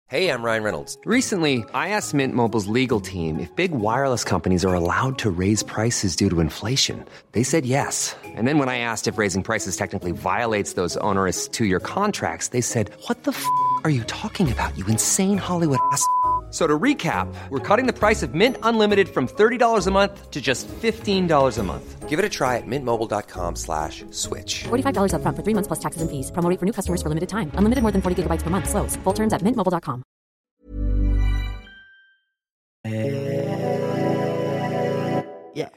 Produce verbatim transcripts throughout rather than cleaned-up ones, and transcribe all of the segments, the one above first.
Hey, I'm Ryan Reynolds. Recently, I asked Mint Mobile's legal team if big wireless companies are allowed to raise prices due to inflation. They said yes. And then when I asked if raising prices technically violates those onerous two-year contracts, they said, what the f*** are you talking about, you insane Hollywood ass f- So to recap, we're cutting the price of Mint Unlimited from thirty dollars a month to just fifteen dollars a month. Give it a try at mintmobile.com slash switch. forty-five dollars up front for three months plus taxes and fees. Promo rate for new customers for limited time. Unlimited more than forty gigabytes per month. Slows full terms at mint mobile dot com. Yeah.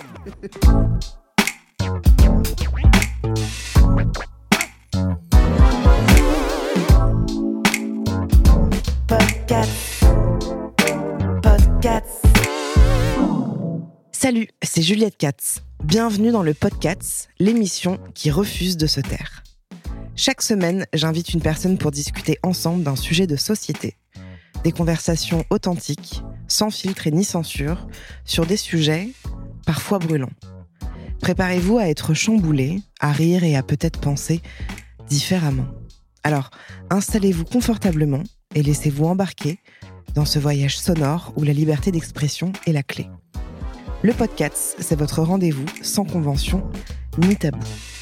Podcast. Podcast. Salut, c'est Juliette Katz. Bienvenue dans le Podcast, l'émission qui refuse de se taire. Chaque semaine, j'invite une personne pour discuter ensemble d'un sujet de société. Des conversations authentiques, sans filtre et ni censure, sur des sujets parfois brûlants. Préparez-vous à être chamboulés, à rire et à peut-être penser différemment. Alors, installez-vous confortablement et laissez-vous embarquer dans ce voyage sonore où la liberté d'expression est la clé. Le podcast, c'est votre rendez-vous sans convention ni tabou.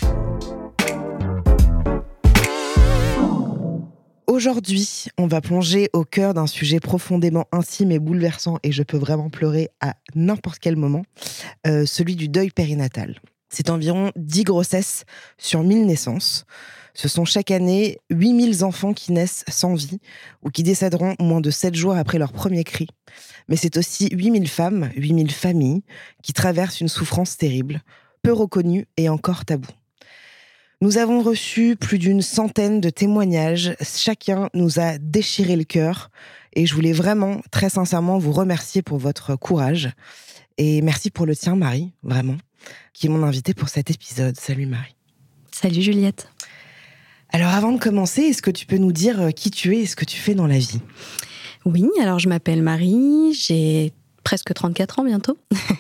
Aujourd'hui, on va plonger au cœur d'un sujet profondément intime et bouleversant, et je peux vraiment pleurer à n'importe quel moment, euh, celui du deuil périnatal. C'est environ dix grossesses sur mille naissances. Ce sont chaque année huit mille enfants qui naissent sans vie ou qui décéderont moins de sept jours après leur premier cri. Mais c'est aussi huit mille femmes, huit mille familles qui traversent une souffrance terrible, peu reconnue et encore taboue. Nous avons reçu plus d'une centaine de témoignages. Chacun nous a déchiré le cœur. Et je voulais vraiment, très sincèrement, vous remercier pour votre courage. Et merci pour le tien, Marie, vraiment, qui est mon invitée pour cet épisode. Salut, Marie. Salut, Juliette. Alors, avant de commencer, est-ce que tu peux nous dire qui tu es et ce que tu fais dans la vie ? Oui, alors je m'appelle Marie, j'ai presque trente-quatre ans bientôt,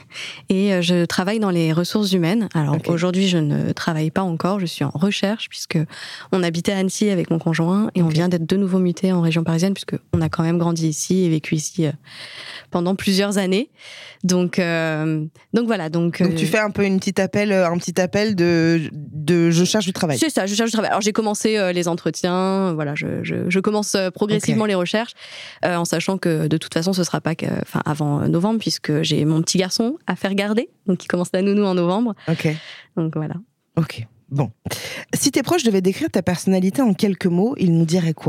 et je travaille dans les ressources humaines. Alors okay. Aujourd'hui, je ne travaille pas encore, je suis en recherche, puisque on habitait à Annecy avec mon conjoint, et on okay. vient d'être de nouveau muté en région parisienne, puisque on a quand même grandi ici et vécu ici pendant plusieurs années. Donc, euh, donc voilà. Donc, donc tu fais un peu une petite appel, un petit appel de, de je cherche du travail. C'est ça, je cherche du travail. Alors j'ai commencé euh, les entretiens, voilà, je, je, je commence progressivement okay. les recherches, euh, en sachant que de toute façon ce sera pas que, enfin avant novembre, puisque j'ai mon petit garçon à faire garder, donc il commence la nounou en novembre. Ok. Donc voilà. Ok. Bon. Si tes proches devaient décrire ta personnalité en quelques mots, ils nous diraient quoi ?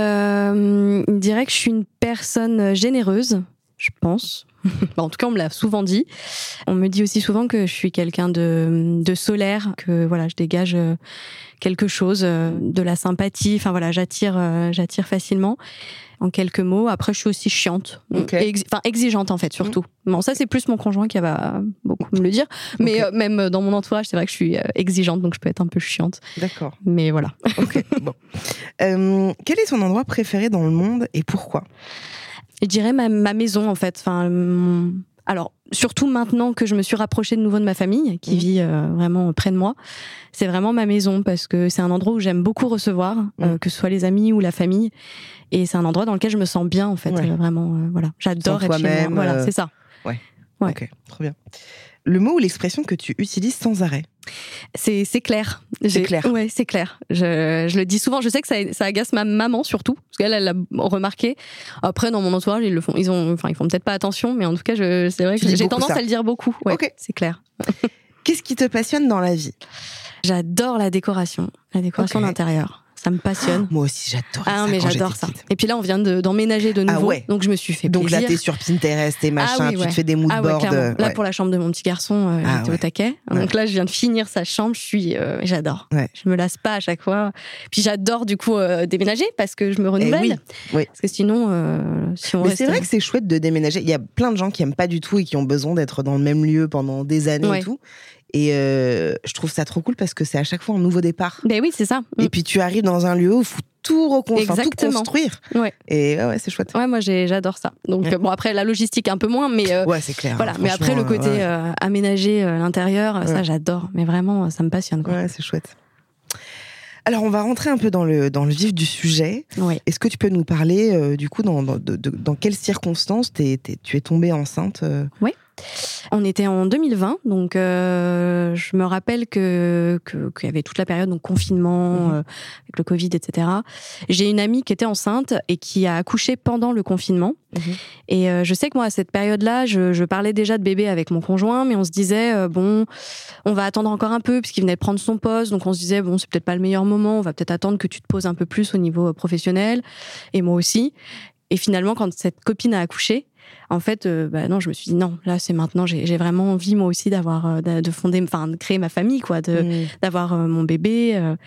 euh, Ils diraient que je suis une personne généreuse, je pense. En tout cas, on me l'a souvent dit. On me dit aussi souvent que je suis quelqu'un de, de solaire, que voilà, je dégage quelque chose, de la sympathie. Enfin voilà, j'attire, j'attire facilement. En quelques mots. Après, je suis aussi chiante, okay. Ex- enfin exigeante en fait, surtout. Mmh. Bon, ça c'est plus mon conjoint qui va beaucoup me le dire. Mais okay. euh, même dans mon entourage, c'est vrai que je suis euh, exigeante, donc je peux être un peu chiante. D'accord. Mais voilà. Ok. Bon. Euh, quel est ton endroit préféré dans le monde et pourquoi ? Je dirais ma, ma maison en fait. Enfin, mon... alors surtout maintenant que je me suis rapprochée de nouveau de ma famille, qui mmh. vit euh, vraiment près de moi, c'est vraiment ma maison parce que c'est un endroit où j'aime beaucoup recevoir, mmh. euh, que ce soit les amis ou la famille. Et c'est un endroit dans lequel je me sens bien, en fait, ouais. euh, vraiment, euh, voilà. J'adore sans être chez moi. Voilà, euh... c'est ça. Ouais. ouais. Ok, trop bien. Le mot ou l'expression que tu utilises sans arrêt ? C'est, c'est clair. C'est J'ai... clair. Ouais, c'est clair. Je, je le dis souvent. Je sais que ça, ça agace ma maman, surtout, parce qu'elle, elle l'a remarqué. Après, dans mon entourage, ils le font. Ils ont, enfin, ils font peut-être pas attention, mais en tout cas, je, c'est vrai que j'ai tendance ça. à le dire beaucoup. Ouais, ok. C'est clair. Qu'est-ce qui te passionne dans la vie ? J'adore la décoration, la décoration okay. d'intérieur. Ça me passionne. Oh, moi aussi, j'adore ah, ça. mais quand j'adore ça. Et puis là, on vient de, d'emménager de nouveau. Ah ouais. Donc, je me suis fait donc plaisir. Donc là, t'es sur Pinterest et machin, ah oui, tu ouais. te fais des mood ah ouais, boards. Clairement. Là, ouais. pour la chambre de mon petit garçon, euh, ah j'étais ouais. au taquet. Ouais. Donc là, je viens de finir sa chambre. Je suis, euh, j'adore. Ouais. Je me lasse pas à chaque fois. Puis j'adore, du coup, euh, déménager parce que je me renouvelle. Oui. Oui. Parce que sinon, euh, si on mais reste... c'est vrai que c'est chouette de déménager. Il y a plein de gens qui aiment pas du tout et qui ont besoin d'être dans le même lieu pendant des années ouais. et tout. Et euh, je trouve ça trop cool parce que c'est à chaque fois un nouveau départ. Ben oui, c'est ça. Et puis tu arrives dans un lieu où il faut tout reconstruire, tout construire. Ouais. Et ouais, c'est chouette. Ouais, moi j'ai, j'adore ça. Donc ouais. bon, après la logistique un peu moins, mais euh, ouais, c'est clair. Voilà, hein, mais après le côté ouais. euh, aménager euh, l'intérieur, ouais. ça j'adore. Mais vraiment, ça me passionne, quoi. Ouais, c'est chouette. Alors, on va rentrer un peu dans le, dans le vif du sujet. Oui. Est-ce que tu peux nous parler, euh, du coup, dans, dans, de, de, dans quelles circonstances t'es, t'es, tu es tombée enceinte euh... Oui. On était en deux mille vingt, donc euh, je me rappelle que, que qu'il y avait toute la période donc confinement, mmh. euh, avec le Covid, et cetera. J'ai une amie qui était enceinte et qui a accouché pendant le confinement. Mmh. Et euh, je sais que moi à cette période-là, je, je parlais déjà de bébé avec mon conjoint, mais on se disait euh, bon, on va attendre encore un peu puisqu'il venait de prendre son poste, donc on se disait bon, c'est peut-être pas le meilleur moment, on va peut-être attendre que tu te poses un peu plus au niveau professionnel, et moi aussi. Et finalement, quand cette copine a accouché, en fait, euh, bah non, je me suis dit non, là c'est maintenant, j'ai, j'ai vraiment envie moi aussi d'avoir, euh, de fonder, enfin de créer ma famille, quoi, de, mmh. d'avoir euh, mon bébé. Euh,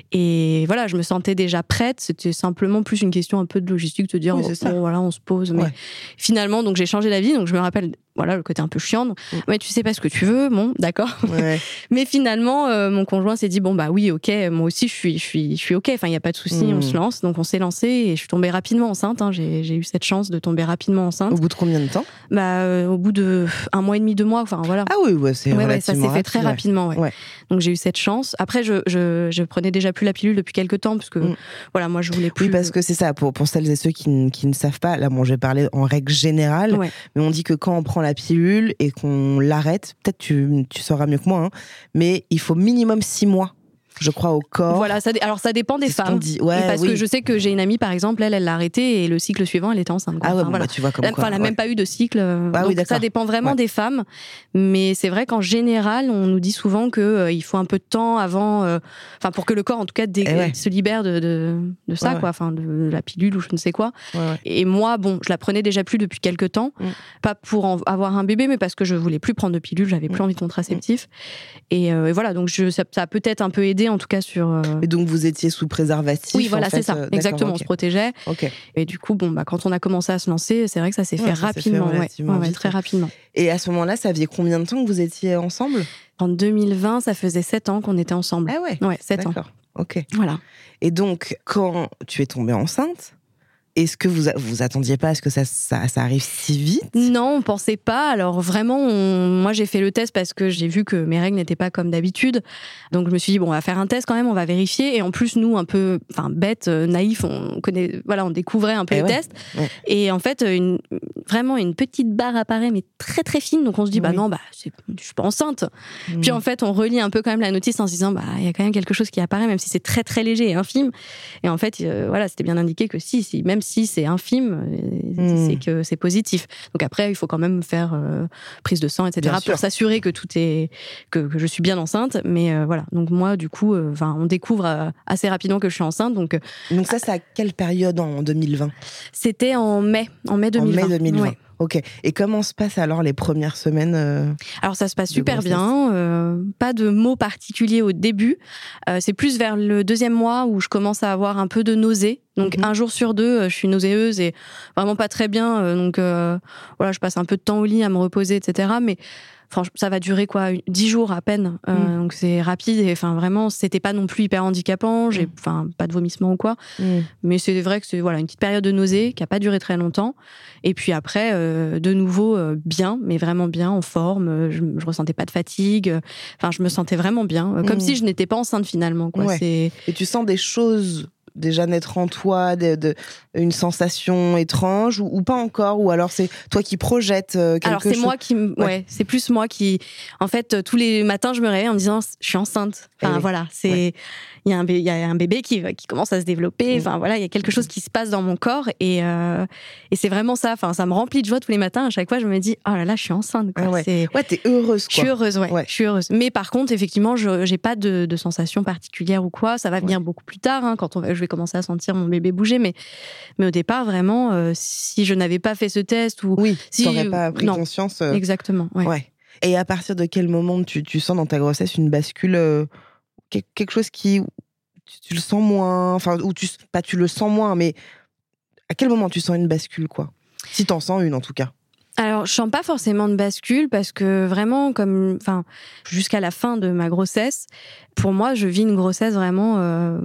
et voilà, je me sentais déjà prête. C'était simplement plus une question un peu de logistique, de dire oui, oh, bon, voilà, on se pose. Mais ouais. finalement, donc j'ai changé d'avis. Donc je me rappelle, voilà, le côté un peu chiant. Donc, mmh. ouais, tu sais pas ce que tu veux, bon, d'accord. Ouais. Mais finalement, euh, mon conjoint s'est dit bon bah oui, ok, moi aussi je suis, je suis, je suis ok. Enfin, il y a pas de souci, mmh. on se lance. Donc on s'est lancé et je suis tombée rapidement enceinte. Hein. J'ai, j'ai eu cette chance de tomber rapidement enceinte. Au bout de combien de temps? Bah, euh, au bout de un mois et demi, deux mois, enfin voilà. Ah oui, ouais, c'est ouais, relativement ouais, ça s'est fait rapide, très ouais. rapidement, ouais. ouais. Donc j'ai eu cette chance. Après, je, je, je prenais déjà plus la pilule depuis quelques temps, parce que mm. voilà, moi je voulais plus. Oui, parce que c'est ça, pour, pour celles et ceux qui, qui ne savent pas, là, bon, je vais parler en règle générale, ouais. mais on dit que quand on prend la pilule et qu'on l'arrête, peut-être tu, tu sauras mieux que moi, hein, mais il faut minimum six mois. Je crois au corps. Voilà, ça, alors ça dépend des c'est femmes. Ouais, parce oui. que je sais que j'ai une amie, par exemple, elle, elle l'a arrêté et le cycle suivant, elle était enceinte. Quoi. Ah ouais, enfin, bon, voilà. bah, tu vois comme elle, quoi. Elle n'a ouais. même pas eu de cycle. Ah, donc oui, ça dépend vraiment ouais. des femmes. Mais c'est vrai qu'en général, on nous dit souvent qu'il euh, faut un peu de temps avant, enfin euh, pour que le corps, en tout cas, dé- ouais. se libère de, de, de ça, ouais, quoi, enfin de la pilule ou je ne sais quoi. Ouais, ouais. Et moi, bon, je la prenais déjà plus depuis quelques temps, mm. pas pour en avoir un bébé, mais parce que je voulais plus prendre de pilule, j'avais plus mm. envie de contraceptif. Mm. Et, euh, et voilà, donc je, ça, ça a peut-être un peu aidé, en tout cas sur. Euh... Et donc vous étiez sous préservatif. Oui, voilà, en fait, c'est ça. euh, Exactement, okay. on se protégeait. Okay. Et du coup, bon, bah, quand on a commencé à se lancer, c'est vrai que ça s'est ouais, fait ça rapidement. S'est fait ouais, ouais, vite, très hein. rapidement. Et à ce moment-là, ça faisait combien de temps que vous étiez ensemble ? En deux mille vingt, ça faisait sept ans qu'on était ensemble. Ah ouais. Ouais, sept ans. D'accord. Ok. Voilà. Et donc, quand tu es tombée enceinte, est-ce que vous vous attendiez pas à ce que ça, ça, ça arrive si vite ? Non, on pensait pas. Alors vraiment, on... moi j'ai fait le test parce que j'ai vu que mes règles n'étaient pas comme d'habitude. Donc je me suis dit bon, on va faire un test quand même, on va vérifier. Et en plus nous, un peu, enfin bêtes, naïfs, on connaît, voilà, on découvrait un peu et les ouais. tests. Ouais. Et en fait, une, vraiment une petite barre apparaît, mais très très fine. Donc on se dit oui. bah non, bah c'est, je suis pas enceinte. Mmh. Puis en fait, on relit un peu quand même la notice en se disant bah il y a quand même quelque chose qui apparaît, même si c'est très très léger et infime. Et en fait, euh, voilà, c'était bien indiqué que si, si, même si c'est infime. Mmh. C'est que c'est positif. Donc après, il faut quand même faire euh, prise de sang, et cetera, pour s'assurer que tout est que, que je suis bien enceinte. Mais euh, voilà. Donc moi, du coup, enfin, euh, on découvre euh, assez rapidement que je suis enceinte. Donc donc ça, c'est à quelle période en deux mille vingt ? C'était en mai, en mai deux mille vingt. En mai deux mille vingt. Ouais. Ok. Et comment se passent alors les premières semaines euh, Alors ça se passe super grossesse. bien. Euh, pas de mots particuliers au début. Euh, c'est plus vers le deuxième mois où je commence à avoir un peu de nausée. Donc mm-hmm. un jour sur deux, je suis nauséeuse et vraiment pas très bien. Donc euh, voilà, je passe un peu de temps au lit à me reposer, et cetera. Mais franchement, ça va durer quoi, dix jours à peine. Euh, mm. Donc c'est rapide et enfin vraiment, c'était pas non plus hyper handicapant. J'ai enfin mm. pas de vomissement ou quoi. Mm. Mais c'est vrai que c'est voilà une petite période de nausée qui a pas duré très longtemps. Et puis après, euh, de nouveau euh, bien, mais vraiment bien, en forme. Je, je ressentais pas de fatigue. Enfin, je me sentais vraiment bien, comme mm. si je n'étais pas enceinte finalement. Quoi. Ouais. C'est... Et tu sens des choses déjà naître en toi, de, de, une sensation étrange ou, ou pas encore, ou alors c'est toi qui projettes euh, quelque chose. Alors c'est chose... moi qui, ouais. ouais, c'est plus moi qui, en fait, tous les matins je me réveille en me disant je suis enceinte. Enfin oui. voilà, c'est, ouais. il y a un, il y a un bébé qui qui commence à se développer. Enfin mmh. voilà, il y a quelque chose qui se passe dans mon corps et euh, et c'est vraiment ça. Enfin ça me remplit de joie tous les matins. À chaque fois je me dis oh là là je suis enceinte. Quoi. Ah ouais. C'est... ouais, t'es heureuse. Quoi. Je suis heureuse, ouais. ouais. Je suis heureuse. Mais par contre effectivement je j'ai pas de, de sensation particulière ou quoi. Ça va venir ouais. beaucoup plus tard hein, quand on va, je vais commencer à sentir mon bébé bouger. Mais mais au départ vraiment euh, si je n'avais pas fait ce test ou oui, si t'aurais pas pris non. conscience. Euh... Exactement. Ouais. ouais. Et à partir de quel moment tu tu sens dans ta grossesse une bascule? Euh... Quelque chose qui, tu, tu le sens moins, enfin, ou tu, pas tu le sens moins, mais à quel moment tu sens une bascule, quoi ? Si t'en sens une, en tout cas. Alors, je sens pas forcément de bascule parce que vraiment, comme, enfin, jusqu'à la fin de ma grossesse, pour moi, je vis une grossesse vraiment euh,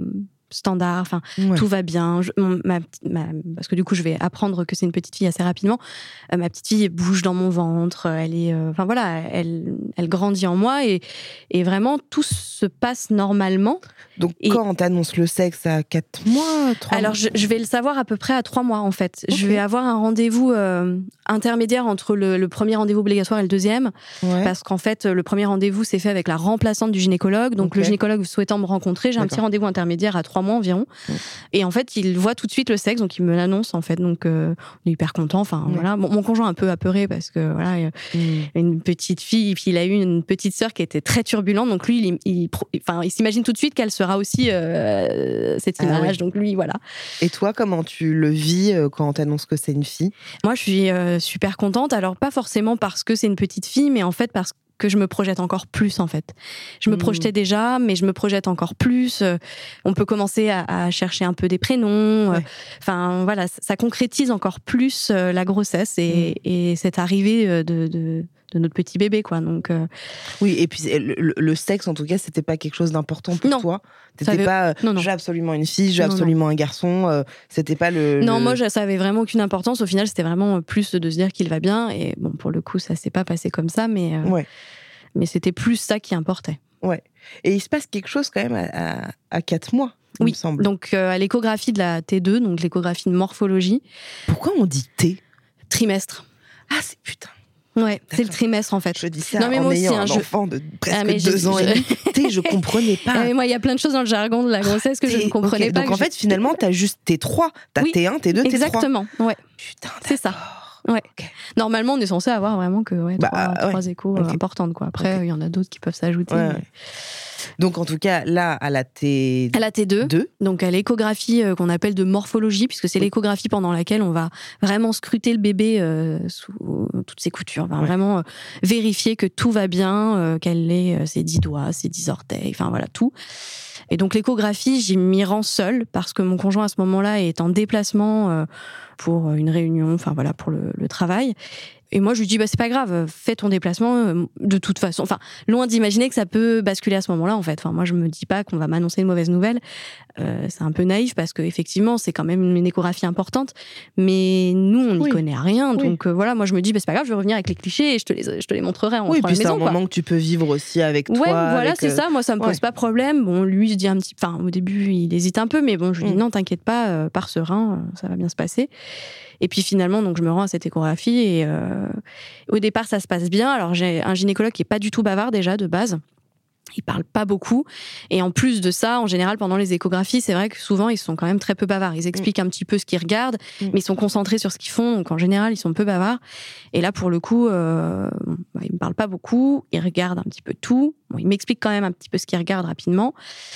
standard, enfin Ouais. tout va bien. Je, mon, ma, ma, parce que du coup, je vais apprendre que c'est une petite fille assez rapidement. Euh, ma petite fille bouge dans mon ventre, elle est, enfin euh, voilà, elle, elle grandit en moi et, et vraiment tout se passe normalement. Donc et, quand on t'annonce le sexe à quatre mois, trois alors mois je, je vais le savoir à peu près à trois mois en fait. Okay. Je vais avoir un rendez-vous euh, intermédiaire entre le, le premier rendez-vous obligatoire et le deuxième, ouais. parce qu'en fait le premier rendez-vous s'est fait avec la remplaçante du gynécologue. Donc okay. le gynécologue souhaitant me rencontrer, j'ai D'accord. un petit rendez-vous intermédiaire à trois mois environ. Mmh. Et en fait, il voit tout de suite le sexe, donc il me l'annonce en fait. Donc euh, on est hyper content. Enfin mmh. voilà, bon, mon conjoint un peu apeuré parce que voilà, il mmh. a une petite fille, et puis il a eu une petite sœur qui était très turbulente. Donc lui, il, il, enfin, il s'imagine tout de suite qu'elle sera aussi euh, cette image. Ah, oui. Donc lui, voilà. Et toi, comment tu le vis quand on t'annonce que c'est une fille ? Moi, je suis euh, super contente. Alors pas forcément parce que c'est une petite fille, mais en fait parce que que je me projette encore plus en fait. Je me mmh. projetais déjà, mais je me projette encore plus. On peut commencer à, à chercher un peu des prénoms. Ouais. Enfin voilà, ça, ça concrétise encore plus la grossesse et, mmh. et cette arrivée de, de, de notre petit bébé quoi. Donc euh... oui, et puis le, le sexe en tout cas, c'était pas quelque chose d'important pour non. toi. T'étais veut... pas non, non. j'ai absolument une fille, j'ai non, absolument non. un garçon. Euh, c'était pas le. Non, le... moi ça avait vraiment aucune importance. Au final, c'était vraiment plus de se dire qu'il va bien. Et bon, pour le coup, ça s'est pas passé comme ça, mais. Euh... Ouais. Mais c'était plus ça qui importait. Ouais. Et il se passe quelque chose quand même à, à, à quatre mois, il oui. me semble. Donc euh, à l'échographie de la T deux, donc l'échographie de morphologie. Pourquoi on dit T ? Trimestre. Ah, c'est putain. Ouais, D'accord. C'est le trimestre en fait. Je dis ça non, mais en moi ayant aussi, un je... enfant de presque ah, deux j'ai... ans et demi. T, je comprenais pas. Ah, mais moi, il y a plein de choses dans le jargon de la grossesse que T... je ne comprenais okay. pas. Donc en fait, je... finalement, t'as juste T trois. T'as oui, T un, T deux, T trois. Exactement, ouais. Putain, c'est ça. Ouais. Okay. Normalement, on est censé avoir vraiment que ouais, bah, trois, ouais. trois échos okay. euh, importantes. Quoi. Après, il okay. y en a d'autres qui peuvent s'ajouter. Ouais. Mais... Donc, en tout cas, là, à la T... À la T deux, deux. Donc à l'échographie euh, qu'on appelle de morphologie, puisque c'est oui. l'échographie pendant laquelle on va vraiment scruter le bébé euh, sous toutes ses coutures. On va ouais. vraiment euh, vérifier que tout va bien, euh, qu'elle ait euh, ses dix doigts, ses dix orteils, enfin voilà, tout. Et donc l'échographie, j'y m'y rends seule, parce que mon conjoint à ce moment-là est en déplacement euh, pour une réunion, enfin voilà, pour le, le travail. Et moi, je lui dis, bah, c'est pas grave, fais ton déplacement de toute façon. Enfin, loin d'imaginer que ça peut basculer à ce moment-là, en fait. Enfin, moi, je me dis pas qu'on va m'annoncer une mauvaise nouvelle. Euh, c'est un peu naïf parce que, effectivement, c'est quand même une échographie importante. Mais nous, on n'y oui. connaît rien. Oui. Donc, euh, voilà, moi, je me dis, bah, c'est pas grave, je vais revenir avec les clichés et je te les, je te les montrerai en oui, rentrant à la maison. Oui, puis c'est un quoi. moment que tu peux vivre aussi avec toi. Ouais, voilà, avec, c'est euh... ça. Moi, ça me pose ouais. pas problème. Bon, lui, il se dit un petit, enfin, au début, il hésite un peu, mais bon, je lui dis, mm. non, t'inquiète pas, euh, pars serein, euh, ça va bien se passer. Et puis finalement, donc je me rends à cette échographie et euh, au départ, ça se passe bien. Alors j'ai un gynécologue qui est pas du tout bavard déjà de base. Il parle pas beaucoup. Et en plus de ça, en général, pendant les échographies, c'est vrai que souvent, ils sont quand même très peu bavards. Ils expliquent mmh. un petit peu ce qu'ils regardent, mmh. mais ils sont concentrés sur ce qu'ils font. Donc en général, ils sont peu bavards. Et là, pour le coup, euh, bah, ils me parlent pas beaucoup. Ils regardent un petit peu tout. Bon, ils m'expliquent quand même un petit peu ce qu'ils regardent rapidement.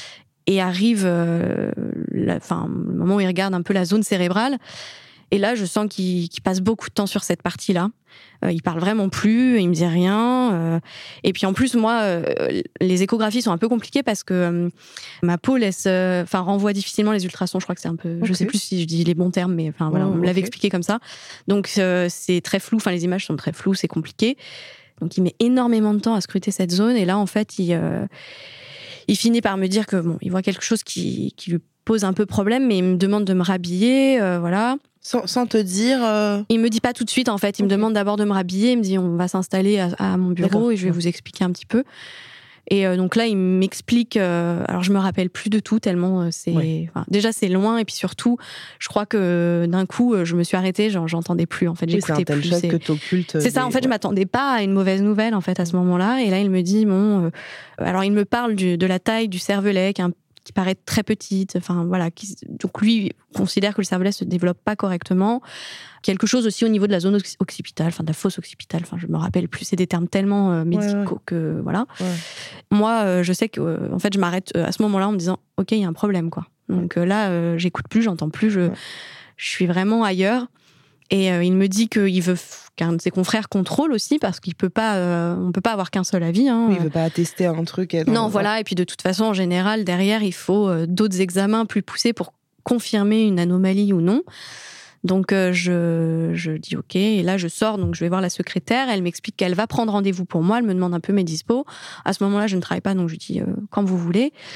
Et arrive euh, la, enfin, le moment où ils regardent un peu la zone cérébrale. Et là, je sens qu'il, qu'il passe beaucoup de temps sur cette partie-là. Euh, il parle vraiment plus, il me dit rien. Euh, et puis en plus, moi, euh, les échographies sont un peu compliquées parce que euh, ma peau laisse, enfin, euh, renvoie difficilement les ultrasons. Je crois que c'est un peu, okay. je sais plus si je dis les bons termes, mais enfin voilà, oh, on me l'avait okay. expliqué comme ça. Donc euh, c'est très flou. Enfin, les images sont très floues, c'est compliqué. Donc il met énormément de temps à scruter cette zone. Et là, en fait, il, euh, il finit par me dire que bon, il voit quelque chose qui, qui lui pose un peu problème, mais il me demande de me rhabiller, euh, voilà. Sans, sans te dire... Euh... Il me dit pas tout de suite, en fait. Il okay. me demande d'abord de me rhabiller. Il me dit, on va s'installer à, à mon bureau D'accord. et je vais vous expliquer un petit peu. Et euh, donc là, il m'explique... Euh, alors, je me rappelle plus de tout, tellement euh, c'est... Ouais. Enfin, déjà, c'est loin. Et puis surtout, je crois que d'un coup, je me suis arrêtée. Genre, j'entendais plus, en fait. J'écoutais oui, c'est un tel plus. Choc c'est... que t'occultes... C'est ça, des... en fait. Ouais. Je m'attendais pas à une mauvaise nouvelle, en fait, à ce moment-là. Et là, il me dit, bon... Euh, alors, il me parle du, de la taille du cervelet, qui est un qui paraît très petite, enfin voilà, qui, donc lui considère que le cervelet se développe pas correctement. Quelque chose aussi au niveau de la zone occipitale, enfin de la fosse occipitale, enfin je me rappelle plus, c'est des termes tellement euh, médicaux ouais, ouais. que voilà. Ouais. Moi, euh, je sais que euh, en fait je m'arrête euh, à ce moment-là en me disant ok, il y a un problème quoi. Donc euh, là, euh, j'écoute plus, j'entends plus, je, ouais. je suis vraiment ailleurs. Et euh, il me dit qu'il veut qu'un de ses confrères contrôle aussi parce qu'il peut pas, euh, on peut pas avoir qu'un seul avis. Hein. Oui, il veut pas attester un truc. Non, non voilà. Et puis de toute façon, en général, derrière, il faut euh, d'autres examens plus poussés pour confirmer une anomalie ou non. Donc euh, je, je dis ok. Et là, je sors, donc je vais voir la secrétaire. Elle m'explique qu'elle va prendre rendez-vous pour moi. Elle me demande un peu mes dispos. À ce moment-là, je ne travaille pas, donc je dis euh, quand vous voulez.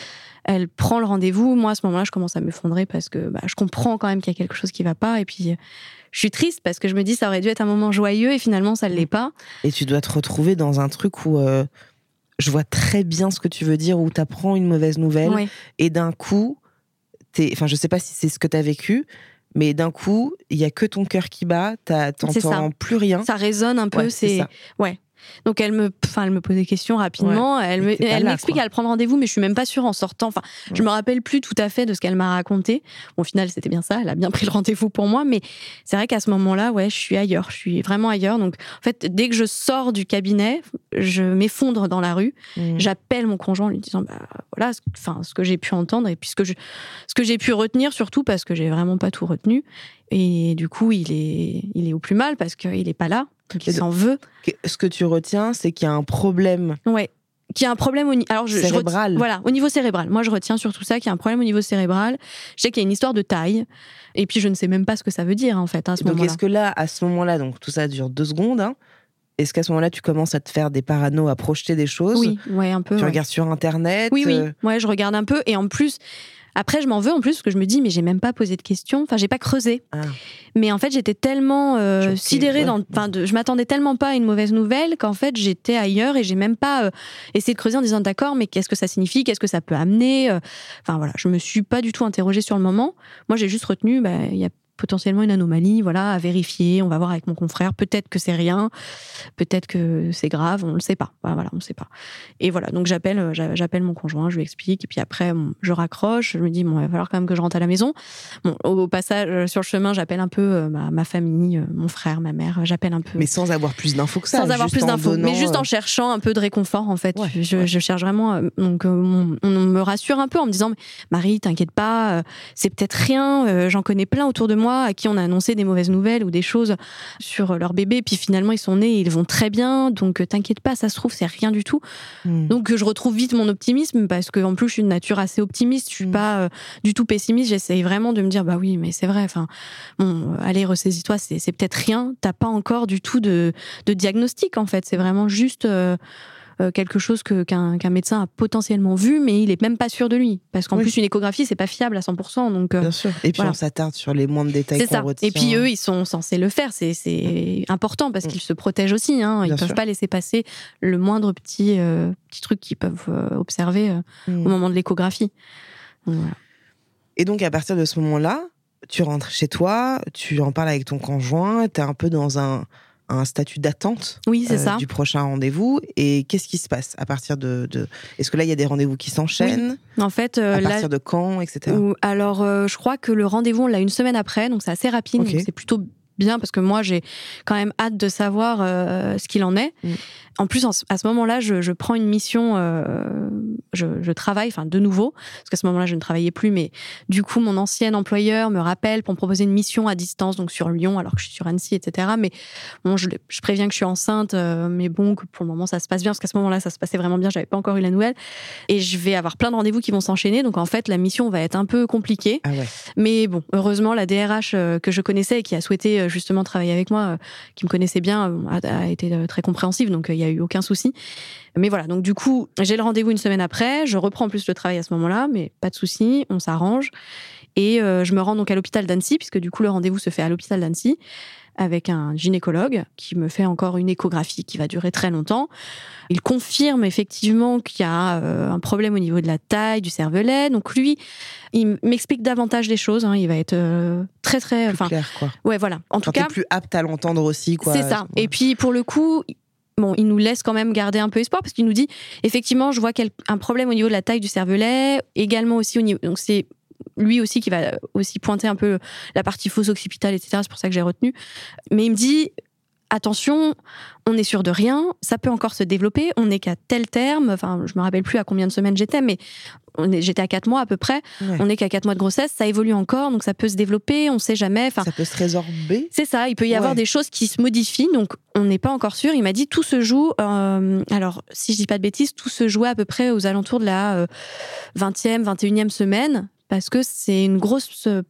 Elle prend le rendez-vous. Moi, à ce moment-là, je commence à m'effondrer parce que bah, je comprends quand même qu'il y a quelque chose qui va pas. Et puis, je suis triste parce que je me dis ça aurait dû être un moment joyeux et finalement, ça ne l'est pas. Et tu dois te retrouver dans un truc où euh, je vois très bien ce que tu veux dire, où tu apprends une mauvaise nouvelle Oui. et d'un coup, t'es... enfin, je sais pas si c'est ce que tu as vécu, mais d'un coup, il y a que ton cœur qui bat, t'entends plus rien. Ça résonne un peu. Ouais, c'est c'est ça. Ouais. Donc elle me, enfin elle me pose des questions rapidement. Ouais, elle me, elle là, m'explique quoi. qu'elle prend le rendez-vous, mais je suis même pas sûre en sortant. Enfin, ouais. Je me rappelle plus tout à fait de ce qu'elle m'a raconté. Bon, au final, c'était bien ça. Elle a bien pris le rendez-vous pour moi, mais c'est vrai qu'à ce moment-là, ouais, je suis ailleurs. Je suis vraiment ailleurs. Donc, en fait, dès que je sors du cabinet, je m'effondre dans la rue. Mmh. J'appelle mon conjoint en lui disant, bah voilà, enfin ce que j'ai pu entendre et puis ce que je, ce que j'ai pu retenir surtout parce que j'ai vraiment pas tout retenu. Et du coup, il est, il est au plus mal parce qu'il est pas là. Donc il s'en veut. Ce que tu retiens, c'est qu'il y a un problème. Ouais. Qu'il y a un problème au, ni- Alors, je, cérébral. Je retiens, voilà, au niveau cérébral. Moi, je retiens surtout ça, qu'il y a un problème au niveau cérébral. Je sais qu'il y a une histoire de taille. Et puis, je ne sais même pas ce que ça veut dire, en fait, hein, à ce donc, moment-là. est-ce que là, à ce moment-là, donc tout ça dure deux secondes, hein, est-ce qu'à ce moment-là, tu commences à te faire des paranos, à projeter des choses? Oui, ouais, un peu. Tu ouais. regardes sur Internet? Oui, oui. Euh... Ouais, je regarde un peu. Et en plus... Après, je m'en veux en plus parce que je me dis, mais j'ai même pas posé de questions. Enfin, j'ai pas creusé. Ah. Mais en fait, j'étais tellement euh, Choquée, sidérée. Ouais. Dans, enfin, de, je m'attendais tellement pas à une mauvaise nouvelle qu'en fait, j'étais ailleurs et j'ai même pas euh, essayé de creuser en disant, d'accord, mais qu'est-ce que ça signifie? Qu'est-ce que ça peut amener? Enfin, voilà, je me suis pas du tout interrogée sur le moment. Moi, j'ai juste retenu, bah, il y a potentiellement une anomalie, voilà, à vérifier. On va voir avec mon confrère. Peut-être que c'est rien, peut-être que c'est grave. On le sait pas. Voilà, voilà on le sait pas. Et voilà, donc j'appelle, j'appelle mon conjoint, je lui explique. Et puis après, bon, je raccroche. Je me dis, bon, il va falloir quand même que je rentre à la maison. Bon, au passage, sur le chemin, j'appelle un peu euh, ma, ma famille, euh, mon frère, ma mère. J'appelle un peu. Mais sans avoir plus d'infos que ça. Sans avoir plus d'infos, donnant, mais juste en cherchant un peu de réconfort, en fait. Ouais, je, ouais. je cherche vraiment. Euh, donc, euh, on, on me rassure un peu en me disant, Marie, t'inquiète pas, euh, c'est peut-être rien. Euh, j'en connais plein autour de moi à qui on a annoncé des mauvaises nouvelles ou des choses sur leur bébé, puis finalement ils sont nés et ils vont très bien, donc t'inquiète pas, ça se trouve c'est rien du tout. Mmh. Donc je retrouve vite mon optimisme parce que en plus je suis une nature assez optimiste, je suis mmh. pas euh, du tout pessimiste, j'essaye vraiment de me dire bah oui mais c'est vrai, enfin bon allez ressaisis-toi, c'est, c'est peut-être rien, t'as pas encore du tout de, de diagnostic en fait, c'est vraiment juste euh, Euh, quelque chose que, qu'un, qu'un médecin a potentiellement vu, mais il est même pas sûr de lui. Parce qu'en oui. plus, une échographie, c'est pas fiable à cent pour cent. Donc, euh, bien sûr. Et puis, voilà. On s'attarde sur les moindres détails c'est qu'on ça. retient. Et puis, eux, ils sont censés le faire. C'est, c'est mmh. important parce mmh. qu'ils se protègent aussi. Hein. Ils bien peuvent sûr. Pas laisser passer le moindre petit, euh, petit truc qu'ils peuvent euh, observer euh, mmh. au moment de l'échographie. Donc, voilà. Et donc, à partir de ce moment-là, tu rentres chez toi, tu en parles avec ton conjoint, t'es un peu dans un... un statut d'attente oui, c'est euh, ça. du prochain rendez-vous. Et qu'est-ce qui se passe à partir de... de... Est-ce que là, il y a des rendez-vous qui s'enchaînent? Oui. En fait, euh, à partir là, de quand, et cetera. Où, alors, euh, je crois que le rendez-vous, on l'a une semaine après, donc c'est assez rapide, okay. donc c'est plutôt bien, parce que moi, j'ai quand même hâte de savoir euh, ce qu'il en est. Mm. En plus, en, à ce moment-là, je, je prends une mission, euh, je, je travaille, enfin de nouveau, parce qu'à ce moment-là, je ne travaillais plus, mais du coup, mon ancien employeur me rappelle pour me proposer une mission à distance, donc sur Lyon, alors que je suis sur Annecy, et cetera. Mais bon, je, je préviens que je suis enceinte, euh, mais bon, que pour le moment, ça se passe bien, parce qu'à ce moment-là, ça se passait vraiment bien, j'avais pas encore eu la nouvelle. Et je vais avoir plein de rendez-vous qui vont s'enchaîner, donc en fait, la mission va être un peu compliquée. Ah ouais. Mais bon, heureusement, la D R H euh, que je connaissais et qui a souhaité justement travailler avec moi, euh, qui me connaissait bien, euh, a, a été euh, très compréhensive, donc il euh, y a eu aucun souci. Mais voilà, donc du coup, j'ai le rendez-vous une semaine après, je reprends en plus le travail à ce moment-là, mais pas de souci, on s'arrange. Et euh, je me rends donc à l'hôpital d'Annecy, puisque du coup, le rendez-vous se fait à l'hôpital d'Annecy, avec un gynécologue qui me fait encore une échographie qui va durer très longtemps. Il confirme effectivement qu'il y a euh, un problème au niveau de la taille du cervelet. Donc lui, il m'explique davantage les choses. Hein. Il va être euh, très très... Plus clair, quoi. Ouais, voilà. En Quand tout cas, t'es plus apte à l'entendre aussi, quoi. C'est ça. Ouais. Et puis pour le coup... Bon, il nous laisse quand même garder un peu espoir parce qu'il nous dit, effectivement, je vois qu'il y a un problème au niveau de la taille du cervelet, également aussi au niveau... Donc c'est lui aussi qui va aussi pointer un peu la partie fausse occipitale, et cetera. C'est pour ça que j'ai retenu. Mais il me dit, attention, on est sûr de rien, ça peut encore se développer, on n'est qu'à tel terme, enfin, je me rappelle plus à combien de semaines j'étais, mais on est, j'étais à quatre mois à peu près, ouais. On n'est qu'à quatre mois de grossesse, ça évolue encore, donc ça peut se développer, on sait jamais. Ça peut se résorber. C'est ça, il peut y ouais. avoir des choses qui se modifient, donc on n'est pas encore sûr. Il m'a dit, tout se joue, euh, alors si je dis pas de bêtises, tout se jouait à peu près aux alentours de la euh, vingtième, vingt et unième semaine, parce que c'est une grosse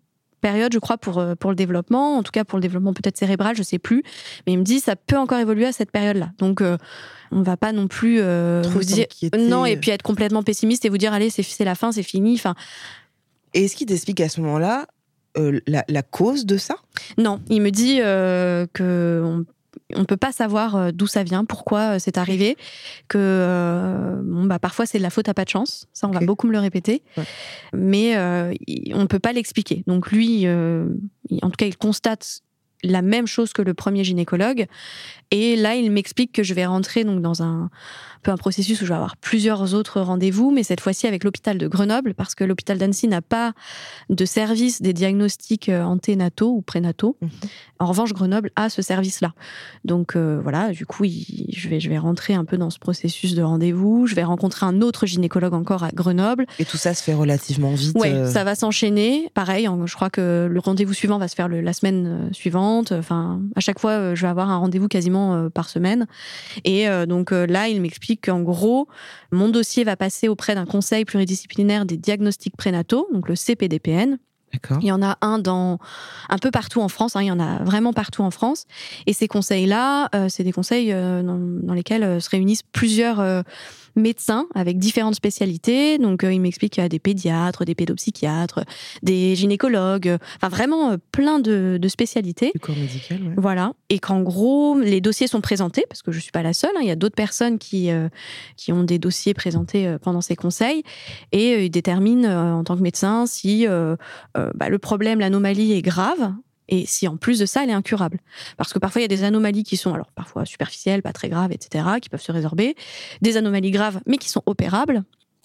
période, je crois, pour, pour le développement, en tout cas pour le développement peut-être cérébral, je sais plus. Mais il me dit, ça peut encore évoluer à cette période-là. Donc, euh, on va pas non plus euh, vous dire non et puis être complètement pessimiste et vous dire, allez, c'est, c'est la fin, c'est fini. Enfin. Et est-ce qu'il t'explique à ce moment-là euh, la, la cause de ça ? Non, il me dit euh, que on, on peut pas savoir d'où ça vient, pourquoi c'est arrivé, que euh, bon, bah, parfois c'est de la faute à pas de chance, ça on okay. va beaucoup me le répéter, ouais. mais euh, on peut pas l'expliquer. Donc lui, euh, en tout cas, il constate la même chose que le premier gynécologue, et là il m'explique que je vais rentrer donc dans un, un peu un processus où je vais avoir plusieurs autres rendez-vous, mais cette fois-ci avec l'hôpital de Grenoble, parce que l'hôpital d'Annecy n'a pas de service des diagnostics anténataux ou prénataux. Mmh. En revanche, Grenoble a ce service-là. Donc euh, voilà, du coup, il, je, vais, je vais rentrer un peu dans ce processus de rendez-vous, je vais rencontrer un autre gynécologue encore à Grenoble. Et tout ça se fait relativement vite. Oui, euh... ça va s'enchaîner. Pareil, je crois que le rendez-vous suivant va se faire le, la semaine suivante. Enfin, à chaque fois, je vais avoir un rendez-vous quasiment par semaine. Et euh, donc euh, là, il m'explique qu'en gros, mon dossier va passer auprès d'un conseil pluridisciplinaire des diagnostics prénataux, donc le C P D P N. D'accord. Il y en a un dans un peu partout en France, hein, il y en a vraiment partout en France. Et ces conseils-là, euh, c'est des conseils euh, dans, dans lesquels euh, se réunissent plusieurs euh, médecins avec différentes spécialités. Donc, euh, il m'explique qu'il y a des pédiatres, des pédopsychiatres, des gynécologues, euh, enfin vraiment euh, plein de, de spécialités. Du corps médical, ouais. Voilà. Et qu'en gros, les dossiers sont présentés, parce que je ne suis pas la seule, hein, il y a d'autres personnes qui, euh, qui ont des dossiers présentés euh, pendant ces conseils, et euh, ils déterminent euh, en tant que médecin si euh, euh, bah, le problème, l'anomalie est grave, et si en plus de ça, elle est incurable. Parce que parfois, il y a des anomalies qui sont, alors parfois superficielles, pas très graves, et cetera, qui peuvent se résorber, des anomalies graves, mais qui sont opérables,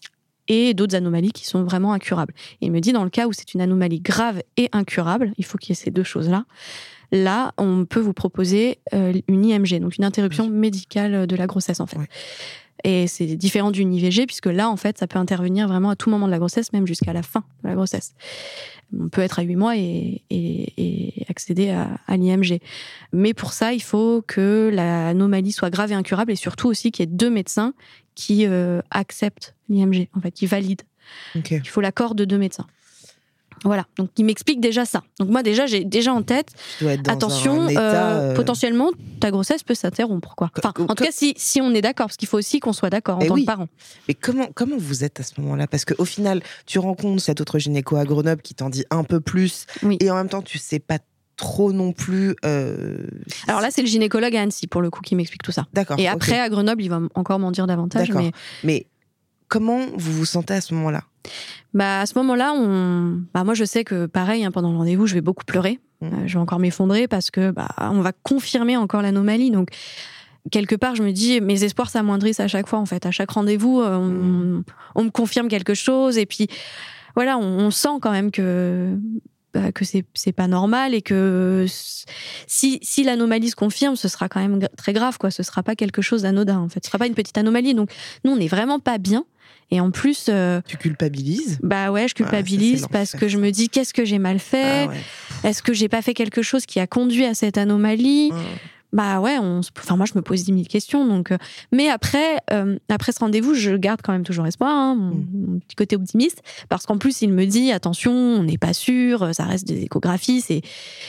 et d'autres anomalies qui sont vraiment incurables. Et il me dit, dans le cas où c'est une anomalie grave et incurable, il faut qu'il y ait ces deux choses-là, là, on peut vous proposer euh, une I M G, donc une interruption médicale de la grossesse, en fait. Ouais. Et c'est différent d'une I V G, puisque là, en fait, ça peut intervenir vraiment à tout moment de la grossesse, même jusqu'à la fin de la grossesse. On peut être à huit mois et, et, et accéder à, à l'I M G. Mais pour ça, il faut que l'anomalie soit grave et incurable, et surtout aussi qu'il y ait deux médecins qui euh, acceptent l'I M G, en fait, qui valident. Okay. Il faut l'accord de deux médecins. Voilà, donc il m'explique déjà ça. Donc moi déjà, j'ai déjà en tête, attention, état, euh, euh... potentiellement, ta grossesse peut s'interrompre, quoi. Enfin, en tout cas, si, si on est d'accord, parce qu'il faut aussi qu'on soit d'accord en tant oui. que parent. Mais comment, comment vous êtes à ce moment-là ? Parce qu'au final, tu rencontres cet autre gynéco à Grenoble qui t'en dit un peu plus, oui. et en même temps, tu sais pas trop non plus... Euh... Alors là, c'est le gynécologue à Annecy, pour le coup, qui m'explique tout ça. D'accord. Et après, okay. à Grenoble, il va encore m'en dire davantage. D'accord. Mais... mais comment vous vous sentez à ce moment-là ? Bah, à ce moment-là, on... bah, moi je sais que pareil, hein, pendant le rendez-vous, je vais beaucoup pleurer. Mmh. Euh, je vais encore m'effondrer parce que bah, on va confirmer encore l'anomalie. Donc, quelque part, je me dis, mes espoirs s'amoindrissent à chaque fois, en fait. À chaque rendez-vous, euh, on, mmh. on me confirme quelque chose. Et puis, voilà, on, on sent quand même que, bah, que c'est, c'est pas normal et que si, si l'anomalie se confirme, ce sera quand même très grave, quoi. Ce sera pas quelque chose d'anodin, en fait. Ce sera pas une petite anomalie. Donc, nous, on n'est vraiment pas bien. Et en plus... Euh, tu culpabilises ? Bah ouais, je culpabilise ah, ça, parce que je me dis, qu'est-ce que j'ai mal fait ? ah, ouais. Est-ce que j'ai pas fait quelque chose qui a conduit à cette anomalie ? ah. Bah ouais, on, enfin moi je me pose dix mille questions. Donc, euh, mais après, euh, après ce rendez-vous, je garde quand même toujours espoir, hein, mon, mm. mon petit côté optimiste, parce qu'en plus il me dit, attention, on n'est pas sûr, ça reste des échographies, c'est...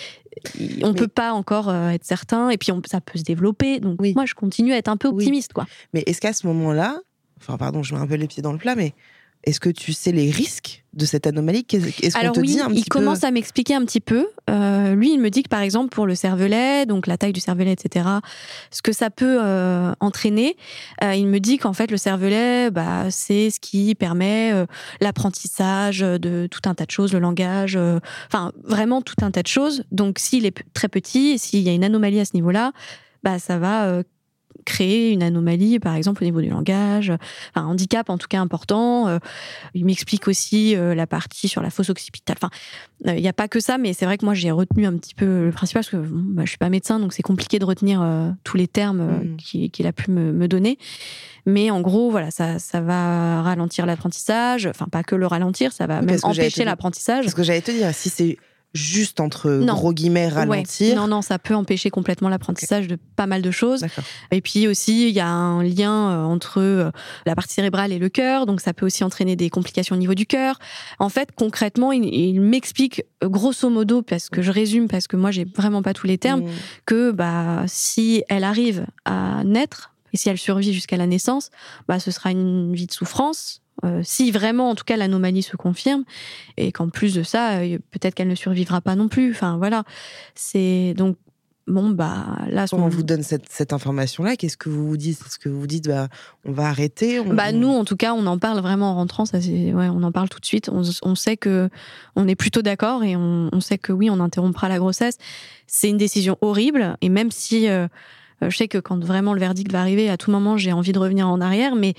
on ne peut pas encore euh, être certain, et puis on, ça peut se développer. Donc oui. moi je continue à être un peu optimiste. Oui. Quoi. Mais est-ce qu'à ce moment-là, enfin pardon, je mets un peu les pieds dans le plat, mais est-ce que tu sais les risques de cette anomalie ? Est-ce Alors qu'on te oui, dit un il petit commence peu... à m'expliquer un petit peu. Euh, lui, il me dit que par exemple pour le cervelet, donc la taille du cervelet, et cetera, ce que ça peut euh, entraîner, euh, il me dit qu'en fait le cervelet, bah, c'est ce qui permet euh, l'apprentissage de tout un tas de choses, le langage, euh, enfin vraiment tout un tas de choses. Donc s'il est très petit, s'il y a une anomalie à ce niveau-là, bah, ça va... Euh, créer une anomalie, par exemple, au niveau du langage, un handicap en tout cas important. Euh, il m'explique aussi euh, la partie sur la fosse occipitale. Enfin, il euh, n'y a pas que ça, mais c'est vrai que moi, j'ai retenu un petit peu le principal, parce que bon, bah, je ne suis pas médecin, donc c'est compliqué de retenir euh, tous les termes euh, mmh. qu'il, qu'il a pu me, me donner. Mais en gros, voilà, ça, ça va ralentir l'apprentissage. Enfin, pas que le ralentir, ça va oui, même empêcher l'apprentissage. Parce que j'allais te dire, si c'est juste entre non. gros guillemets ralentir. Ouais. Non, non, ça peut empêcher complètement l'apprentissage okay. de pas mal de choses. D'accord. Et puis aussi, il y a un lien entre la partie cérébrale et le cœur, donc ça peut aussi entraîner des complications au niveau du cœur. En fait, concrètement, il, il m'explique grosso modo, parce que je résume, parce que moi, j'ai vraiment pas tous les termes, mmh. que bah, si elle arrive à naître, et si elle survit jusqu'à la naissance, bah, ce sera une vie de souffrance. Euh, si vraiment, en tout cas, l'anomalie se confirme, et qu'en plus de ça, euh, peut-être qu'elle ne survivra pas non plus. Enfin, voilà. C'est donc bon, bah là. Quand on vous donne cette, cette information-là, qu'est-ce que vous vous dites ? Est-ce que vous vous dites, bah, on va arrêter on... Bah nous, en tout cas, on en parle vraiment en rentrant. Ça, c'est, ouais, on en parle tout de suite. On, on sait que on est plutôt d'accord et on, on sait que oui, on interrompra la grossesse. C'est une décision horrible, et même si euh, je sais que quand vraiment le verdict va arriver, à tout moment, j'ai envie de revenir en arrière, mais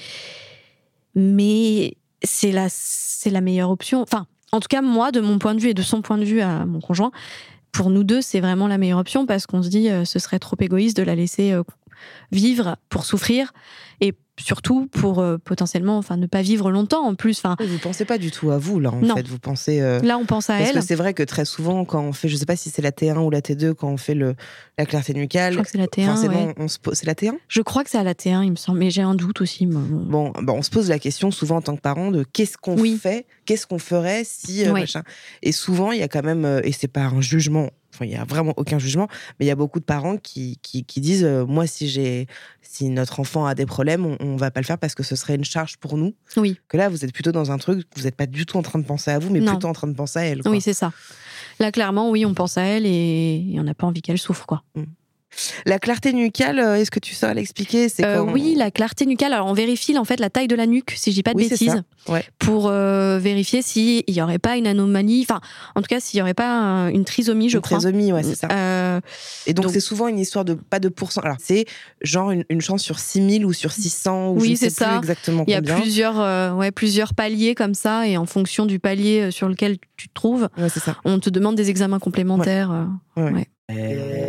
Mais c'est la, c'est la meilleure option. Enfin, en tout cas, moi, de mon point de vue et de son point de vue à mon conjoint, pour nous deux, c'est vraiment la meilleure option parce qu'on se dit euh, ce serait trop égoïste de la laisser euh, vivre pour souffrir et surtout pour euh, potentiellement enfin, ne pas vivre longtemps en plus. Enfin, vous ne pensez pas du tout à vous, là, en non. fait. Vous pensez, euh... Là, on pense à parce elle. Parce que c'est vrai que très souvent, quand on fait, je ne sais pas si c'est la T un ou la T deux, quand on fait le, la clarté nucale. Je crois que c'est la T un. Forcément, ouais. on se pose... C'est la T un ? Je crois que c'est à la T un, il me semble. Mais j'ai un doute aussi. Moi. Bon, bon, on se pose la question souvent en tant que parent de qu'est-ce qu'on oui. fait, qu'est-ce qu'on ferait si. Euh, oui. machin. Et souvent, il y a quand même. Euh, et c'est pas un jugement. Enfin, il n'y a vraiment aucun jugement, mais il y a beaucoup de parents qui, qui, qui disent euh, moi, si, j'ai, si notre enfant a des problèmes, on ne va pas le faire parce que ce serait une charge pour nous. Oui. Que là, vous êtes plutôt dans un truc, vous n'êtes pas du tout en train de penser à vous, mais non. plutôt en train de penser à elle. Quoi. Oui, c'est ça. Là, clairement, oui, on pense à elle et, et on n'a pas envie qu'elle souffre, quoi. Mmh. La clarté nucale, est-ce que tu saurais l'expliquer ? C'est euh, quand... Oui, la clarté nucale. Alors, on vérifie en fait la taille de la nuque, si je dis pas de oui, bêtises, ouais. pour euh, vérifier s'il y aurait pas une anomalie. Enfin, en tout cas, s'il y aurait pas une trisomie, je une crois. Trisomie, ouais, c'est ça. Euh, Et donc, donc, c'est souvent une histoire de pas de pourcent. Alors, c'est genre une, une chance sur six mille ou sur six cents ou oui, je ne sais c'est plus ça. exactement il y combien. a plusieurs, euh, ouais, plusieurs paliers comme ça, et en fonction du palier sur lequel tu te trouves, ouais, c'est ça. on te demande des examens complémentaires. Ouais. Euh, ouais. Ouais.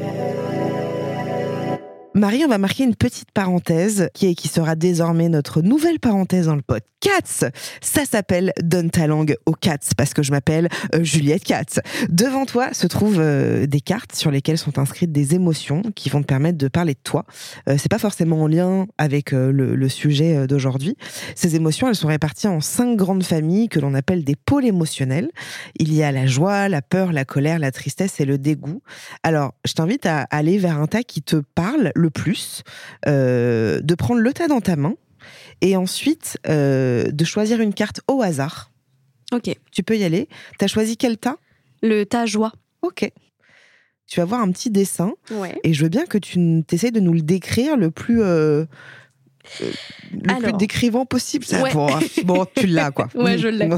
Marie, on va marquer une petite parenthèse qui, est, qui sera désormais notre nouvelle parenthèse dans le podcast. Ça s'appelle Donne ta langue aux cats, parce que je m'appelle euh, Juliette Katz. Devant toi se trouvent euh, des cartes sur lesquelles sont inscrites des émotions qui vont te permettre de parler de toi. Euh, c'est pas forcément en lien avec euh, le, le sujet d'aujourd'hui. Ces émotions, elles sont réparties en cinq grandes familles que l'on appelle des pôles émotionnels. Il y a la joie, la peur, la colère, la tristesse et le dégoût. Alors, je t'invite à aller vers un tas qui te parle le plus, euh, de prendre le tas dans ta main et ensuite euh, de choisir une carte au hasard. Ok. Tu peux y aller. T'as choisi quel tas ? Le tas joie. Ok. Tu vas voir un petit dessin. Ouais. Et je veux bien que tu essaies de nous le décrire le plus... Euh, Euh, le alors, plus décrivant possible, ça. Ouais. Pour, bon, tu l'as, quoi. Ouais, je l'ai.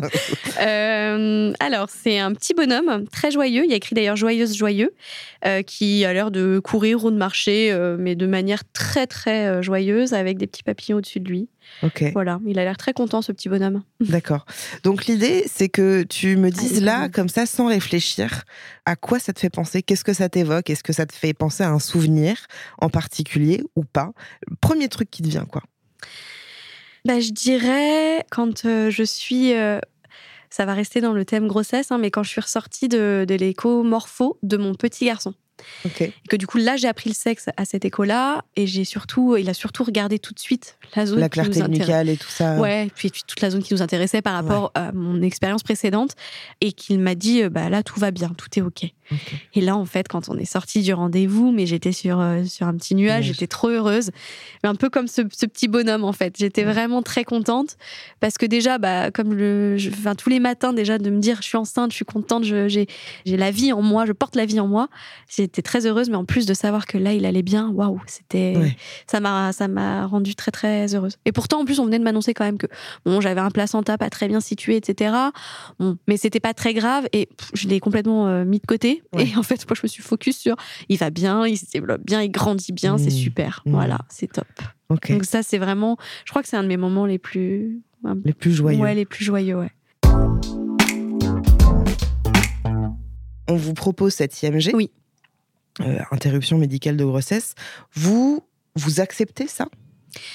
euh, alors, c'est un petit bonhomme très joyeux. Il y a écrit d'ailleurs joyeuse, joyeux, euh, qui a l'air de courir ou de marcher, euh, mais de manière très, très euh, joyeuse, avec des petits papillons au-dessus de lui. Ok. Voilà, il a l'air très content, ce petit bonhomme. D'accord. Donc, l'idée, c'est que tu me dises Allez, là, bon. comme ça, sans réfléchir, à quoi ça te fait penser ? Qu'est-ce que ça t'évoque ? Est-ce que ça te fait penser à un souvenir en particulier ou pas ? Premier truc qui te vient, quoi. Bah, je dirais, quand euh, je suis... Euh, ça va rester dans le thème grossesse, hein, mais quand je suis ressortie de, de l'écho-morpho de mon petit garçon. Okay. Et que du coup, là, j'ai appris le sexe à cette écho-là, et j'ai surtout, il a surtout regardé tout de suite la zone la qui nous clarté intéressait. nucale et tout ça. Ouais, puis, puis toute la zone qui nous intéressait par rapport ouais. à mon expérience précédente, et qu'il m'a dit, bah là, tout va bien, tout est ok. okay. Et là, en fait, quand on est sorti du rendez-vous, mais j'étais sur euh, sur un petit nuage, ouais. j'étais trop heureuse, mais un peu comme ce, ce petit bonhomme, en fait. J'étais ouais. vraiment très contente parce que déjà, bah comme le, je, enfin tous les matins déjà de me dire, je suis enceinte, je suis contente, je, j'ai j'ai la vie en moi, je porte la vie en moi. J'étais très heureuse, mais en plus de savoir que là, il allait bien, waouh, c'était, ouais. ça m'a ça m'a rendue très très heureuse. Et pourtant, en plus, on venait de m'annoncer quand même que bon, j'avais un placenta pas très bien situé, et cetera. Bon, mais c'était pas très grave, et pff, je l'ai complètement euh, mis de côté. Ouais. Et en fait, moi, je me suis focus sur il va bien, il se développe bien, il grandit bien, mmh. c'est super. Mmh. Voilà, c'est top. Okay. Donc ça, c'est vraiment, je crois que c'est un de mes moments les plus... Les plus joyeux. Ouais, les plus joyeux, ouais. On vous propose cette I M G. Oui. Euh, interruption médicale de grossesse. Vous, vous acceptez ça ?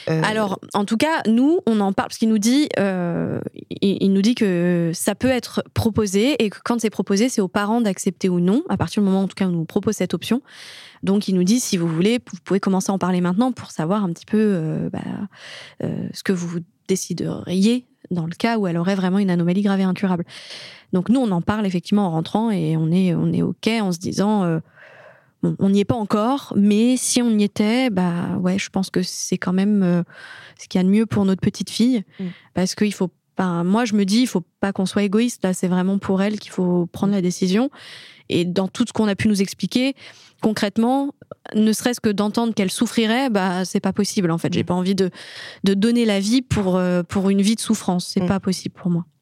euh... Alors, en tout cas, nous, on en parle parce qu'il nous dit, euh, il, il nous dit que ça peut être proposé et que quand c'est proposé, c'est aux parents d'accepter ou non. À partir du moment, en tout cas, où on nous propose cette option. Donc, il nous dit, si vous voulez, vous pouvez commencer à en parler maintenant pour savoir un petit peu euh, bah, euh, ce que vous décideriez dans le cas où elle aurait vraiment une anomalie grave et incurable. Donc, nous, on en parle effectivement en rentrant et on est, on est OK en se disant... Euh, Bon, on n'y est pas encore, mais si on y était, bah ouais, je pense que c'est quand même euh, ce qu'il y a de mieux pour notre petite fille, mmh. parce qu'il faut pas. Moi, je me dis, il faut pas qu'on soit égoïste. Là, c'est vraiment pour elle qu'il faut prendre la décision. Et dans tout ce qu'on a pu nous expliquer, concrètement, ne serait-ce que d'entendre qu'elle souffrirait, bah c'est pas possible. En fait, j'ai pas envie de de donner la vie pour euh, pour une vie de souffrance. C'est mmh. pas possible pour moi.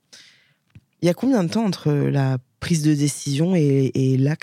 Il y a combien de temps entre la prise de décision et, et l'acte ?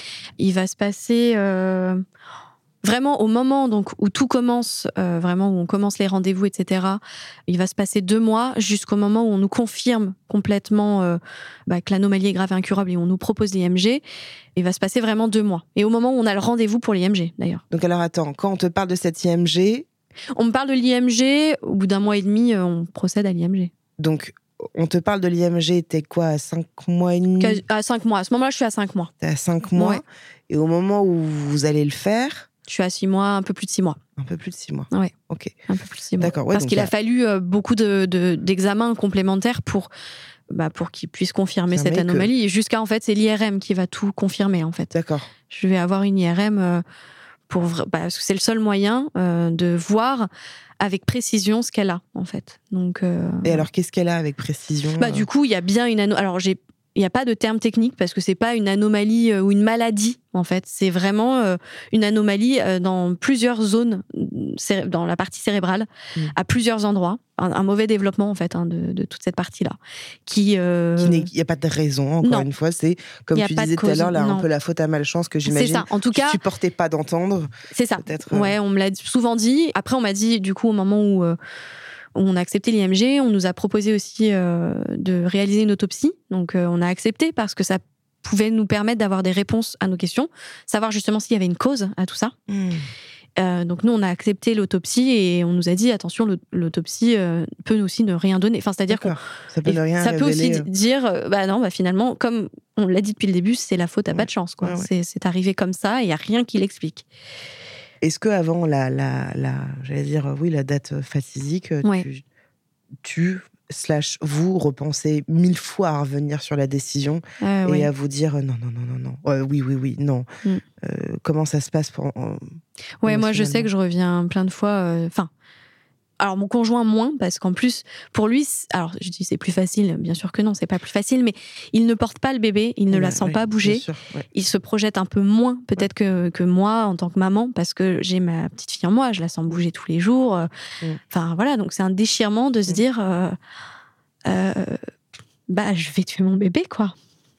Il va se passer euh, vraiment au moment donc, où tout commence, euh, vraiment où on commence les rendez-vous, et cetera. Il va se passer deux mois jusqu'au moment où on nous confirme complètement euh, bah, que l'anomalie est grave et incurable et on nous propose l'I M G. Il va se passer vraiment deux mois. Et au moment où on a le rendez-vous pour l'I M G, d'ailleurs. Donc alors attends, quand on te parle de cette I M G... On me parle de l'I M G, au bout d'un mois et demi, on procède à l'I M G. Donc... On te parle de l'I M G, t'es quoi, à cinq mois et demi ? À cinq mois. À ce moment-là, je suis à cinq mois. T'es à cinq mois. Ouais. Et au moment où vous allez le faire... Je suis à six mois, un peu plus de six mois. Un peu plus de six mois. Oui. Ok. Un peu plus de six mois. D'accord. Ouais, Parce qu'il a... a fallu euh, beaucoup de, de, d'examens complémentaires pour, bah, pour qu'il puisse confirmer cette anomalie. Que... Et jusqu'à, en fait, c'est l'I R M qui va tout confirmer, en fait. D'accord. Je vais avoir une I R M euh, pour... Bah, parce que c'est le seul moyen euh, de voir... avec précision ce qu'elle a, en fait. Donc, euh... Et alors, qu'est-ce qu'elle a avec précision ? Bah, du coup, il y a bien une... Ano... Alors, j'ai... il n'y a pas de terme technique parce que c'est pas une anomalie euh, ou une maladie, en fait. C'est vraiment euh, une anomalie euh, dans plusieurs zones, céré... dans la partie cérébrale, mmh. à plusieurs endroits. Un, un mauvais développement, en fait, hein, de, de toute cette partie-là. Qui, euh... Il n'y a pas de raison, encore non. une fois. C'est, comme tu disais tout à l'heure, là, un peu la faute à malchance que j'imagine. C'est ça, en tout cas. Tu supportais pas d'entendre. C'est ça. Peut-être, euh... Ouais, on me l'a souvent dit. Après, on m'a dit, du coup, au moment où... Euh, on a accepté l'I M G, on nous a proposé aussi euh, de réaliser une autopsie. Donc, euh, on a accepté parce que ça pouvait nous permettre d'avoir des réponses à nos questions, savoir justement s'il y avait une cause à tout ça. Mmh. Euh, donc, nous, on a accepté l'autopsie et on nous a dit, attention, l'autopsie euh, peut aussi ne rien donner. Enfin, c'est-à-dire D'accord. qu'on... Ça peut, ne rien ça peut révéler, aussi euh... dire, bah non, bah finalement, comme on l'a dit depuis le début, c'est la faute à ouais. pas de chance, quoi. Ouais, ouais. C'est, c'est arrivé comme ça et il n'y a rien qui l'explique. Est-ce qu'avant la, la, la, j'allais dire, oui, la date fatidique, ouais. tu... tu slash vous repensez mille fois à revenir sur la décision euh, et oui. à vous dire non non non non non euh, oui oui oui non mm. euh, comment ça se passe pour euh, ouais moi je sais que je reviens plein de fois enfin euh, alors mon conjoint moins parce qu'en plus pour lui alors je dis c'est plus facile, bien sûr que non, c'est pas plus facile, mais il ne porte pas le bébé, il ne ouais, la sent ouais, pas bouger, sûr, ouais. Il se projette un peu moins peut-être que, que moi en tant que maman parce que j'ai ma petite fille en moi, je la sens bouger tous les jours, enfin mm. voilà, donc c'est un déchirement de se mm. dire euh, euh, bah je vais tuer mon bébé quoi.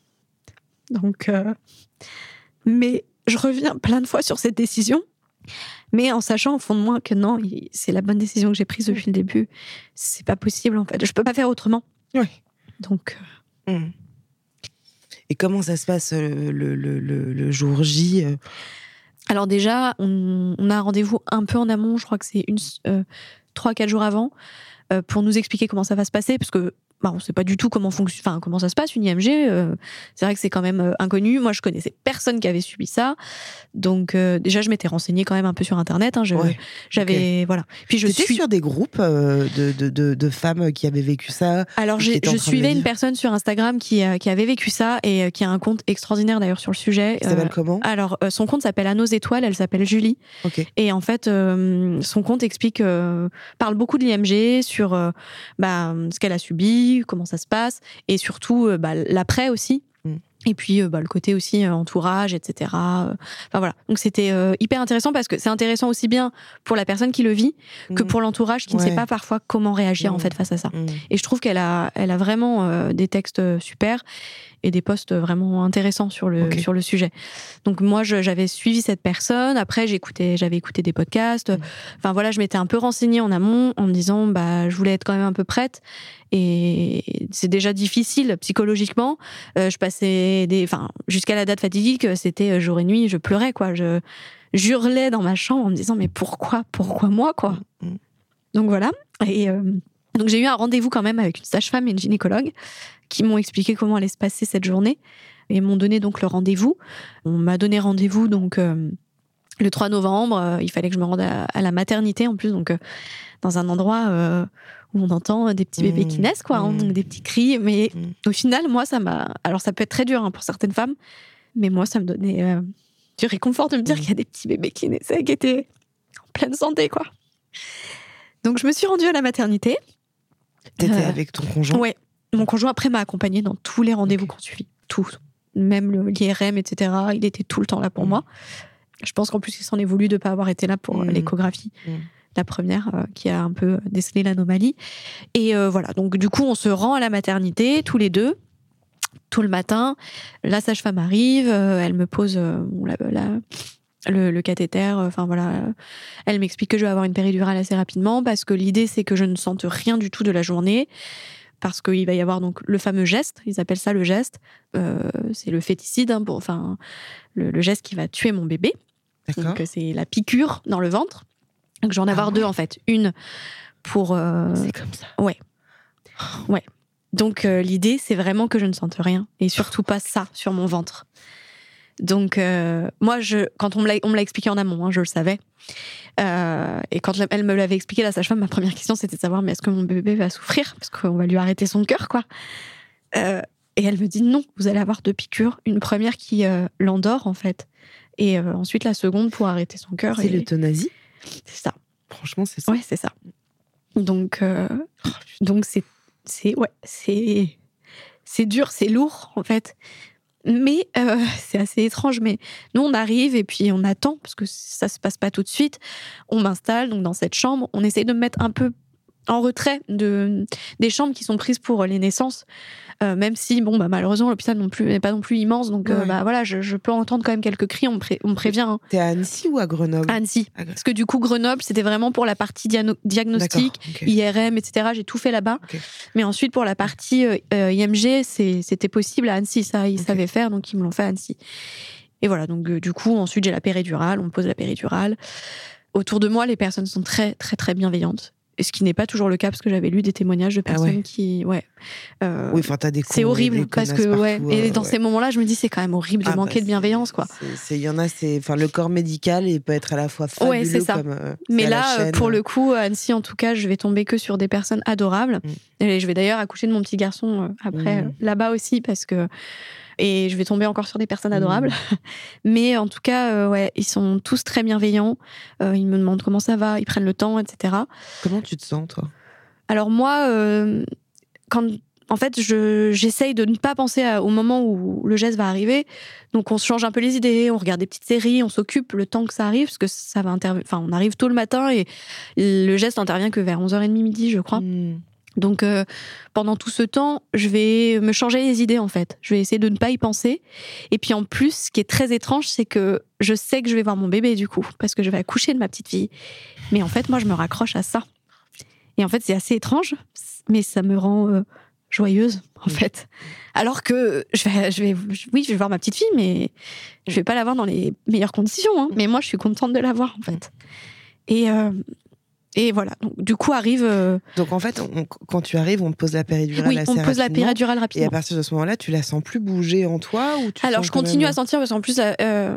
Donc euh, mais je reviens plein de fois sur cette décision. Mais en sachant au fond de moi que non, c'est la bonne décision que j'ai prise depuis le début. C'est pas possible, en fait. Je peux pas faire autrement. Oui. Donc. Euh... Mmh. Et comment ça se passe le, le, le, le jour J ? Alors déjà, on, on a un rendez-vous un peu en amont. Je crois que c'est une euh, trois, quatre jours avant euh, pour nous expliquer comment ça va se passer, parce que. Bah, on ne sait pas du tout comment fonctionne, enfin comment ça se passe une I M G. Euh, c'est vrai que c'est quand même euh, inconnu. Moi, je connaissais personne qui avait subi ça, donc euh, déjà je m'étais renseignée quand même un peu sur Internet. Hein, je, ouais, j'avais okay. voilà. Puis je T'étais suis sur des groupes euh, de, de, de, de femmes qui avaient vécu ça. Alors j'ai, je suivais une personne sur Instagram qui euh, qui avait vécu ça et euh, qui a un compte extraordinaire d'ailleurs sur le sujet. Ça s'appelle euh, comment ? Alors euh, son compte s'appelle À nos étoiles. Elle s'appelle Julie. Okay. Et en fait, euh, son compte explique, euh, parle beaucoup de l'I M G, sur euh, bah, ce qu'elle a subi, comment ça se passe. Et surtout euh, bah, l'après aussi. Mm. Et puis euh, bah, le côté aussi euh, entourage, et cetera. Enfin voilà. Donc c'était euh, hyper intéressant parce que c'est intéressant aussi bien pour la personne qui le vit mm. que pour l'entourage qui ouais. ne sait pas parfois comment réagir mm. en fait face à ça. Mm. Et je trouve qu'elle a, elle a vraiment euh, des textes super et des posts vraiment intéressants sur le okay. sur le sujet. Donc moi je, j'avais suivi cette personne. Après j'écoutais, j'avais écouté des podcasts. Mm. Enfin voilà, je m'étais un peu renseignée en amont en me disant bah je voulais être quand même un peu prête. Et c'est déjà difficile psychologiquement. Euh, je passais des, enfin jusqu'à la date fatidique, c'était jour et nuit, je pleurais quoi. Je j'hurlais dans ma chambre en me disant mais pourquoi, pourquoi moi quoi. Mm. donc voilà. Et euh, donc j'ai eu un rendez-vous quand même avec une sage-femme et une gynécologue qui m'ont expliqué comment allait se passer cette journée et m'ont donné donc le rendez-vous. On m'a donné rendez-vous donc euh, le trois novembre. Euh, il fallait que je me rende à, à la maternité en plus, donc euh, dans un endroit euh, où on entend des petits bébés mmh. qui naissent, quoi, hein, mmh. des petits cris. Mais mmh. au final, moi, ça m'a. Alors ça peut être très dur hein, pour certaines femmes, mais moi, ça me donnait euh, du réconfort de me dire mmh. qu'il y a des petits bébés qui naissaient, qui étaient en pleine santé, quoi. Donc je me suis rendue à la maternité. T'étais euh, avec ton conjoint ? Ouais. Mon conjoint, après, m'a accompagnée dans tous les rendez-vous okay. qu'on suivit. Tout. Même le, l'I R M, et cetera. Il était tout le temps là pour mmh. moi. Je pense qu'en plus, il s'en est voulu de ne pas avoir été là pour mmh. l'échographie. Mmh. La première, euh, qui a un peu décelé l'anomalie. Et euh, voilà. Donc, du coup, on se rend à la maternité, tous les deux, tout le matin. La sage-femme arrive. Euh, elle me pose euh, la, la, le, le cathéter. Enfin, euh, voilà. Elle m'explique que je vais avoir une péridurale assez rapidement parce que l'idée, c'est que je ne sente rien du tout de la journée. Parce qu'il va y avoir donc le fameux geste, ils appellent ça le geste, euh, c'est le féticide, hein, pour, enfin, le, le geste qui va tuer mon bébé. D'accord. Donc c'est la piqûre dans le ventre. Donc je vais en avoir ah ouais. deux en fait. Une pour... Euh... C'est comme ça. Ouais. Ouais. Donc euh, l'idée, c'est vraiment que je ne sente rien. Et surtout pas ça sur mon ventre. Donc euh, moi, je, quand on me, l'a, on me l'a expliqué en amont, hein, je le savais. Euh, et quand elle me l'avait expliqué, la sage-femme, ma première question, c'était de savoir, mais est-ce que mon bébé va souffrir ? Parce qu'on va lui arrêter son cœur, quoi. Euh, et elle me dit, non, vous allez avoir deux piqûres. Une première qui euh, l'endort, en fait. Et euh, ensuite, la seconde pour arrêter son cœur. C'est et... l'euthanasie ? C'est ça. Franchement, c'est ça. Ouais, c'est ça. Donc, euh, oh, donc c'est, c'est, ouais, c'est, c'est dur, c'est lourd, en fait. Mais euh, c'est assez étrange, mais nous on arrive et puis on attend parce que ça se passe pas tout de suite. On m'installe donc dans cette chambre, on essaye de me mettre un peu en retrait de des chambres qui sont prises pour les naissances, euh, même si bon bah malheureusement l'hôpital non plus n'est pas non plus immense, donc ouais. euh, bah voilà je, je peux entendre quand même quelques cris, on me, pré- on me prévient. Hein. T'es à Annecy ou à Grenoble ? À Annecy, à... parce que du coup Grenoble c'était vraiment pour la partie diano- diagnostic, okay. I R M, et cetera. J'ai tout fait là-bas, okay. mais ensuite pour la partie euh, I M G c'est, c'était possible à Annecy, ça ils okay. savaient faire, donc ils me l'ont fait à Annecy. Et voilà, donc euh, du coup ensuite j'ai la péridurale, on me pose la péridurale. Autour de moi les personnes sont très très très bienveillantes. Ce qui n'est pas toujours le cas, parce que j'avais lu des témoignages de personnes ah ouais. qui... Ouais. Euh, oui, enfin, t'as des cons, c'est horrible, parce que, partout, ouais. Et dans ouais. ces moments-là, je me dis, c'est quand même horrible de ah manquer bah, de bienveillance, quoi. Il y en a, c'est... Enfin, le corps médical, il peut être à la fois fabuleux ouais, c'est ça. comme... Euh, mais là, pour le coup, à Annecy, en tout cas, je vais tomber que sur des personnes adorables. Mm. Et je vais d'ailleurs accoucher de mon petit garçon euh, après, mm. euh, là-bas aussi, parce que... Et je vais tomber encore sur des personnes adorables. Mmh. Mais en tout cas, euh, ouais, ils sont tous très bienveillants. Euh, ils me demandent comment ça va, ils prennent le temps, et cetera. Comment tu te sens, toi ? Alors moi, euh, quand, en fait, je, j'essaye de ne pas penser à, au moment où le geste va arriver. Donc on se change un peu les idées, on regarde des petites séries, on s'occupe le temps que ça arrive, parce que ça va intervenir. Enfin, on arrive tôt le matin et le geste intervient que vers onze heures trente midi, je crois. Mmh. Donc, euh, pendant tout ce temps, je vais me changer les idées, en fait. Je vais essayer de ne pas y penser. Et puis, en plus, ce qui est très étrange, c'est que je sais que je vais voir mon bébé, du coup, parce que je vais accoucher de ma petite fille. Mais en fait, moi, je me raccroche à ça. Et en fait, c'est assez étrange, mais ça me rend euh, joyeuse, en fait. Alors que je vais, je vais, oui, je vais voir ma petite fille, mais je vais pas la voir dans les meilleures conditions. Hein. Mais moi, je suis contente de la voir, en fait. Et... Euh, Et voilà, donc du coup arrive... Euh... Donc en fait, on, quand tu arrives, on te pose la péridurale oui, assez on me pose rapidement, la péridurale rapidement. Et à partir de ce moment-là, tu la sens plus bouger en toi ou tu Alors sens je continue même... à sentir, parce qu'en plus, euh,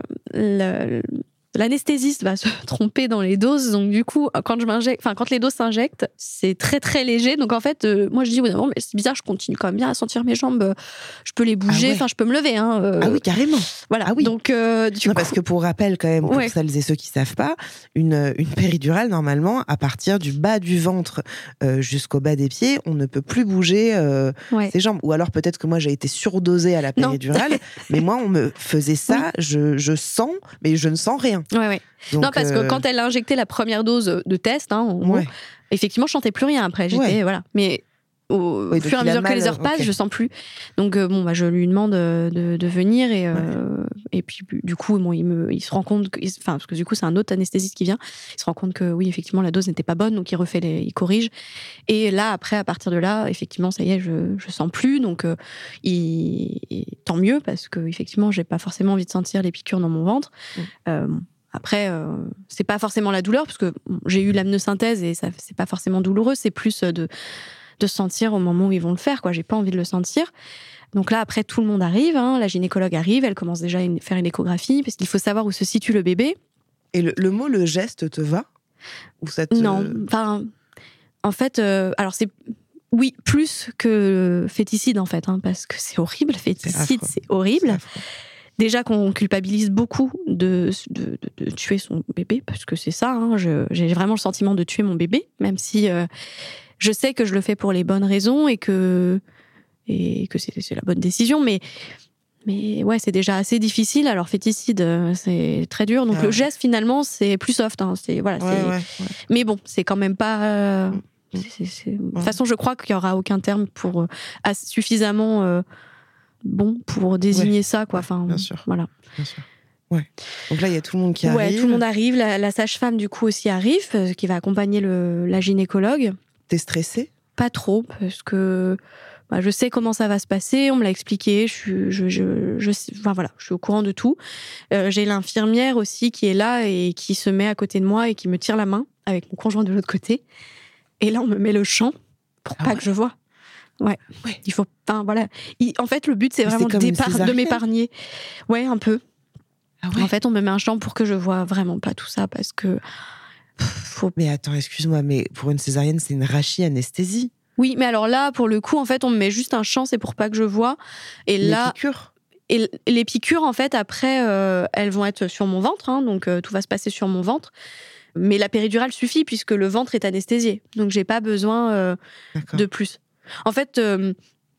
le, l'anesthésiste va se tromper dans les doses, donc du coup, quand je m'injecte, enfin quand les doses s'injectent, c'est très très léger. Donc en fait, euh, moi je dis, oui, non, mais c'est bizarre, je continue quand même bien à sentir mes jambes, je peux les bouger, enfin ah ouais. je peux me lever. Hein, euh, ah oui, carrément. Voilà. Ah oui. Donc euh, du non, coup... parce que pour rappel quand même, pour ouais. celles et ceux qui savent pas, une une péridurale normalement, à partir du bas du ventre euh, jusqu'au bas des pieds, on ne peut plus bouger euh, ouais. ses jambes. Ou alors peut-être que moi j'ai été surdosée à la péridurale, mais moi on me faisait ça, oui. je je sens, mais je ne sens rien. Ouais ouais. Donc, non, parce que euh... quand elle a injecté la première dose de test, hein, en ouais. gros, effectivement, je sentais plus rien après. J'étais, ouais. voilà. Mais au oui, fur et à mesure que les heures passent, okay. je sens plus. Donc, euh, bon, bah, je lui demande de, de venir et, euh, ouais. et puis, du coup, bon, il, me, il se rend compte, que, enfin, parce que du coup, c'est un autre anesthésiste qui vient, il se rend compte que oui, effectivement, la dose n'était pas bonne, donc il refait les, il corrige. Et là, après, à partir de là, effectivement, ça y est, je, je sens plus, donc, euh, il, tant mieux, parce que, effectivement, j'ai pas forcément envie de sentir les piqûres dans mon ventre. Mm. Euh, Après, euh, c'est pas forcément la douleur, parce que bon, j'ai eu l'amniosynthèse et ça, c'est pas forcément douloureux, c'est plus de, de sentir au moment où ils vont le faire, quoi. J'ai pas envie de le sentir. Donc là, après, tout le monde arrive, hein, la gynécologue arrive, elle commence déjà à une, faire une échographie, parce qu'il faut savoir où se situe le bébé. Et le, le mot, le geste te va? Ou ça te... Non, enfin, en fait, euh, alors c'est, oui, plus que féticide, en fait, hein, parce que c'est horrible, féticide, c'est, c'est horrible. C'est Déjà qu'on culpabilise beaucoup de, de, de, de tuer son bébé, parce que c'est ça, hein, je, j'ai vraiment le sentiment de tuer mon bébé, même si euh, je sais que je le fais pour les bonnes raisons et que, et que c'est, c'est la bonne décision, mais, mais ouais, c'est déjà assez difficile. Alors féticide, c'est très dur, donc ah, le ouais. geste finalement c'est plus soft, hein, c'est, voilà, ouais, c'est... Ouais, ouais. Mais bon, c'est quand même pas... Euh, c'est, c'est, c'est... Ouais. De toute façon, je crois qu'il n'y aura aucun terme pour euh, suffisamment... Euh, bon pour désigner ouais, ça, quoi. Enfin, bien sûr. Voilà. Bien sûr. Ouais. Donc là, il y a tout le monde qui arrive. Ouais, tout le monde arrive. La, la sage-femme, du coup, aussi arrive, euh, qui va accompagner le, la gynécologue. T'es stressée? Pas trop, parce que bah, je sais comment ça va se passer. On me l'a expliqué. Je suis, je, je, je, enfin, voilà, je suis au courant de tout. Euh, j'ai l'infirmière aussi qui est là et qui se met à côté de moi et qui me tire la main avec mon conjoint de l'autre côté. Et là, on me met le champ pour ah pas ouais. que je vois. Ouais. ouais, il faut. Enfin, voilà. Il, en fait, le but, c'est Mais vraiment c'est départ, de m'épargner. Ouais, un peu. Ah ouais. En fait, on me met un champ pour que je vois vraiment pas tout ça, parce que. Faut... Mais attends, excuse-moi, mais pour une césarienne, c'est une rachis-anesthésie. Oui, mais alors là, pour le coup, en fait, on me met juste un champ, c'est pour pas que je vois. Et les là. piqûres. Et les piqûres, en fait, après, euh, elles vont être sur mon ventre, hein, donc euh, tout va se passer sur mon ventre. Mais la péridurale suffit puisque le ventre est anesthésié, donc j'ai pas besoin euh, de plus. En fait, euh,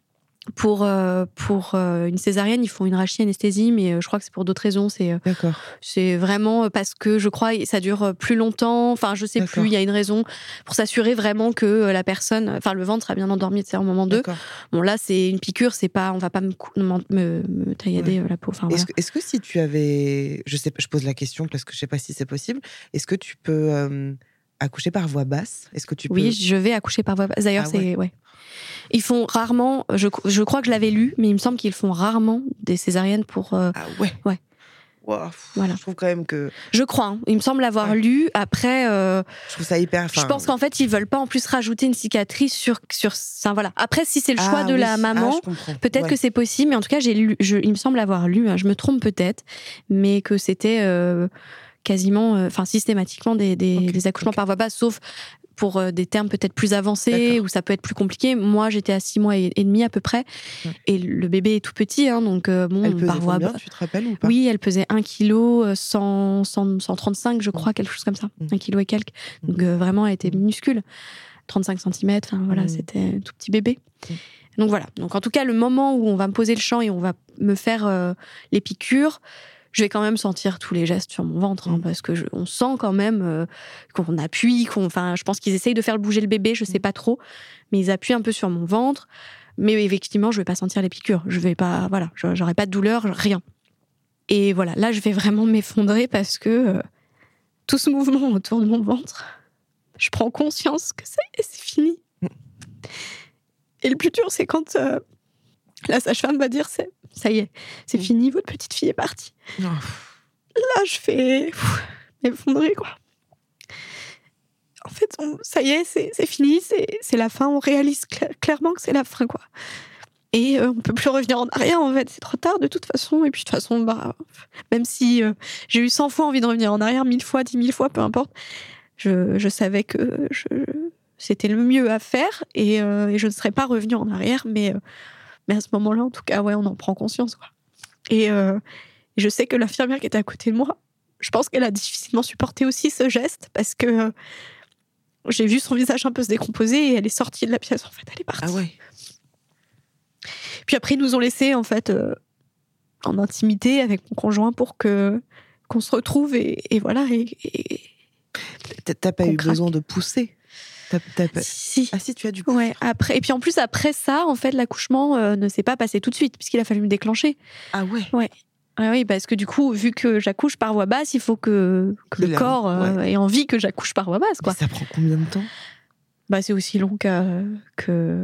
pour, euh, pour euh, une césarienne, ils font une rachis-anesthésie, mais euh, je crois que c'est pour d'autres raisons. C'est, euh, D'accord. c'est vraiment parce que je crois que ça dure plus longtemps. Enfin, je sais D'accord. plus, il y a une raison pour s'assurer vraiment que la personne, enfin, le ventre a bien endormi, et cetera au moment deux. Bon, là, c'est une piqûre, c'est pas, on va pas me, me, me, me taillader ouais. la peau. Enfin, est-ce, voilà. que, est-ce que si tu avais, je sais, je pose la question parce que je sais pas si c'est possible, est-ce que tu peux euh, accoucher par voie basse? Est-ce que tu peux... Oui, je vais accoucher par voie basse. D'ailleurs, ah, c'est, ouais. ouais. Ils font rarement, je, je crois que je l'avais lu, mais il me semble qu'ils font rarement des césariennes pour... Euh, ah ouais Ouais. Wow, voilà. Je trouve quand même que... Je crois, hein. Il me semble l'avoir ouais. lu. Après... Euh, je trouve ça hyper... Je pense qu'en fait, ils veulent pas en plus rajouter une cicatrice sur... sur enfin, voilà. Après, si c'est le choix ah, de oui. la maman, ah, peut-être ouais. que c'est possible, mais en tout cas, j'ai lu, je, il me semble avoir lu, hein, je me trompe peut-être, mais que c'était euh, quasiment, enfin euh, systématiquement des, des, okay. des accouchements okay. par voie basse, sauf... pour euh, des termes peut-être plus avancés, D'accord. où ça peut être plus compliqué. Moi, j'étais à six mois et, et demi à peu près, ouais. et le bébé est tout petit, hein, donc euh, bon, elle pesait par voie combien, tu te rappelles ou pas? Oui, elle pesait un kilo, cent, cent, cent trente-cinq, je crois, mmh. quelque chose comme ça, mmh. un kilo et quelques. Donc euh, vraiment, elle était minuscule, trente-cinq centimètres, enfin voilà, mmh. c'était un tout petit bébé. Mmh. Donc voilà. Donc en tout cas, le moment où on va me poser le champ et on va me faire euh, les piqûres, je vais quand même sentir tous les gestes sur mon ventre, hein, mmh. parce que je, on sent quand même euh, qu'on appuie, qu'on, enfin, je pense qu'ils essayent de faire bouger le bébé, je sais pas trop, mais ils appuient un peu sur mon ventre. Mais effectivement, je vais pas sentir les piqûres. Je vais pas, voilà, j'aurai pas de douleur, rien. Et voilà, là, je vais vraiment m'effondrer parce que euh, tout ce mouvement autour de mon ventre, je prends conscience que ça y est, c'est fini. Mmh. Et le plus dur, c'est quand euh, la sage-femme va dire c'est ça y est, c'est mmh. fini, votre petite fille est partie. Oh. Là, je fais pff, m'effondrer, quoi. En fait, on, ça y est, c'est, c'est fini, c'est, c'est la fin, on réalise cl- clairement que c'est la fin, quoi. Et euh, on peut plus revenir en arrière, en fait, c'est trop tard de toute façon. Et puis de toute façon, bah, même si euh, j'ai eu cent fois envie de revenir en arrière, mille fois, dix mille fois, peu importe, je, je savais que je, c'était le mieux à faire et, euh, et je ne serais pas revenue en arrière, mais... Euh, Mais à ce moment-là, en tout cas, ouais, on en prend conscience, quoi. Et euh, je sais que l'infirmière qui était à côté de moi, je pense qu'elle a difficilement supporté aussi ce geste parce que euh, j'ai vu son visage un peu se décomposer et elle est sortie de la pièce, en fait, elle est partie. Ah ouais. Puis après, ils nous ont laissés, en fait, euh, en intimité avec mon conjoint pour que, qu'on se retrouve et, et voilà. Et, et T'as pas eu craque. besoin de pousser? T'as, t'as pas... Si. Ah si, tu as du coup. Ouais, après, et puis en plus, après ça, en fait, l'accouchement euh, ne s'est pas passé tout de suite, puisqu'il a fallu me déclencher. Ah ouais. Ouais. Ah oui, parce que du coup, vu que j'accouche par voie basse, il faut que, que le la... corps euh, ouais. ait envie que j'accouche par voie basse, quoi. Mais ça prend combien de temps? Bah, c'est aussi long que, que,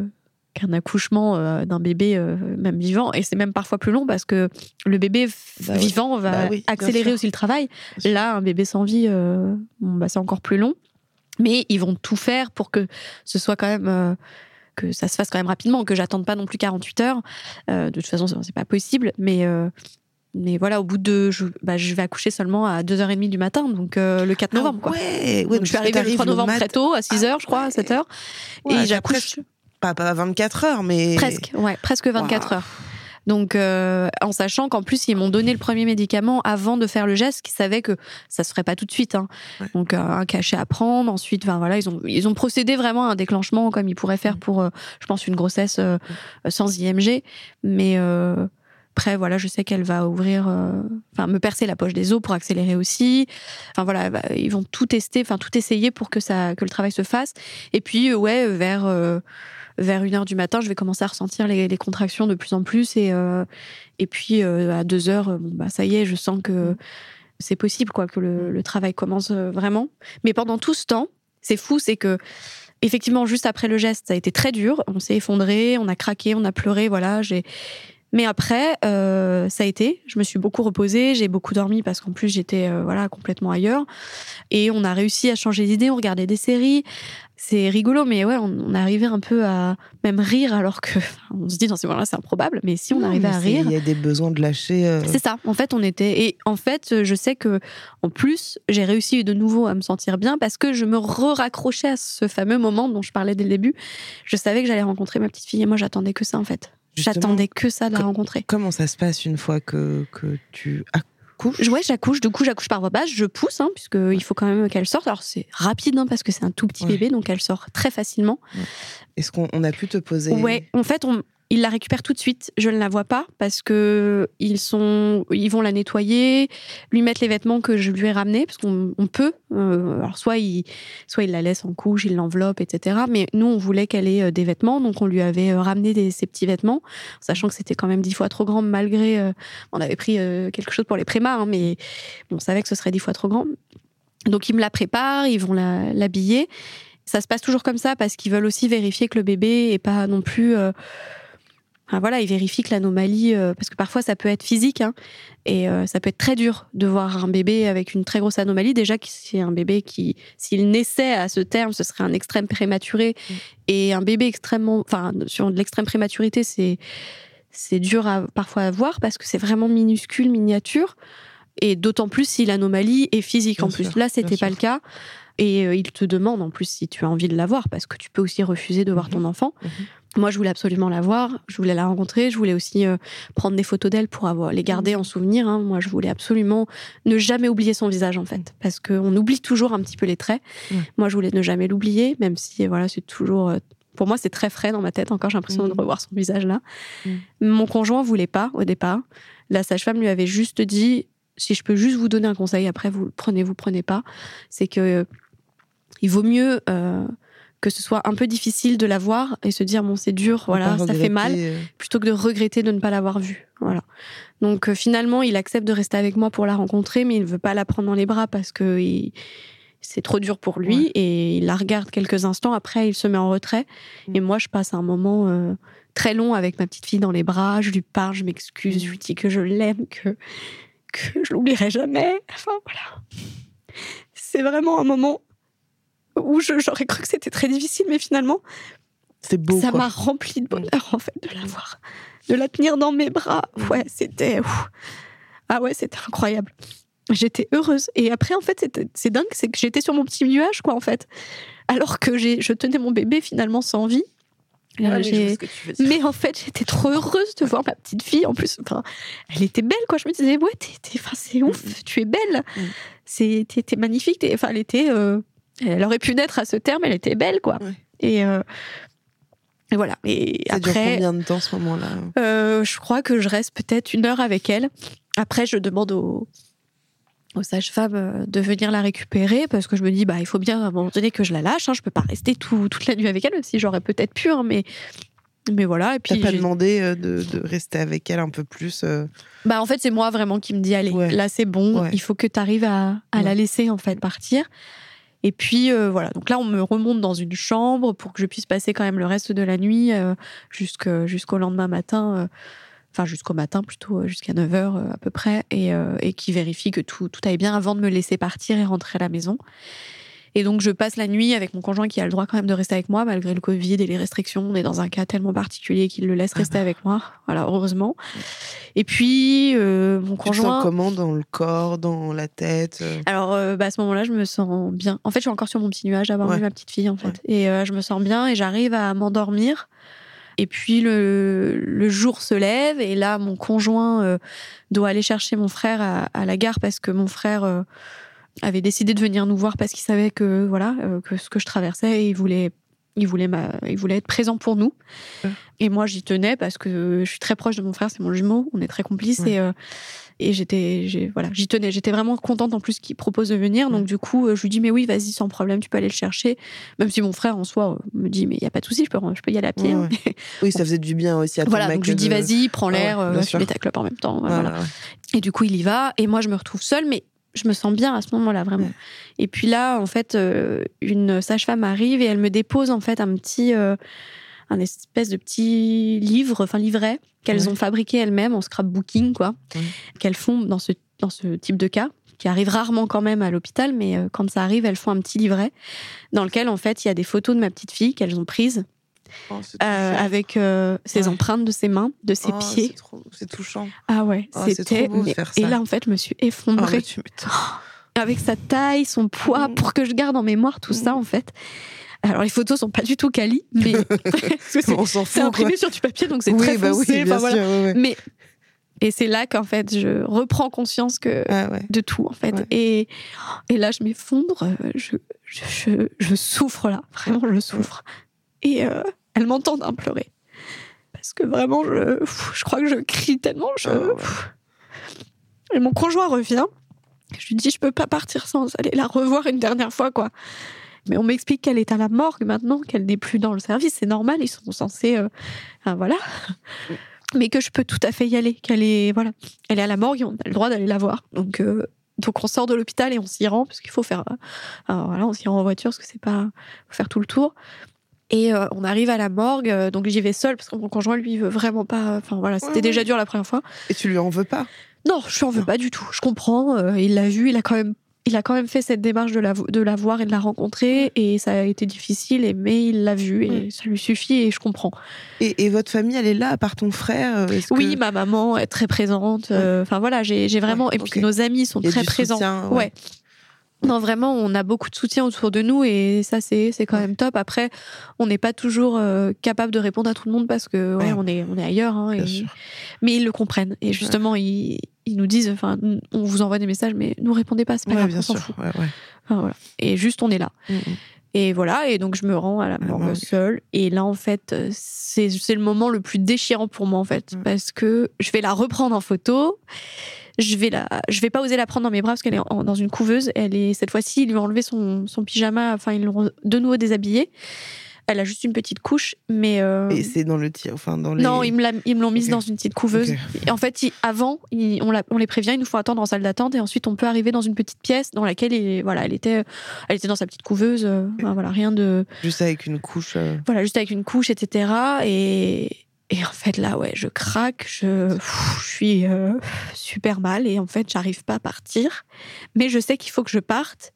qu'un accouchement euh, d'un bébé euh, même vivant, et c'est même parfois plus long parce que le bébé bah vivant oui. va bah oui, accélérer aussi le travail. Là, un bébé sans vie, euh, bon, bah, c'est encore plus long. Mais ils vont tout faire pour que ce soit quand même... Euh, que ça se fasse quand même rapidement, que j'attende pas non plus quarante-huit heures. Euh, de toute façon, c'est pas possible. Mais, euh, mais voilà, au bout de... Je, bah, je vais accoucher seulement à deux heures trente du matin, donc euh, le quatre novembre. Ah ouais, quoi. ouais, donc, je suis arrivée le trois novembre mat... très tôt, à six heures, ah, je crois, ouais. à sept heures. Ouais, et j'accouche... Presque, pas, pas vingt-quatre heures, mais... Presque, ouais, presque vingt-quatre wow. heures. Donc, euh, en sachant qu'en plus, ils m'ont donné le premier médicament avant de faire le geste, qu'ils savaient que ça se ferait pas tout de suite. Hein. Ouais. Donc, euh, un cachet à prendre. Ensuite, enfin voilà, ils ont ils ont procédé vraiment à un déclenchement comme ils pourraient faire pour, euh, je pense, une grossesse euh, sans I M G. Mais euh, après, voilà, je sais qu'elle va ouvrir, enfin, euh, me percer la poche des os pour accélérer aussi. Enfin voilà, bah, ils vont tout tester, enfin tout essayer pour que ça, que le travail se fasse. Et puis, ouais, vers euh, vers une heure du matin, je vais commencer à ressentir les, les contractions de plus en plus. Et, euh, et puis, euh, à deux heures, bon, bah, ça y est, je sens que c'est possible, quoi, que le, le travail commence vraiment. Mais pendant tout ce temps, c'est fou, c'est que, effectivement, juste après le geste, ça a été très dur. On s'est effondré, on a craqué, on a pleuré, voilà. J'ai... Mais après, euh, ça a été. Je me suis beaucoup reposée, j'ai beaucoup dormi parce qu'en plus, j'étais euh, voilà, complètement ailleurs. Et on a réussi à changer d'idée, on regardait des séries. C'est rigolo, mais ouais, on, on arrivait un peu à même rire alors que on se dit dans ces moments-là c'est improbable, mais si on non, arrivait à rire, il y a des besoins de lâcher. Euh... C'est ça. En fait, on était et en fait, je sais que en plus j'ai réussi de nouveau à me sentir bien parce que je me re-raccrochais à ce fameux moment dont je parlais dès le début. Je savais que j'allais rencontrer ma petite fille et moi j'attendais que ça en fait. Justement, j'attendais que ça de la rencontrer. Comment ça se passe une fois que que tu accouches ? Ouais, j'accouche. Du coup, j'accouche par voie basse. Je pousse, hein, puisque il faut quand même qu'elle sorte. Alors c'est rapide, hein, parce que c'est un tout petit ouais. bébé, donc elle sort très facilement. Ouais. Est-ce qu'on on a pu te poser ? Ouais. En fait, on, ils la récupèrent tout de suite. Je ne la vois pas parce que ils sont, ils vont la nettoyer, lui mettre les vêtements que je lui ai ramenés, parce qu'on on peut. Euh, alors soit il, soit il la laisse en couche, il l'enveloppe, et cetera. Mais nous, on voulait qu'elle ait des vêtements, donc on lui avait ramené des, ces petits vêtements, sachant que c'était quand même dix fois trop grand malgré. Euh, on avait pris euh, quelque chose pour les prémas, hein, mais on savait que ce serait dix fois trop grand. Donc ils me la préparent, ils vont la, l'habiller. Ça se passe toujours comme ça parce qu'ils veulent aussi vérifier que le bébé est pas non plus. Euh, Enfin, voilà, ils vérifient que l'anomalie, euh, parce que parfois ça peut être physique, hein, et euh, ça peut être très dur de voir un bébé avec une très grosse anomalie. Déjà, c'est un bébé qui, s'il naissait à ce terme, ce serait un extrême prématuré, mmh. et un bébé extrêmement, enfin, sur de l'extrême prématurité, c'est c'est dur à, parfois à voir parce que c'est vraiment minuscule, miniature, et d'autant plus si l'anomalie est physique bien en plus. Sûr, Là, c'était pas sûr. le cas. Et euh, il te demande en plus si tu as envie de la voir, parce que tu peux aussi refuser de voir mmh. ton enfant. Mmh. Moi, je voulais absolument la voir, je voulais la rencontrer, je voulais aussi euh, prendre des photos d'elle pour avoir, les garder mmh. en souvenir. Hein. Moi, je voulais absolument ne jamais oublier son visage, en fait, parce qu'on oublie toujours un petit peu les traits. Mmh. Moi, je voulais ne jamais l'oublier, même si voilà, c'est toujours... Euh, pour moi, c'est très frais dans ma tête, encore j'ai l'impression mmh. de revoir son visage là. Mmh. Mon conjoint voulait pas, au départ. La sage-femme lui avait juste dit, si je peux juste vous donner un conseil, après vous le prenez, vous le prenez pas, c'est que euh, il vaut mieux... Euh, que ce soit un peu difficile de la voir et se dire bon c'est dur, voilà, ça fait mal, plutôt que de regretter de ne pas l'avoir vue. Voilà. Donc euh, finalement il accepte de rester avec moi pour la rencontrer, mais il ne veut pas la prendre dans les bras parce que il... c'est trop dur pour lui, ouais. et il la regarde quelques instants, après il se met en retrait, mmh. et moi je passe un moment euh, très long avec ma petite fille dans les bras, je lui parle, je m'excuse, mmh. je lui dis que je l'aime, que, que je l'oublierai jamais, enfin voilà. C'est vraiment un moment où je, j'aurais cru que c'était très difficile, mais finalement, c'est beau, ça quoi. m'a rempli de bonheur, en fait, de la voir, de la tenir dans mes bras. Ouais, c'était... Ouf. Ah ouais, c'était incroyable. J'étais heureuse. Et après, en fait, c'était, c'est dingue, c'est que j'étais sur mon petit nuage, quoi, en fait. Alors que j'ai, je tenais mon bébé, finalement, sans vie. Ouais, mais, mais en fait, j'étais trop heureuse de voir ma petite fille. En plus, enfin, elle était belle, quoi. Je me disais, ouais, t'es, t'es, enfin, c'est ouf, mmh. tu es belle. Mmh. C'est, t'es, t'es magnifique. T'es, enfin, elle était... Euh, Elle aurait pu naître à ce terme, elle était belle, quoi. Ouais. Et, euh, et voilà. Et ça après, dure combien de temps, ce moment-là ? euh, Je crois que je reste peut-être une heure avec elle. Après, je demande aux, aux sages-femmes de venir la récupérer, parce que je me dis, bah, il faut bien, à un moment donné, que je la lâche. Hein. Je peux pas rester tout, toute la nuit avec elle, même si j'aurais peut-être pu, hein, mais... Mais voilà, et puis... T'as pas j'ai... demandé de, de rester avec elle un peu plus euh... Bah, en fait, c'est moi, vraiment, qui me dit, allez, ouais. là, c'est bon, ouais. il faut que t'arrives à, à ouais. la laisser, en fait, partir. Et puis euh, voilà, donc là on me remonte dans une chambre pour que je puisse passer quand même le reste de la nuit euh, jusqu'au, jusqu'au lendemain matin, euh, enfin jusqu'au matin plutôt, jusqu'à neuf heures euh, à peu près, et, euh, et qui vérifie que tout, tout aille bien avant de me laisser partir et rentrer à la maison. Et donc je passe la nuit avec mon conjoint qui a le droit quand même de rester avec moi malgré le Covid et les restrictions. On est dans un cas tellement particulier qu'il le laisse rester ah bah. avec moi, voilà, heureusement. Et puis euh, mon conjoint... Tu te sens comment dans le corps, dans la tête euh... Alors euh, bah, à ce moment-là, je me sens bien. En fait, je suis encore sur mon petit nuage d'avoir ouais. vu ma petite fille en fait, ouais. et euh, je me sens bien et j'arrive à m'endormir. Et puis le, le jour se lève et là mon conjoint euh, doit aller chercher mon frère à, à la gare parce que mon frère euh, avait décidé de venir nous voir parce qu'il savait que voilà euh, que ce que je traversais, et il voulait il voulait ma, il voulait être présent pour nous. Ouais. Et moi j'y tenais parce que je suis très proche de mon frère, c'est mon jumeau, on est très complices. Ouais. et euh, et j'étais j'ai, voilà j'y tenais, j'étais vraiment contente en plus qu'il propose de venir. Donc du coup je lui dis mais oui vas-y sans problème, tu peux aller le chercher, même si mon frère en soi me dit mais il y a pas de souci, je peux je peux y aller à pied. Ouais, ouais. Oui, ça faisait du bien aussi à ton voilà, mec. Donc je lui dis de... vas-y prends l'air, ah ouais, fumer ta clope en même temps. Ah, voilà. Ouais. Et du coup il y va et moi je me retrouve seule, mais je me sens bien à ce moment-là, vraiment. Ouais. Et puis là, en fait, euh, une sage-femme arrive et elle me dépose en fait un petit, euh, un espèce de petit livre, enfin livret qu'elles ouais. ont fabriqué elles-mêmes en scrapbooking, quoi, ouais. qu'elles font dans ce dans ce type de cas, qui arrive rarement quand même à l'hôpital, mais euh, quand ça arrive, elles font un petit livret dans lequel en fait il y a des photos de ma petite fille qu'elles ont prises. Oh, euh, avec euh, ses ouais. empreintes de ses mains, de ses oh, pieds. C'est, trop, c'est touchant. Ah ouais, oh, c'était. C'est trop beau mais, de faire ça. Et là, en fait, je me suis effondrée. Oh, tu avec sa taille, son poids, mmh. pour que je garde en mémoire tout mmh. ça, en fait. Alors, les photos sont pas du tout quali, mais c'est, on s'en fout, c'est imprimé quoi. sur du papier, donc c'est oui, très bah foncé. Oui, bien sûr, voilà. ouais, ouais. Mais et c'est là qu'en fait, je reprends conscience que ah, ouais. de tout, en fait. Ouais. Et et là, je m'effondre, je je, je je souffre là, vraiment, je souffre. Et euh, elle m'entend d'un pleurer. Parce que vraiment, je, je crois que je crie tellement. Je... Oh, ouais. Et mon conjoint revient. Je lui dis, je peux pas partir sans aller la revoir une dernière fois, quoi. Mais on m'explique qu'elle est à la morgue maintenant, qu'elle n'est plus dans le service. C'est normal, ils sont censés... Euh... Enfin, voilà. Mais que je peux tout à fait y aller. Qu'elle est, voilà. Elle est à la morgue et on a le droit d'aller la voir. Donc... Euh... Donc on sort de l'hôpital et on s'y rend, parce qu'il faut faire... Alors, voilà, on s'y rend en voiture, parce que c'est pas... faut faire tout le tour. Et euh, on arrive à la morgue, euh, donc j'y vais seule parce que mon conjoint lui veut vraiment pas. Enfin voilà, c'était ouais, déjà ouais. dur la première fois. Et tu lui en veux pas ? Non, je lui en veux non. pas du tout. Je comprends. Euh, il l'a vu, il a quand même, il a quand même fait cette démarche de la de la voir et de la rencontrer, ouais. et ça a été difficile, et, mais il l'a vu et ouais. ça lui suffit et je comprends. Et, et votre famille, elle est là à part ton frère ? Est-ce Oui, que... ma maman est très présente. Enfin euh, ouais. voilà, j'ai j'ai vraiment. Ouais, et puis okay. nos amis sont très présents. Soutien, ouais. ouais. Non, vraiment, on a beaucoup de soutien autour de nous et ça, c'est, c'est quand ouais. même top. Après, on n'est pas toujours euh, capable de répondre à tout le monde parce que ouais, ouais. on est on est ailleurs. Hein, et... Mais ils le comprennent et justement, ouais. ils, ils nous disent, enfin, on vous envoie des messages, mais nous répondez pas, c'est pas ouais, grave, bien on s'en sûr. fout. Ouais, ouais. Enfin, voilà. Et juste, on est là. Mm-hmm. Et voilà, et donc je me rends à la morgue ah, seule. Et là, en fait, c'est, c'est le moment le plus déchirant pour moi, en fait, mm. parce que je vais la reprendre en photo. Je vais la, je vais pas oser la prendre dans mes bras parce qu'elle est en, dans une couveuse. Elle est, cette fois-ci, ils lui ont enlevé son, son pyjama, enfin, ils l'ont de nouveau déshabillée. Elle a juste une petite couche, mais... Euh... Et c'est dans le tir, enfin, dans les... Non, ils me, la, ils me l'ont mise okay. dans une petite couveuse. Okay. Et en fait, ils, avant, ils, on, la, on les prévient, il nous faut attendre en salle d'attente, et ensuite, on peut arriver dans une petite pièce dans laquelle, il, voilà, elle était, elle était dans sa petite couveuse, euh, okay. enfin, voilà, rien de... Juste avec une couche... Euh... Voilà, juste avec une couche, et cetera. Et... Et en fait, là, ouais, je craque, je, pff, je suis euh, super mal et en fait, j'arrive pas à partir. Mais je sais qu'il faut que je parte.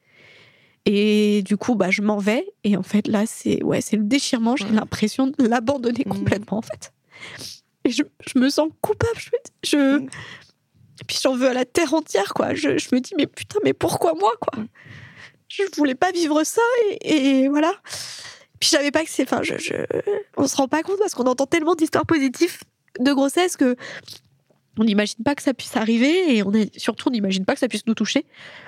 Et du coup, bah, je m'en vais. Et en fait, là, c'est, ouais, c'est le déchirement. J'ai ouais. l'impression de l'abandonner mmh. complètement, en fait. Et je, je me sens coupable. Je, je... Mmh. Et puis, j'en veux à la terre entière, quoi. Je, je me dis, mais putain, mais pourquoi moi, quoi ? Mmh. Je voulais pas vivre ça et, et voilà. Puis je savais pas que c'est, enfin, je, je, on se rend pas compte parce qu'on entend tellement d'histoires positives de grossesse que on n'imagine pas que ça puisse arriver et on est, surtout on n'imagine pas que ça puisse nous toucher.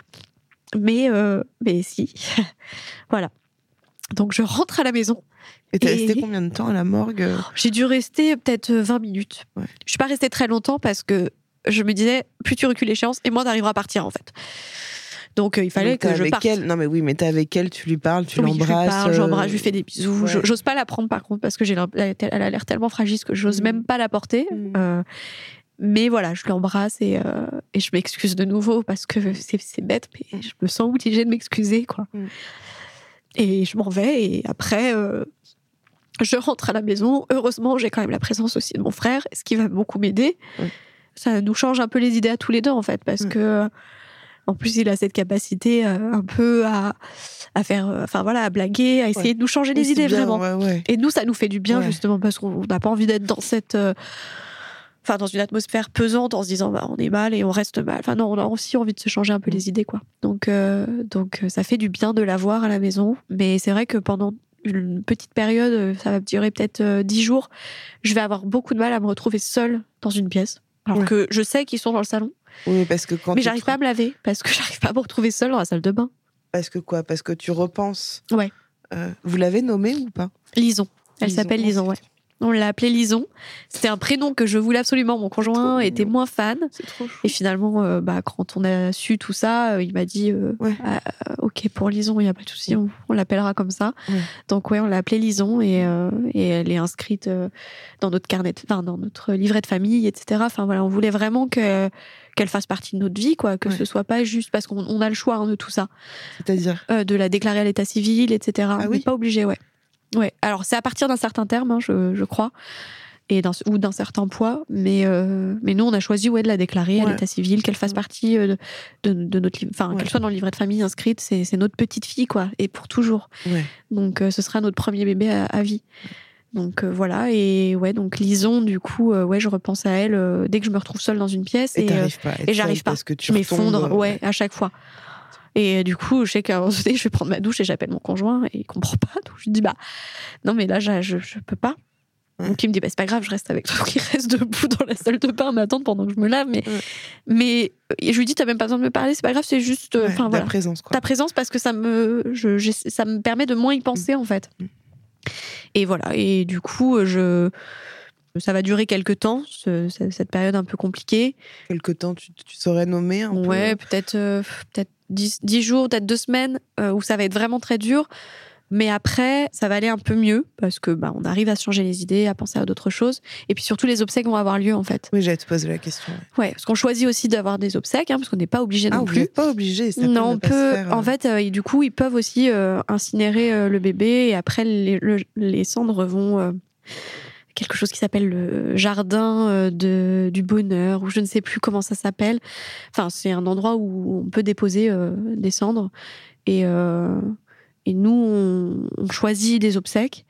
Mais, euh, mais si, voilà. Donc je rentre à la maison. Et t'es et... resté combien de temps à la morgue ? J'ai dû rester peut-être vingt minutes. Ouais. Je suis pas restée très longtemps parce que je me disais, plus tu recules l'échéance et moins t'arriveras à partir en fait. Donc, euh, il fallait que je parte. Elle... Non, mais oui, mais t'es avec elle, tu lui parles, tu oui, l'embrasses. Je lui parle, euh... j'embrasse, je lui fais des bisous. Ouais. J'ose pas la prendre, par contre, parce que j'ai elle a l'air tellement fragile que j'ose mmh. même pas la porter. Mmh. Euh, mais voilà, je l'embrasse et, euh, et je m'excuse de nouveau parce que c'est, c'est bête, mais je me sens obligée de m'excuser, quoi. Mmh. Et je m'en vais, et après, euh, je rentre à la maison. Heureusement, j'ai quand même la présence aussi de mon frère, ce qui va beaucoup m'aider. Ouais. Ça nous change un peu les idées à tous les deux, en fait, parce ouais. que, en plus, il a cette capacité euh, un peu à, à faire, enfin voilà, à blaguer, à essayer ouais. de nous changer oui, les idées, bien, vraiment. Ouais, ouais. Et nous, ça nous fait du bien, ouais. justement, parce qu'on n'a pas envie d'être dans cette... Euh, Enfin, dans une atmosphère pesante, en se disant bah, on est mal et on reste mal. Enfin, non, on a aussi envie de se changer un peu les idées, quoi. Donc, euh, donc, ça fait du bien de l'avoir à la maison. Mais c'est vrai que pendant une petite période, ça va durer peut-être euh, dix jours, je vais avoir beaucoup de mal à me retrouver seule dans une pièce. Alors ouais. que je sais qu'ils sont dans le salon. Oui, parce que quand mais j'arrive te... pas à me laver, parce que j'arrive pas à me retrouver seule dans la salle de bain. Parce que quoi ? Parce que tu repenses. Ouais. Euh, vous l'avez nommée ou pas ? Lison. Elle Lison. s'appelle Lison, ouais. On l'a appelée Lison. C'était un prénom que je voulais absolument. Mon conjoint était moins fan. C'est trop chou. Et finalement, euh, bah, quand on a su tout ça, euh, il m'a dit euh, ouais. ah, ok, pour Lison, il n'y a pas de souci, on, on l'appellera comme ça. Ouais. Donc, ouais, on l'a appelée Lison et, euh, et elle est inscrite euh, dans notre carnet, enfin, dans notre livret de famille, et cetera. Enfin, voilà, on voulait vraiment que, qu'elle fasse partie de notre vie, quoi, que ouais. ce soit pas juste parce qu'on on a le choix hein, de tout ça. C'est-à-dire euh, de la déclarer à l'état civil, et cetera. Ah, on oui n'est pas obligé, ouais. Ouais, alors c'est à partir d'un certain terme, hein, je, je crois, et d'un, ou d'un certain poids, mais, euh, mais nous on a choisi ouais, de la déclarer ouais. à l'état civil, qu'elle fasse partie de, de, de notre livre, enfin ouais. qu'elle soit dans le livret de famille inscrite, c'est, c'est notre petite fille, quoi, et pour toujours. Ouais. Donc euh, ce sera notre premier bébé à, à vie. Donc euh, voilà, et ouais, donc Lison, du coup, euh, ouais, je repense à elle euh, dès que je me retrouve seule dans une pièce, et, et, t'arrives pas à et j'arrive pas, parce que tu je m'effondre, retombes, ouais, à chaque fois. Et du coup, je sais qu'à un moment donné, je vais prendre ma douche et j'appelle mon conjoint et il comprend pas. Donc je lui dis, bah, non, mais là, je, je, je peux pas. Ouais. Donc il me dit, bah, c'est pas grave, je reste avec toi. Donc il reste debout dans la salle de bain à m'attendre pendant que je me lave. Mais, ouais. mais et je lui dis, t'as même pas besoin de me parler, c'est pas grave, c'est juste. Ouais, ta voilà. présence, quoi. Ta présence, parce que ça me, je, je, ça me permet de moins y penser, mmh. en fait. Mmh. Et voilà. Et du coup, je. Ça va durer quelques temps, ce, cette période un peu compliquée. Quelques temps, tu, tu saurais nommer un peu ? Ouais, peut-être, euh, peut-être dix, dix jours, peut-être deux semaines, euh, où ça va être vraiment très dur. Mais après, ça va aller un peu mieux, parce que bah, on arrive à se changer les idées, à penser à d'autres choses. Et puis surtout, les obsèques vont avoir lieu, en fait. Oui, j'allais te poser la question. Ouais, parce qu'on choisit aussi d'avoir des obsèques, hein, parce qu'on n'est pas obligé non ah, plus. Ah, vous n'êtes pas obligé, ça peut non, on pas peut. Se faire, euh... En fait, euh, du coup, ils peuvent aussi euh, incinérer euh, le bébé, et après, les, le, les cendres vont... Euh, quelque chose qui s'appelle le jardin de, du bonheur, ou je ne sais plus comment ça s'appelle. Enfin, c'est un endroit où on peut déposer euh, des cendres. Et, euh, et nous, on, on choisit des obsèques.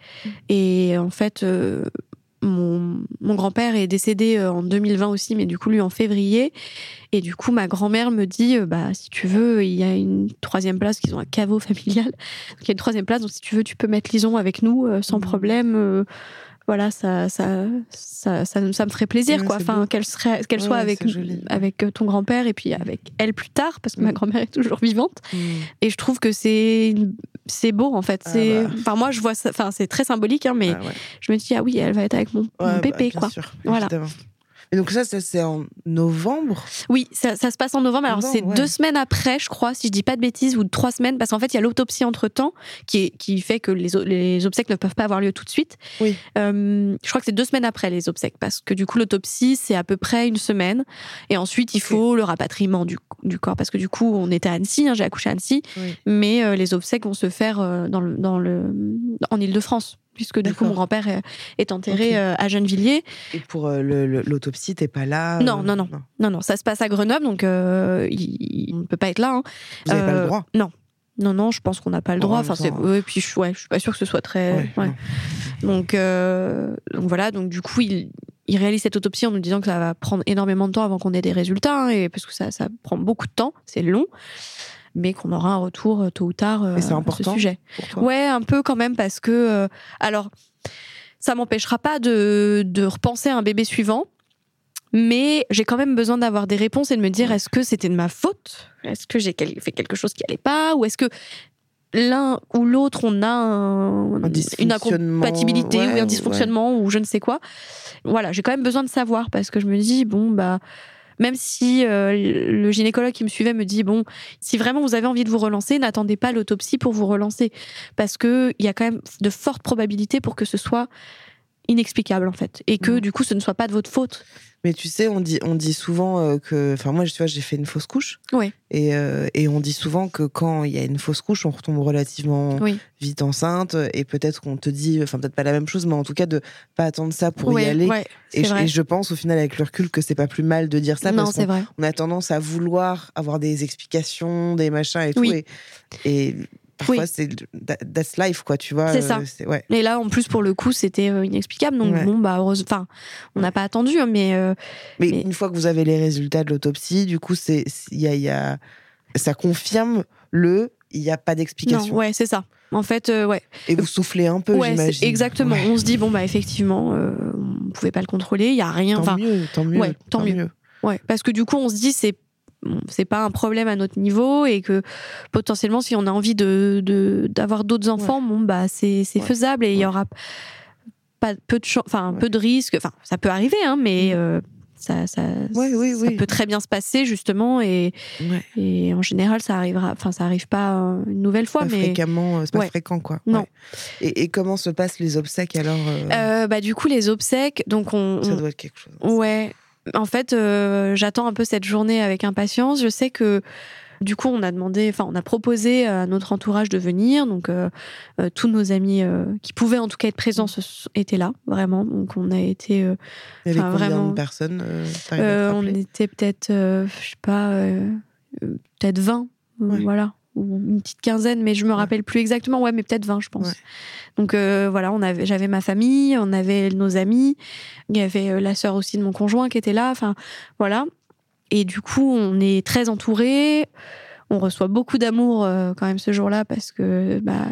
Et en fait, euh, mon, mon grand-père est décédé en deux mille vingt aussi, mais du coup, lui, en février. Et du coup, ma grand-mère me dit, bah, si tu veux, il y a une troisième place, qu'ils ont un caveau familial. Donc, il y a une troisième place, donc si tu veux, tu peux mettre Lison avec nous, euh, sans mmh. problème. Euh, Voilà, ça, ça, ça, ça, ça me ferait plaisir, ouais, quoi. Enfin, beau. qu'elle serait, qu'elle ouais, soit avec, avec ton grand-père et puis avec elle plus tard, parce que mmh. ma grand-mère est toujours vivante. Mmh. Et je trouve que c'est, c'est beau, en fait. C'est, ah bah. Enfin, moi, je vois ça. Enfin, c'est très symbolique, hein, mais ah ouais. je me dis ah oui, elle va être avec mon, ouais, mon bébé, bah, quoi. Sûr, voilà. Évidemment. Et donc ça, ça, c'est en novembre ? Oui, ça, ça se passe en novembre. Alors, novembre, c'est ouais. deux semaines après, je crois, si je dis pas de bêtises, ou trois semaines, parce qu'en fait, il y a l'autopsie entre-temps, qui, est, qui fait que les, les obsèques ne peuvent pas avoir lieu tout de suite. Oui. Euh, je crois que c'est deux semaines après les obsèques, parce que du coup, l'autopsie, c'est à peu près une semaine. Et ensuite, il faut okay. le rapatriement du, du corps, parce que du coup, on était à Annecy, hein, j'ai accouché à Annecy, oui. mais euh, les obsèques vont se faire euh, dans le, dans le, en Île-de-France. Puisque du D'accord. coup, mon grand-père est enterré okay. à Gennevilliers. Et pour euh, le, le, l'autopsie, t'es pas là ? Non, non, non, non, non, non. Ça se passe à Grenoble, donc euh, il, on ne peut pas être là. Hein. Vous n'avez euh, pas le droit ? Non. Non, non, je pense qu'on n'a pas le droit. Enfin, c'est... Ouais, puis je, ouais, je suis pas sûre que ce soit très... Ouais, ouais. Donc, euh, donc voilà, donc du coup, il, il réalise cette autopsie en nous disant que ça va prendre énormément de temps avant qu'on ait des résultats, hein, et parce que ça, ça prend beaucoup de temps, c'est long. Mais qu'on aura un retour tôt ou tard euh, et c'est important à ce sujet. Pour toi. Ouais, un peu quand même, parce que... Euh, alors, ça m'empêchera pas de, de repenser à un bébé suivant, mais j'ai quand même besoin d'avoir des réponses et de me dire, est-ce que c'était de ma faute ? Est-ce que j'ai fait quelque chose qui allait pas ? Ou est-ce que l'un ou l'autre, on a un, un une incompatibilité ouais, ou un dysfonctionnement ouais. ou je ne sais quoi ? Voilà, j'ai quand même besoin de savoir, parce que je me dis, bon, bah... Même si euh, le gynécologue qui me suivait me dit, bon, si vraiment vous avez envie de vous relancer, n'attendez pas l'autopsie pour vous relancer. Parce qu'il y a quand même de fortes probabilités pour que ce soit inexplicable en fait, et que mmh. du coup ce ne soit pas de votre faute. Mais tu sais, on dit, on dit souvent euh, que... Enfin, moi, tu vois, j'ai fait une fausse couche. Oui. Et, euh, et on dit souvent que quand il y a une fausse couche, on retombe relativement oui. vite enceinte. Et peut-être qu'on te dit... Enfin, peut-être pas la même chose, mais en tout cas, de pas attendre ça pour ouais, y aller. Ouais, et, je, vrai. et je pense, au final, avec le recul, que c'est pas plus mal de dire ça. Non, parce c'est qu'on vrai. on a tendance à vouloir avoir des explications, des machins et tout. Oui. Et... et Parfois, oui. c'est that's life, quoi, tu vois. C'est ça. Euh, c'est, ouais. Et là, en plus, pour le coup, c'était euh, inexplicable. Donc, ouais. bon, bah, heureusement. Enfin, on n'a pas attendu, hein, mais, euh, mais. Mais une fois que vous avez les résultats de l'autopsie, du coup, c'est, y a, y a, ça confirme le. Il n'y a pas d'explication. Non, ouais, c'est ça. En fait, euh, ouais. Et vous soufflez un peu, ouais, j'imagine. C'est exactement. Ouais. On se dit, bon, bah, effectivement, euh, on ne pouvait pas le contrôler, il n'y a rien. Tant mieux, tant mieux. Ouais, tant, tant mieux. mieux. Ouais, parce que du coup, on se dit, c'est. c'est pas un problème à notre niveau et que potentiellement si on a envie de, de d'avoir d'autres enfants ouais. bon bah c'est c'est ouais. faisable et il ouais. y aura pas peu de enfin ouais. peu de risques, enfin ça peut arriver hein mais euh, ça ça ouais, oui, ça oui. peut très bien se passer justement et ouais. et en général ça arrivera enfin ça arrive pas une nouvelle fois pas mais fréquemment c'est pas ouais. fréquent quoi non ouais. et, et comment se passent les obsèques alors euh... Euh, bah du coup les obsèques donc on ça on... doit être quelque chose ouais en fait, euh, j'attends un peu cette journée avec impatience. Je sais que, du coup, on a demandé, enfin, on a proposé à notre entourage de venir. Donc, euh, euh, tous nos amis euh, qui pouvaient en tout cas être présents étaient là, vraiment. Donc, on a été. Euh, Il y avait combien vraiment, de personnes euh, euh, On était peut-être, euh, je sais pas, euh, peut-être vingt, ouais. voilà. Ou une petite quinzaine, mais je me rappelle ouais. plus exactement. Ouais, mais peut-être vingt, je pense. Ouais. Donc euh, voilà, on avait, j'avais ma famille, on avait nos amis, il y avait euh, la sœur aussi de mon conjoint qui était là. Enfin voilà. Et du coup, on est très entourés. On reçoit beaucoup d'amour euh, quand même ce jour-là parce que bah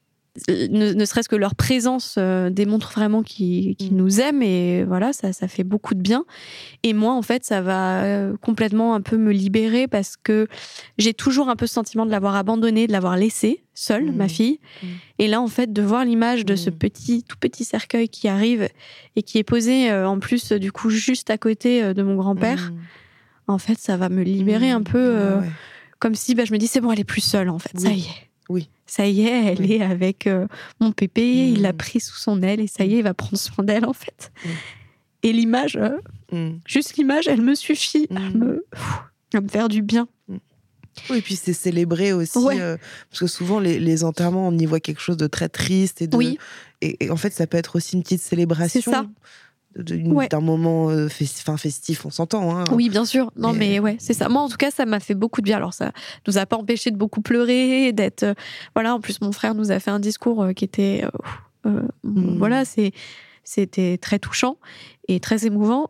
ne, ne serait-ce que leur présence euh, démontre vraiment qu'ils, qu'ils mmh. nous aiment et voilà, ça, ça fait beaucoup de bien. Et moi, en fait, ça va euh, complètement un peu me libérer parce que j'ai toujours un peu ce sentiment de l'avoir abandonnée, de l'avoir laissée seule, mmh. ma fille. Mmh. Et là, en fait, de voir l'image de mmh. ce petit, tout petit cercueil qui arrive et qui est posé euh, en plus, du coup, juste à côté euh, de mon grand-père, mmh. en fait, ça va me libérer mmh. un peu euh, ouais. comme si bah, je me dis, c'est bon, elle est plus seule, en fait, oui. ça y est. Oui. Ça y est, elle oui. est avec euh, mon pépé, mmh. il l'a pris sous son aile et ça y est, il va prendre soin d'elle en fait. Mmh. Et l'image, euh, mmh. juste l'image, elle me suffit mmh. à, me, pff, à me faire du bien. Mmh. Oui, et puis c'est célébré aussi, ouais. euh, parce que souvent les, les enterrements, on y voit quelque chose de très triste. Et, de, oui. et, et en fait, ça peut être aussi une petite célébration. C'est ça. D'une, ouais. d'un moment euh, festif, festif, on s'entend. Hein. Oui, bien sûr. Non, mais, mais ouais, c'est ça. Moi, en tout cas, ça m'a fait beaucoup de bien. Alors, ça nous a pas empêché de beaucoup pleurer, d'être. Euh, voilà. En plus, mon frère nous a fait un discours euh, qui était. Euh, euh, mmh. Voilà, c'est, c'était très touchant et très émouvant.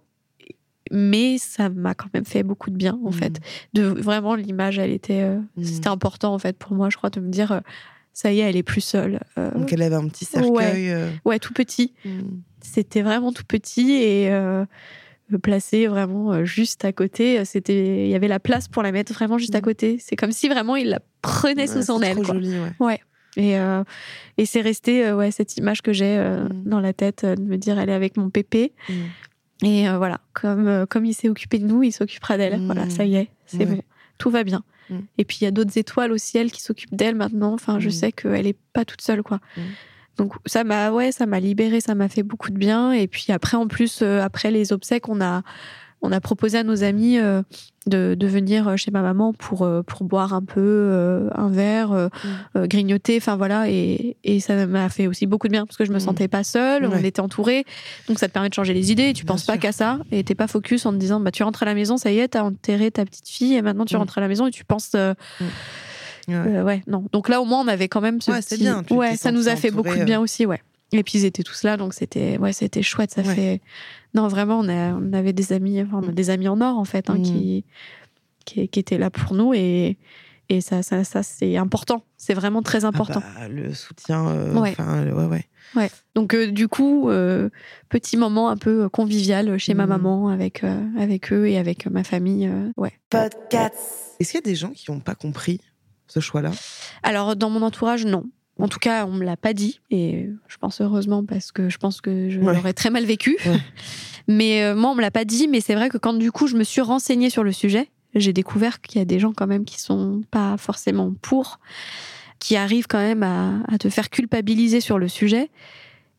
Mais ça m'a quand même fait beaucoup de bien, en mmh. fait. De vraiment, l'image, elle était. Euh, mmh. C'était important, en fait, pour moi, je crois, de me dire. Euh, ça y est, elle est plus seule. Euh, Donc, elle avait un petit cercueil. Ouais, euh... ouais tout petit. Mmh. C'était vraiment tout petit et euh, placé vraiment euh, juste à côté. C'était, il y avait la place pour la mettre vraiment juste mmh. à côté. C'est comme si vraiment il la prenait ouais, sous son aile. C'est trop quoi. joli, ouais. Ouais. Et, euh, et c'est resté euh, ouais, cette image que j'ai euh, mmh. dans la tête euh, de me dire elle est avec mon pépé. Mmh. Et euh, voilà, comme, euh, comme il s'est occupé de nous, il s'occupera d'elle. Mmh. Voilà, ça y est, c'est ouais. bon. Tout va bien. Mmh. Et puis il y a d'autres étoiles au ciel qui s'occupent d'elle maintenant. Enfin, mmh. je sais qu'elle est pas toute seule, quoi. Mmh. Donc ça m'a, ouais, ça m'a libérée, ça m'a fait beaucoup de bien. Et puis après, en plus, euh, après les obsèques, on a, on a proposé à nos amis euh, de, de venir chez ma maman pour, euh, pour boire un peu, euh, un verre, euh, mmh. euh, grignoter, enfin voilà. Et, et ça m'a fait aussi beaucoup de bien parce que je me mmh. sentais pas seule, ouais. on était entourés. Donc ça te permet de changer les idées. Tu bien penses sûr. Pas qu'à ça et t'es pas focus en te disant, bah tu rentres à la maison, ça y est, t'as enterré ta petite fille et maintenant tu mmh. rentres à la maison et tu penses. Euh, mmh. Ouais. Euh, ouais, non. Donc là, au moins, on avait quand même ce ouais, petit... c'est bien. Ouais, ça nous a fait entouré, beaucoup de bien aussi, ouais. Et puis, ils étaient tous là, donc c'était, ouais, c'était chouette. Ça ouais. fait... Non, vraiment, on, a... on avait des amis, enfin, on a des amis en or, en fait, hein, mmh. qui... Qui... qui étaient là pour nous. Et, et ça, ça, ça, c'est important. C'est vraiment très important. Ah bah, le soutien... Euh, ouais. ouais, ouais. Ouais. Donc, euh, du coup, euh, petit moment un peu convivial chez mmh. ma maman, avec, euh, avec eux et avec ma famille. Euh, ouais. Podcast. Est-ce qu'il y a des gens qui n'ont pas compris ce choix-là? Alors, dans mon entourage, non. En tout cas, on me l'a pas dit. Et je pense heureusement, parce que je pense que je ouais. l'aurais très mal vécu. Ouais. Mais euh, moi, on me l'a pas dit. Mais c'est vrai que quand, du coup, je me suis renseignée sur le sujet, j'ai découvert qu'il y a des gens quand même qui sont pas forcément pour, qui arrivent quand même à, à te faire culpabiliser sur le sujet.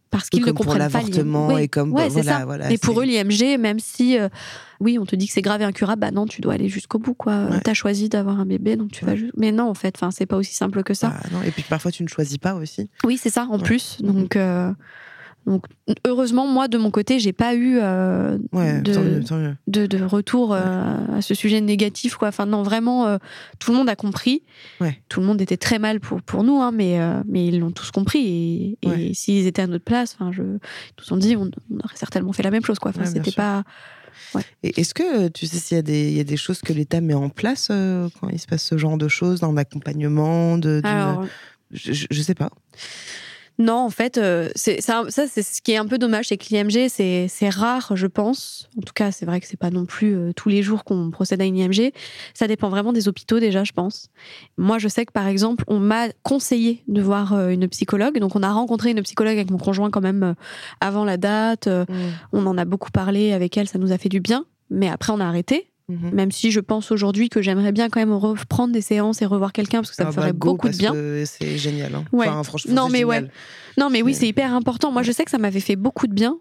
parce qu'ils ne comprennent pas l'avortement oui. et comme ouais, bah, c'est voilà, ça. voilà, et c'est... pour eux, l'I M G, même si euh, oui, on te dit que c'est grave et incurable, bah non, tu dois aller jusqu'au bout, quoi. Ouais. T'as choisi d'avoir un bébé, donc tu ouais. vas juste. Mais non, en fait, enfin, c'est pas aussi simple que ça. Bah, non. Et puis parfois, tu ne choisis pas aussi. Oui, c'est ça, en ouais. plus. Donc. Euh... Donc, heureusement, moi, de mon côté, j'ai pas eu euh, ouais, de, tant mieux, tant mieux. de, de retour euh, ouais. à ce sujet négatif, quoi. Enfin, non, vraiment, euh, tout le monde a compris. Ouais. Tout le monde était très mal pour, pour nous, hein, mais, euh, mais ils l'ont tous compris. Et, et ouais. s'ils étaient à notre place, je, ils nous ont dit, on, on aurait certainement fait la même chose, quoi. Enfin, ouais, c'était pas... Ouais. Et est-ce que tu sais s'il y a des, il y a des choses que l'État met en place euh, quand il se passe ce genre de choses, dans l'accompagnement de, Alors... je, je, je sais pas. Non, en fait, euh, c'est, ça, ça, c'est ce qui est un peu dommage, c'est que l'I M G, c'est, c'est rare, je pense. En tout cas, c'est vrai que c'est pas non plus euh, tous les jours qu'on procède à une I M G. Ça dépend vraiment des hôpitaux, déjà, je pense. Moi, je sais que, par exemple, on m'a conseillé de voir euh, une psychologue. Donc, on a rencontré une psychologue avec mon conjoint quand même euh, avant la date. Euh, mmh. On en a beaucoup parlé avec elle, ça nous a fait du bien. Mais après, on a arrêté. Mmh. Même si je pense aujourd'hui que j'aimerais bien quand même reprendre des séances et revoir quelqu'un parce que ça ah me ferait bah go, beaucoup de bien. C'est génial. Hein. Ouais. Enfin, franchement, non, c'est mais génial. Ouais. Non, mais oui, c'est hyper important. Moi, je sais que ça m'avait fait beaucoup de bien.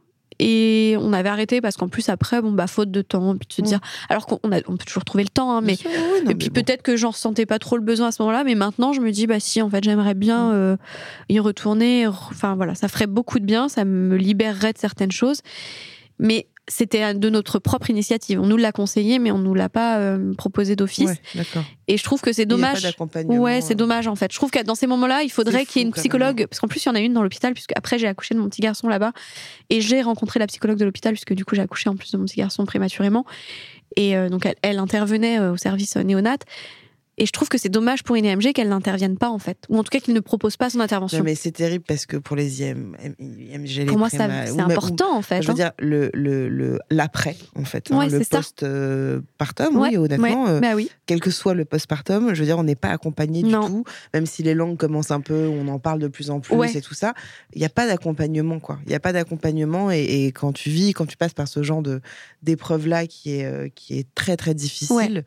Et on avait arrêté parce qu'en plus, après, bon, bah, faute de temps, puis de se dire. Mmh. Alors qu'on a, on peut toujours trouver le temps, hein, mais. Sûr, oui, non, et puis bon. Peut-être que j'en ressentais pas trop le besoin à ce moment-là, mais maintenant, je me dis, bah, si, en fait, j'aimerais bien mmh. euh, y retourner. Enfin, voilà, ça ferait beaucoup de bien, ça me libérerait de certaines choses. Mais. C'était de notre propre initiative. On nous l'a conseillé, mais on nous l'a pas euh, proposé d'office. Ouais, d'accord. Et je trouve que c'est dommage. Il y a pas d'accompagnement. Ouais, c'est dommage en fait. Je trouve que dans ces moments-là, il faudrait qu'il y ait une psychologue, parce qu'en plus il y en a une dans l'hôpital, puisque après j'ai accouché de mon petit garçon là-bas, et j'ai rencontré la psychologue de l'hôpital, puisque du coup j'ai accouché en plus de mon petit garçon prématurément, et euh, donc elle, elle intervenait euh, au service euh, néonat. Et je trouve que c'est dommage pour une I M G qu'elle n'intervienne pas, en fait. Ou en tout cas, qu'il ne propose pas son intervention. Non, mais c'est terrible parce que pour les I M G, les pour moi, préma... ça, c'est ou important, ou, en fait. Je veux hein. dire, le, le, le, l'après, en fait. Ouais, hein, le post-partum, ouais, oui, honnêtement. Ouais, euh, bah oui. Quel que soit le post-partum, je veux dire, on n'est pas accompagné du tout. Même si les langues commencent un peu, on en parle de plus en plus ouais. et tout ça. Il n'y a pas d'accompagnement, quoi. Il n'y a pas d'accompagnement. Et, et quand tu vis, quand tu passes par ce genre de, d'épreuve-là qui est, euh, qui est très, très difficile... Ouais.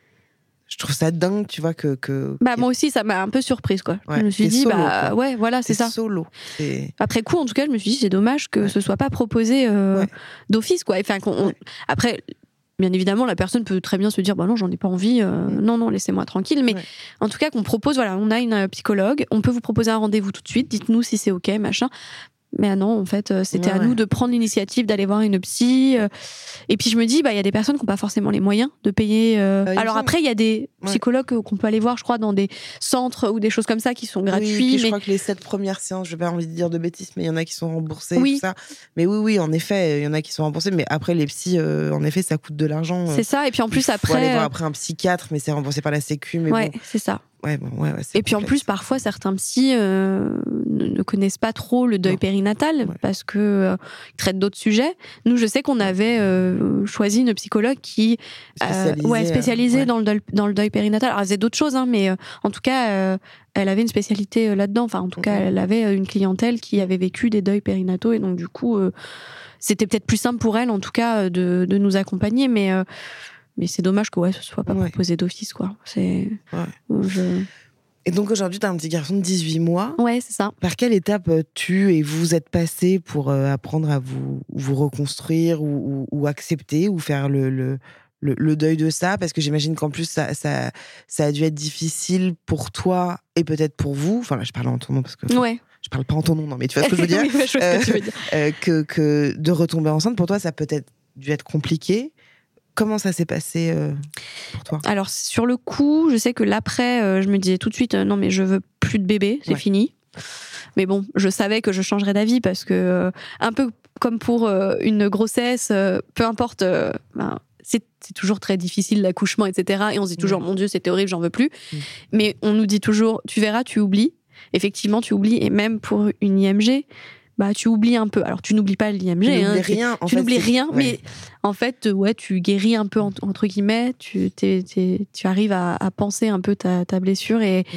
Je trouve ça dingue, tu vois, que... que bah, moi aussi, ça m'a un peu surprise, quoi. Ouais, je me suis dit, solo, bah, quoi. ouais, voilà, c'est, c'est ça. solo. C'est... Après coup, en tout cas, je me suis dit, c'est dommage que ouais. ce soit pas proposé euh, ouais. d'office, quoi. Enfin, qu'on, ouais. Après, bien évidemment, la personne peut très bien se dire, bah non, j'en ai pas envie, euh, mm. non, non, laissez-moi tranquille. Mais ouais. en tout cas, qu'on propose, voilà, on a une psychologue, on peut vous proposer un rendez-vous tout de suite, dites-nous si c'est OK, machin. Mais ah non, en fait, c'était ouais, à ouais. nous de prendre l'initiative d'aller voir une psy. Et puis je me dis, bah il y a des personnes qui n'ont pas forcément les moyens de payer. Euh... Euh, Alors après, il y a des psychologues ouais. qu'on peut aller voir, je crois, dans des centres ou des choses comme ça qui sont gratuits. Oui, mais... je crois que les sept premières séances, je n'ai pas envie de dire de bêtises, mais il y en a qui sont remboursées. Oui. Et tout ça. Mais oui, oui, en effet, il y en a qui sont remboursés. Mais après, les psys, euh, en effet, ça coûte de l'argent. C'est ça. Et puis en plus, il après. faut aller voir après un psychiatre, mais c'est remboursé par la Sécu. Mais ouais, bon. c'est ça. Ouais, bon, ouais, ouais, c'est et puis complexe. En plus, parfois, certains psys euh, ne, ne connaissent pas trop le deuil non. périnatal ouais. parce qu'ils euh, traitent d'autres sujets. Nous, je sais qu'on avait euh, choisi une psychologue qui spécialisée, euh, ouais, spécialisée ouais. dans, le deuil, dans le deuil périnatal. Alors, elle faisait d'autres choses, hein, mais euh, en tout cas, euh, elle avait une spécialité euh, là-dedans. Enfin, en tout mm-hmm. cas, elle avait une clientèle qui avait vécu des deuils périnataux et donc, du coup, euh, c'était peut-être plus simple pour elle, en tout cas, de, de nous accompagner. Mais. Euh, Mais c'est dommage que ouais, ce soit pas ouais. proposé d'office, quoi. C'est... Ouais. Je... Et donc aujourd'hui, tu as un petit garçon de dix-huit mois. Ouais, c'est ça. Par quelle étape tu et vous êtes passés pour euh, apprendre à vous, vous reconstruire ou, ou, ou accepter ou faire le, le, le, le deuil de ça ? Parce que j'imagine qu'en plus, ça, ça, ça a dû être difficile pour toi et peut-être pour vous. Enfin là, je parle en ton nom parce que... Ouais. Je parle pas en ton nom, non, mais tu vois ce que je veux dire, oui, je vois ce que tu veux dire. Euh, que, que de retomber enceinte, pour toi, ça a peut-être dû être compliqué. Comment ça s'est passé euh, pour toi ? Alors, sur le coup, je sais que l'après, euh, je me disais tout de suite, euh, non, mais je veux plus de bébé, c'est ouais. fini. Mais bon, je savais que je changerais d'avis parce que, euh, un peu comme pour euh, une grossesse, euh, peu importe, euh, ben, c'est, c'est toujours très difficile l'accouchement, et cetera. Et on se dit toujours, mmh. mon Dieu, c'était horrible, j'en veux plus. Mmh. Mais on nous dit toujours, tu verras, tu oublies. Effectivement, tu oublies. Et même pour une I M G, bah, tu oublies un peu. Alors, tu n'oublies pas l'I M G. Tu n'oublies hein, rien. Tu en fait, n'oublies c'est... rien, ouais. mais en fait, ouais, tu guéris un peu, entre guillemets. Tu, t'es, t'es, tu arrives à, à penser un peu ta, ta blessure. Et mm.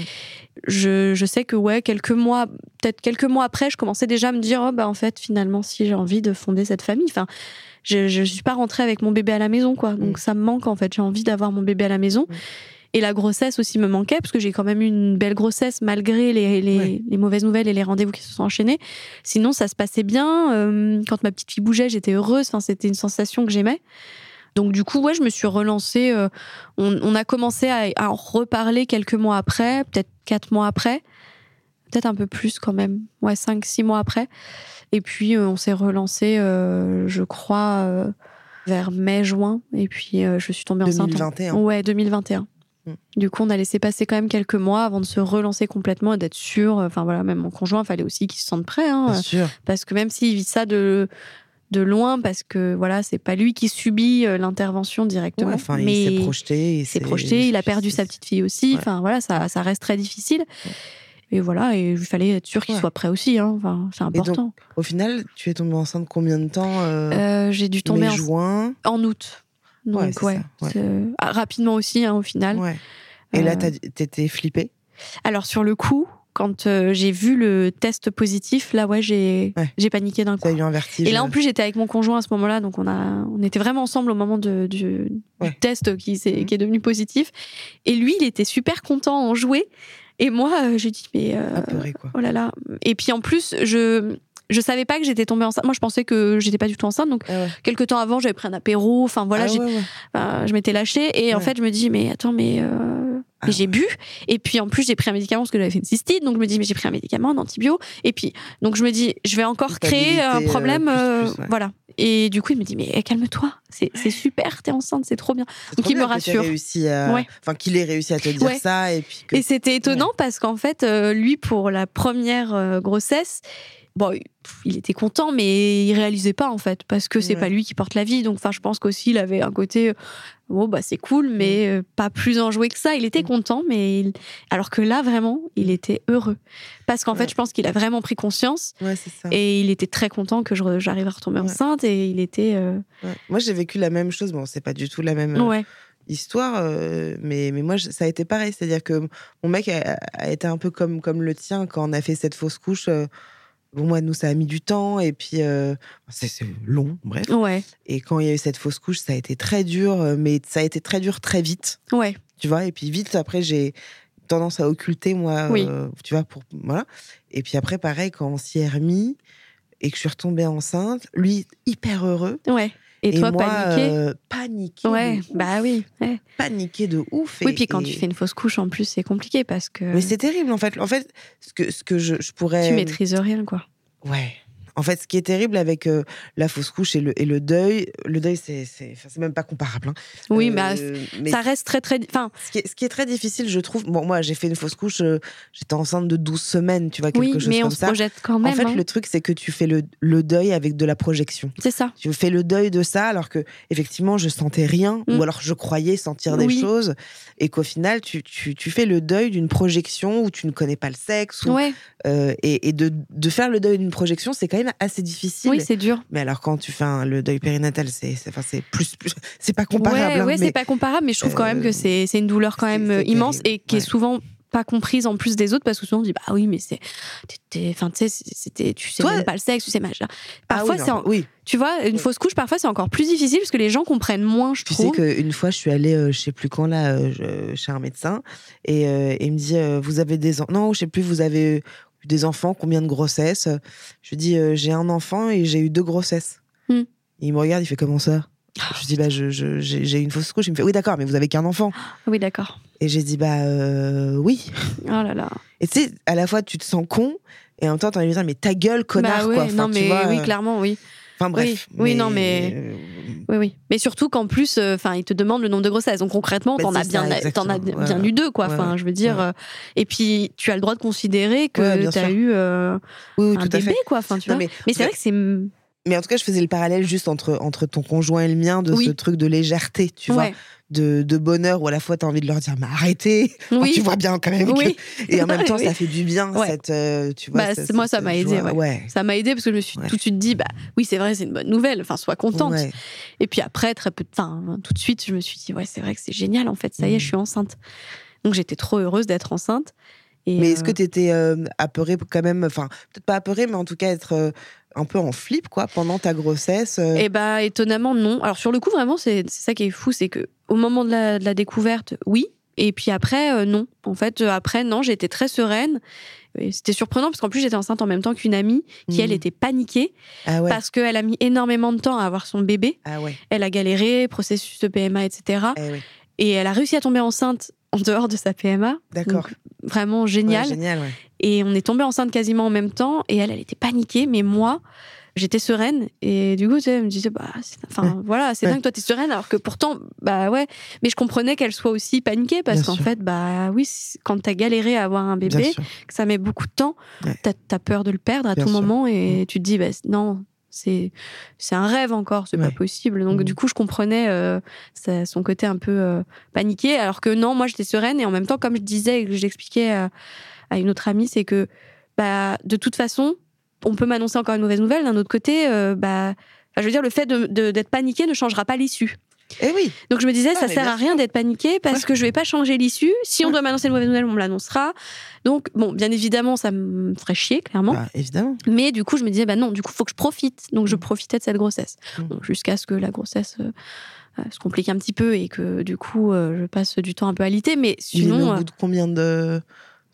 je, je sais que, ouais, quelques mois, peut-être quelques mois après, je commençais déjà à me dire, oh, bah, en fait, finalement, si j'ai envie de fonder cette famille. Enfin, je ne suis pas rentrée avec mon bébé à la maison, quoi. Donc, mm. ça me manque, en fait. J'ai envie d'avoir mon bébé à la maison. Mm. Et la grossesse aussi me manquait, parce que j'ai quand même eu une belle grossesse, malgré les, les, ouais. les mauvaises nouvelles et les rendez-vous qui se sont enchaînés. Sinon, ça se passait bien. Euh, quand ma petite fille bougeait, j'étais heureuse. Enfin, c'était une sensation que j'aimais. Donc du coup, ouais, je me suis relancée. Euh, on, on a commencé à, à en reparler quelques mois après, peut-être quatre mois après. Peut-être un peu plus quand même. Ouais, cinq, six mois après. Et puis, euh, on s'est relancé, euh, je crois, euh, vers mai-juin. Et puis, euh, je suis tombée enceinte. deux mille vingt et un. En... Ouais, deux mille vingt et un. Mm. Du coup, on a laissé passer quand même quelques mois avant de se relancer complètement et d'être sûr. Enfin, voilà, même mon conjoint, il fallait aussi qu'il se sente prêt. Hein, Bien sûr. Parce que même s'il vit ça de... de loin, parce que voilà, c'est pas lui qui subit l'intervention directement. Ouais, enfin, mais il s'est projeté. Il s'est projeté, il a perdu c'est... sa petite fille aussi. Ouais. Enfin, voilà, ça, ça reste très difficile. Ouais. Et voilà, et il fallait être sûr qu'il ouais. soit prêt aussi. Hein. Enfin, c'est important. Et donc, au final, tu es tombée enceinte combien de temps euh, euh, J'ai dû tomber en juin en août. Donc, ouais, c'est ouais, ça, ouais. C'est... Ah, rapidement aussi, hein, au final. Ouais. Et euh... là, t'as... t'étais flippée? Alors, sur le coup, quand euh, j'ai vu le test positif, là, ouais, j'ai, ouais. j'ai paniqué d'un coup. T'as eu un vertige. Et là, en plus, j'étais avec mon conjoint à ce moment-là, donc on, a, on était vraiment ensemble au moment de, du, ouais. du test qui, s'est, mmh. qui est devenu positif. Et lui, il était super content en jouer. Et moi, euh, j'ai dit, mais. Euh, Apeuré, quoi. Oh là là. Et puis en plus, je. Je savais pas que j'étais tombée enceinte. Moi, je pensais que j'étais pas du tout enceinte. Donc, ah ouais. quelques temps avant, j'avais pris un apéro. Enfin, voilà, ah j'ai, ouais, ouais. Enfin, je m'étais lâchée. Et ouais. en fait, je me dis, mais attends, mais, euh, ah mais j'ai ouais. bu. Et puis, en plus, j'ai pris un médicament parce que j'avais fait une cystite. Donc, je me dis, mais j'ai pris un médicament, un antibio. Et puis, donc, je me dis, je vais encore créer un problème. Euh, plus, plus, ouais. Voilà. Et du coup, il me dit, mais calme-toi. C'est, c'est super, t'es enceinte, c'est trop bien. C'est donc, trop il bien me rassure. Que réussi à... ouais. Enfin, qu'il ait réussi à te dire ouais. ça. Et, puis que... et c'était étonnant ouais. parce qu'en fait, euh, lui, pour la première euh, grossesse, bon, il était content, mais il réalisait pas en fait, parce que c'est ouais. pas lui qui porte la vie. Donc, enfin, je pense qu'aussi il avait un côté, bon bah c'est cool, mais euh, pas plus enjoué que ça. Il était content, mais il... alors que là vraiment, il était heureux, parce qu'en ouais. fait, je pense qu'il a vraiment pris conscience. Ouais, c'est ça. Et il était très content que je, j'arrive à retomber ouais. enceinte, et il était. Euh... Ouais. Moi, j'ai vécu la même chose. Bon, c'est pas du tout la même. Ouais. Euh... histoire, euh, mais, mais moi, ça a été pareil. C'est-à-dire que mon mec a, a été un peu comme, comme le tien quand on a fait cette fausse couche. Euh, bon, moi, nous, ça a mis du temps, et puis euh, c'est, c'est long, bref. Ouais. Et quand il y a eu cette fausse couche, ça a été très dur, mais ça a été très dur très vite. Ouais. Tu vois, et puis vite, après, j'ai tendance à occulter, moi, oui. euh, tu vois, pour, voilà. Et puis après, pareil, quand on s'y est remis, et que je suis retombée enceinte, lui, hyper heureux. Ouais. Et, et toi, moi, paniqué euh, Paniqué. Ouais, bah oui. Ouais. Paniqué de ouf. Et, oui, puis quand et... tu fais une fausse couche, en plus, c'est compliqué parce que. Mais c'est terrible, en fait. En fait, ce que, ce que je, je pourrais. Tu maîtrises rien, quoi. Ouais. En fait, ce qui est terrible avec euh, la fausse couche et le, et le deuil, le deuil, c'est, c'est, c'est même pas comparable. Hein. Oui, euh, bah, mais ça reste très, très. Enfin, ce qui est, ce qui est très difficile, je trouve. Bon, moi, j'ai fait une fausse couche, euh, j'étais enceinte de douze semaines, tu vois, quelque oui, chose mais comme on ça. Se projette quand même. En fait, hein. le truc, c'est que tu fais le, le deuil avec de la projection. C'est ça. Tu fais le deuil de ça, alors que, effectivement, je sentais rien, mm. ou alors je croyais sentir des oui. choses, et qu'au final, tu, tu, tu fais le deuil d'une projection où tu ne connais pas le sexe. Ou, ouais. euh, et et de, de faire le deuil d'une projection, c'est quand même assez difficile. Oui, c'est dur. Mais alors, quand tu fais un, le deuil périnatal, c'est, c'est, enfin, c'est plus, plus. C'est pas comparable. Ouais, hein, ouais mais, c'est pas comparable, mais je trouve euh, quand même que c'est, c'est une douleur quand même c'est, c'est immense terrible. Et qui ouais. est souvent pas comprise en plus des autres, parce que souvent on dit bah oui, mais c'est. Enfin, tu sais, c'était, tu sais Toi, même pas le sexe, tu sais machin. Parfois, ah oui, c'est. En, oui. Tu vois, une oui. fausse couche, parfois, c'est encore plus difficile parce que les gens comprennent moins, je tu trouve. Tu sais qu'une fois, je suis allée, euh, je sais plus quand, là, euh, je, chez un médecin, et, euh, et il me dit euh, vous avez des. En... Non, je sais plus, vous avez. Des enfants, combien de grossesses? Je lui dis, euh, j'ai un enfant et j'ai eu deux grossesses. Mm. Il me regarde, il fait comment ça? Je lui dis, bah, je, je, j'ai, j'ai une fausse couche. Il me fait, oui, d'accord, mais vous avez qu'un enfant. Oui, d'accord. Et j'ai dit, bah, euh, oui. Oh là là. Et tu sais, à la fois, tu te sens con, et en même temps, t'as envie de dire, mais ta gueule, connard, bah ouais, quoi. Enfin, non, mais tu vois, oui, euh... clairement, oui. Enfin bref. Oui, oui mais... non, mais. Euh... Oui, oui. Mais surtout qu'en plus, enfin, euh, ils te demandent le nombre de grossesses. Donc concrètement, bah, t'en, as bien, ça, t'en as bien ouais. eu deux, quoi. Enfin, ouais. je veux dire. Ouais. Euh... Et puis, tu as le droit de considérer que ouais, t'as sûr. eu euh, oui, oui, un bébé, quoi. Enfin, tu non, vois. Mais, mais c'est vrai que c'est. Mais en tout cas, je faisais le parallèle juste entre, entre ton conjoint et le mien, de oui. ce truc de légèreté, tu ouais. vois, de, de bonheur, où à la fois t'as envie de leur dire, mais arrêtez, oui. enfin, tu vois bien quand même. Oui. Que... Et en même temps, oui. ça fait du bien, ouais. cette, euh, tu vois. Bah, cette, moi, ça cette m'a aidé, ouais. ouais. Ça m'a aidé parce que je me suis ouais. tout de suite dit, bah oui, c'est vrai, c'est une bonne nouvelle, enfin, sois contente. Ouais. Et puis après, très peu de temps, tout de suite, je me suis dit, ouais, c'est vrai que c'est génial, en fait, ça y est, mmh. je suis enceinte. Donc j'étais trop heureuse d'être enceinte. Et mais euh... est-ce que t'étais euh, apeurée quand même, enfin, peut-être pas apeurée, mais en tout cas être euh, un peu en flip, quoi, pendant ta grossesse euh... Eh bah, étonnamment, non. Alors, sur le coup, vraiment, c'est, c'est ça qui est fou, c'est que au moment de la, de la découverte, oui, Et puis après, euh, non. En fait, euh, après, non, j'étais très sereine. Et c'était surprenant parce qu'en plus, j'étais enceinte en même temps qu'une amie qui, mmh. elle, était paniquée ah ouais. parce qu'elle a mis énormément de temps à avoir son bébé. Ah ouais. Elle a galéré, processus de P M A, et cetera. Eh oui. Et elle a réussi à tomber enceinte en dehors de sa P M A. D'accord. Donc, vraiment génial. Ouais, génial, ouais. Et on est tombé enceinte quasiment en même temps. Et elle, elle était paniquée. Mais moi, j'étais sereine. Et du coup, tu sais, elle me disait, bah, c'est... enfin, ouais. voilà, c'est ouais. dingue, toi, t'es sereine. Alors que pourtant, bah ouais. Mais je comprenais qu'elle soit aussi paniquée parce Bien qu'en sûr. fait, bah oui, quand t'as galéré à avoir un bébé, que ça met beaucoup de temps, ouais. t'as, t'as peur de le perdre à Bien tout sûr. moment. Et mmh. tu te dis, bah non. C'est, c'est un rêve encore, c'est ouais. pas possible. Donc, mmh. du coup, je comprenais euh, ça, son côté un peu euh, paniqué. Alors que non, moi, j'étais sereine. Et en même temps, comme je disais et que j'expliquais à, à une autre amie, c'est que, bah, de toute façon, on peut m'annoncer encore une mauvaise nouvelle. D'un autre côté, euh, bah, je veux dire, le fait de, de, d'être paniqué ne changera pas l'issue. Eh oui. Donc, je me disais, ah, ça sert à rien d'être paniqué parce ouais. que je vais pas changer l'issue. Si ouais. on doit m'annoncer une mauvaise nouvelle, on me l'annoncera. Donc, bon, bien évidemment, ça me ferait chier, clairement. Bah, évidemment. Mais du coup, je me disais, bah non, du coup, faut que je profite. Donc, je profitais de cette grossesse. Mmh. Bon, jusqu'à ce que la grossesse euh, euh, se complique un petit peu et que, du coup, euh, je passe du temps un peu à alité. Mais sinon. Il est né au euh, bout de combien de semaines ?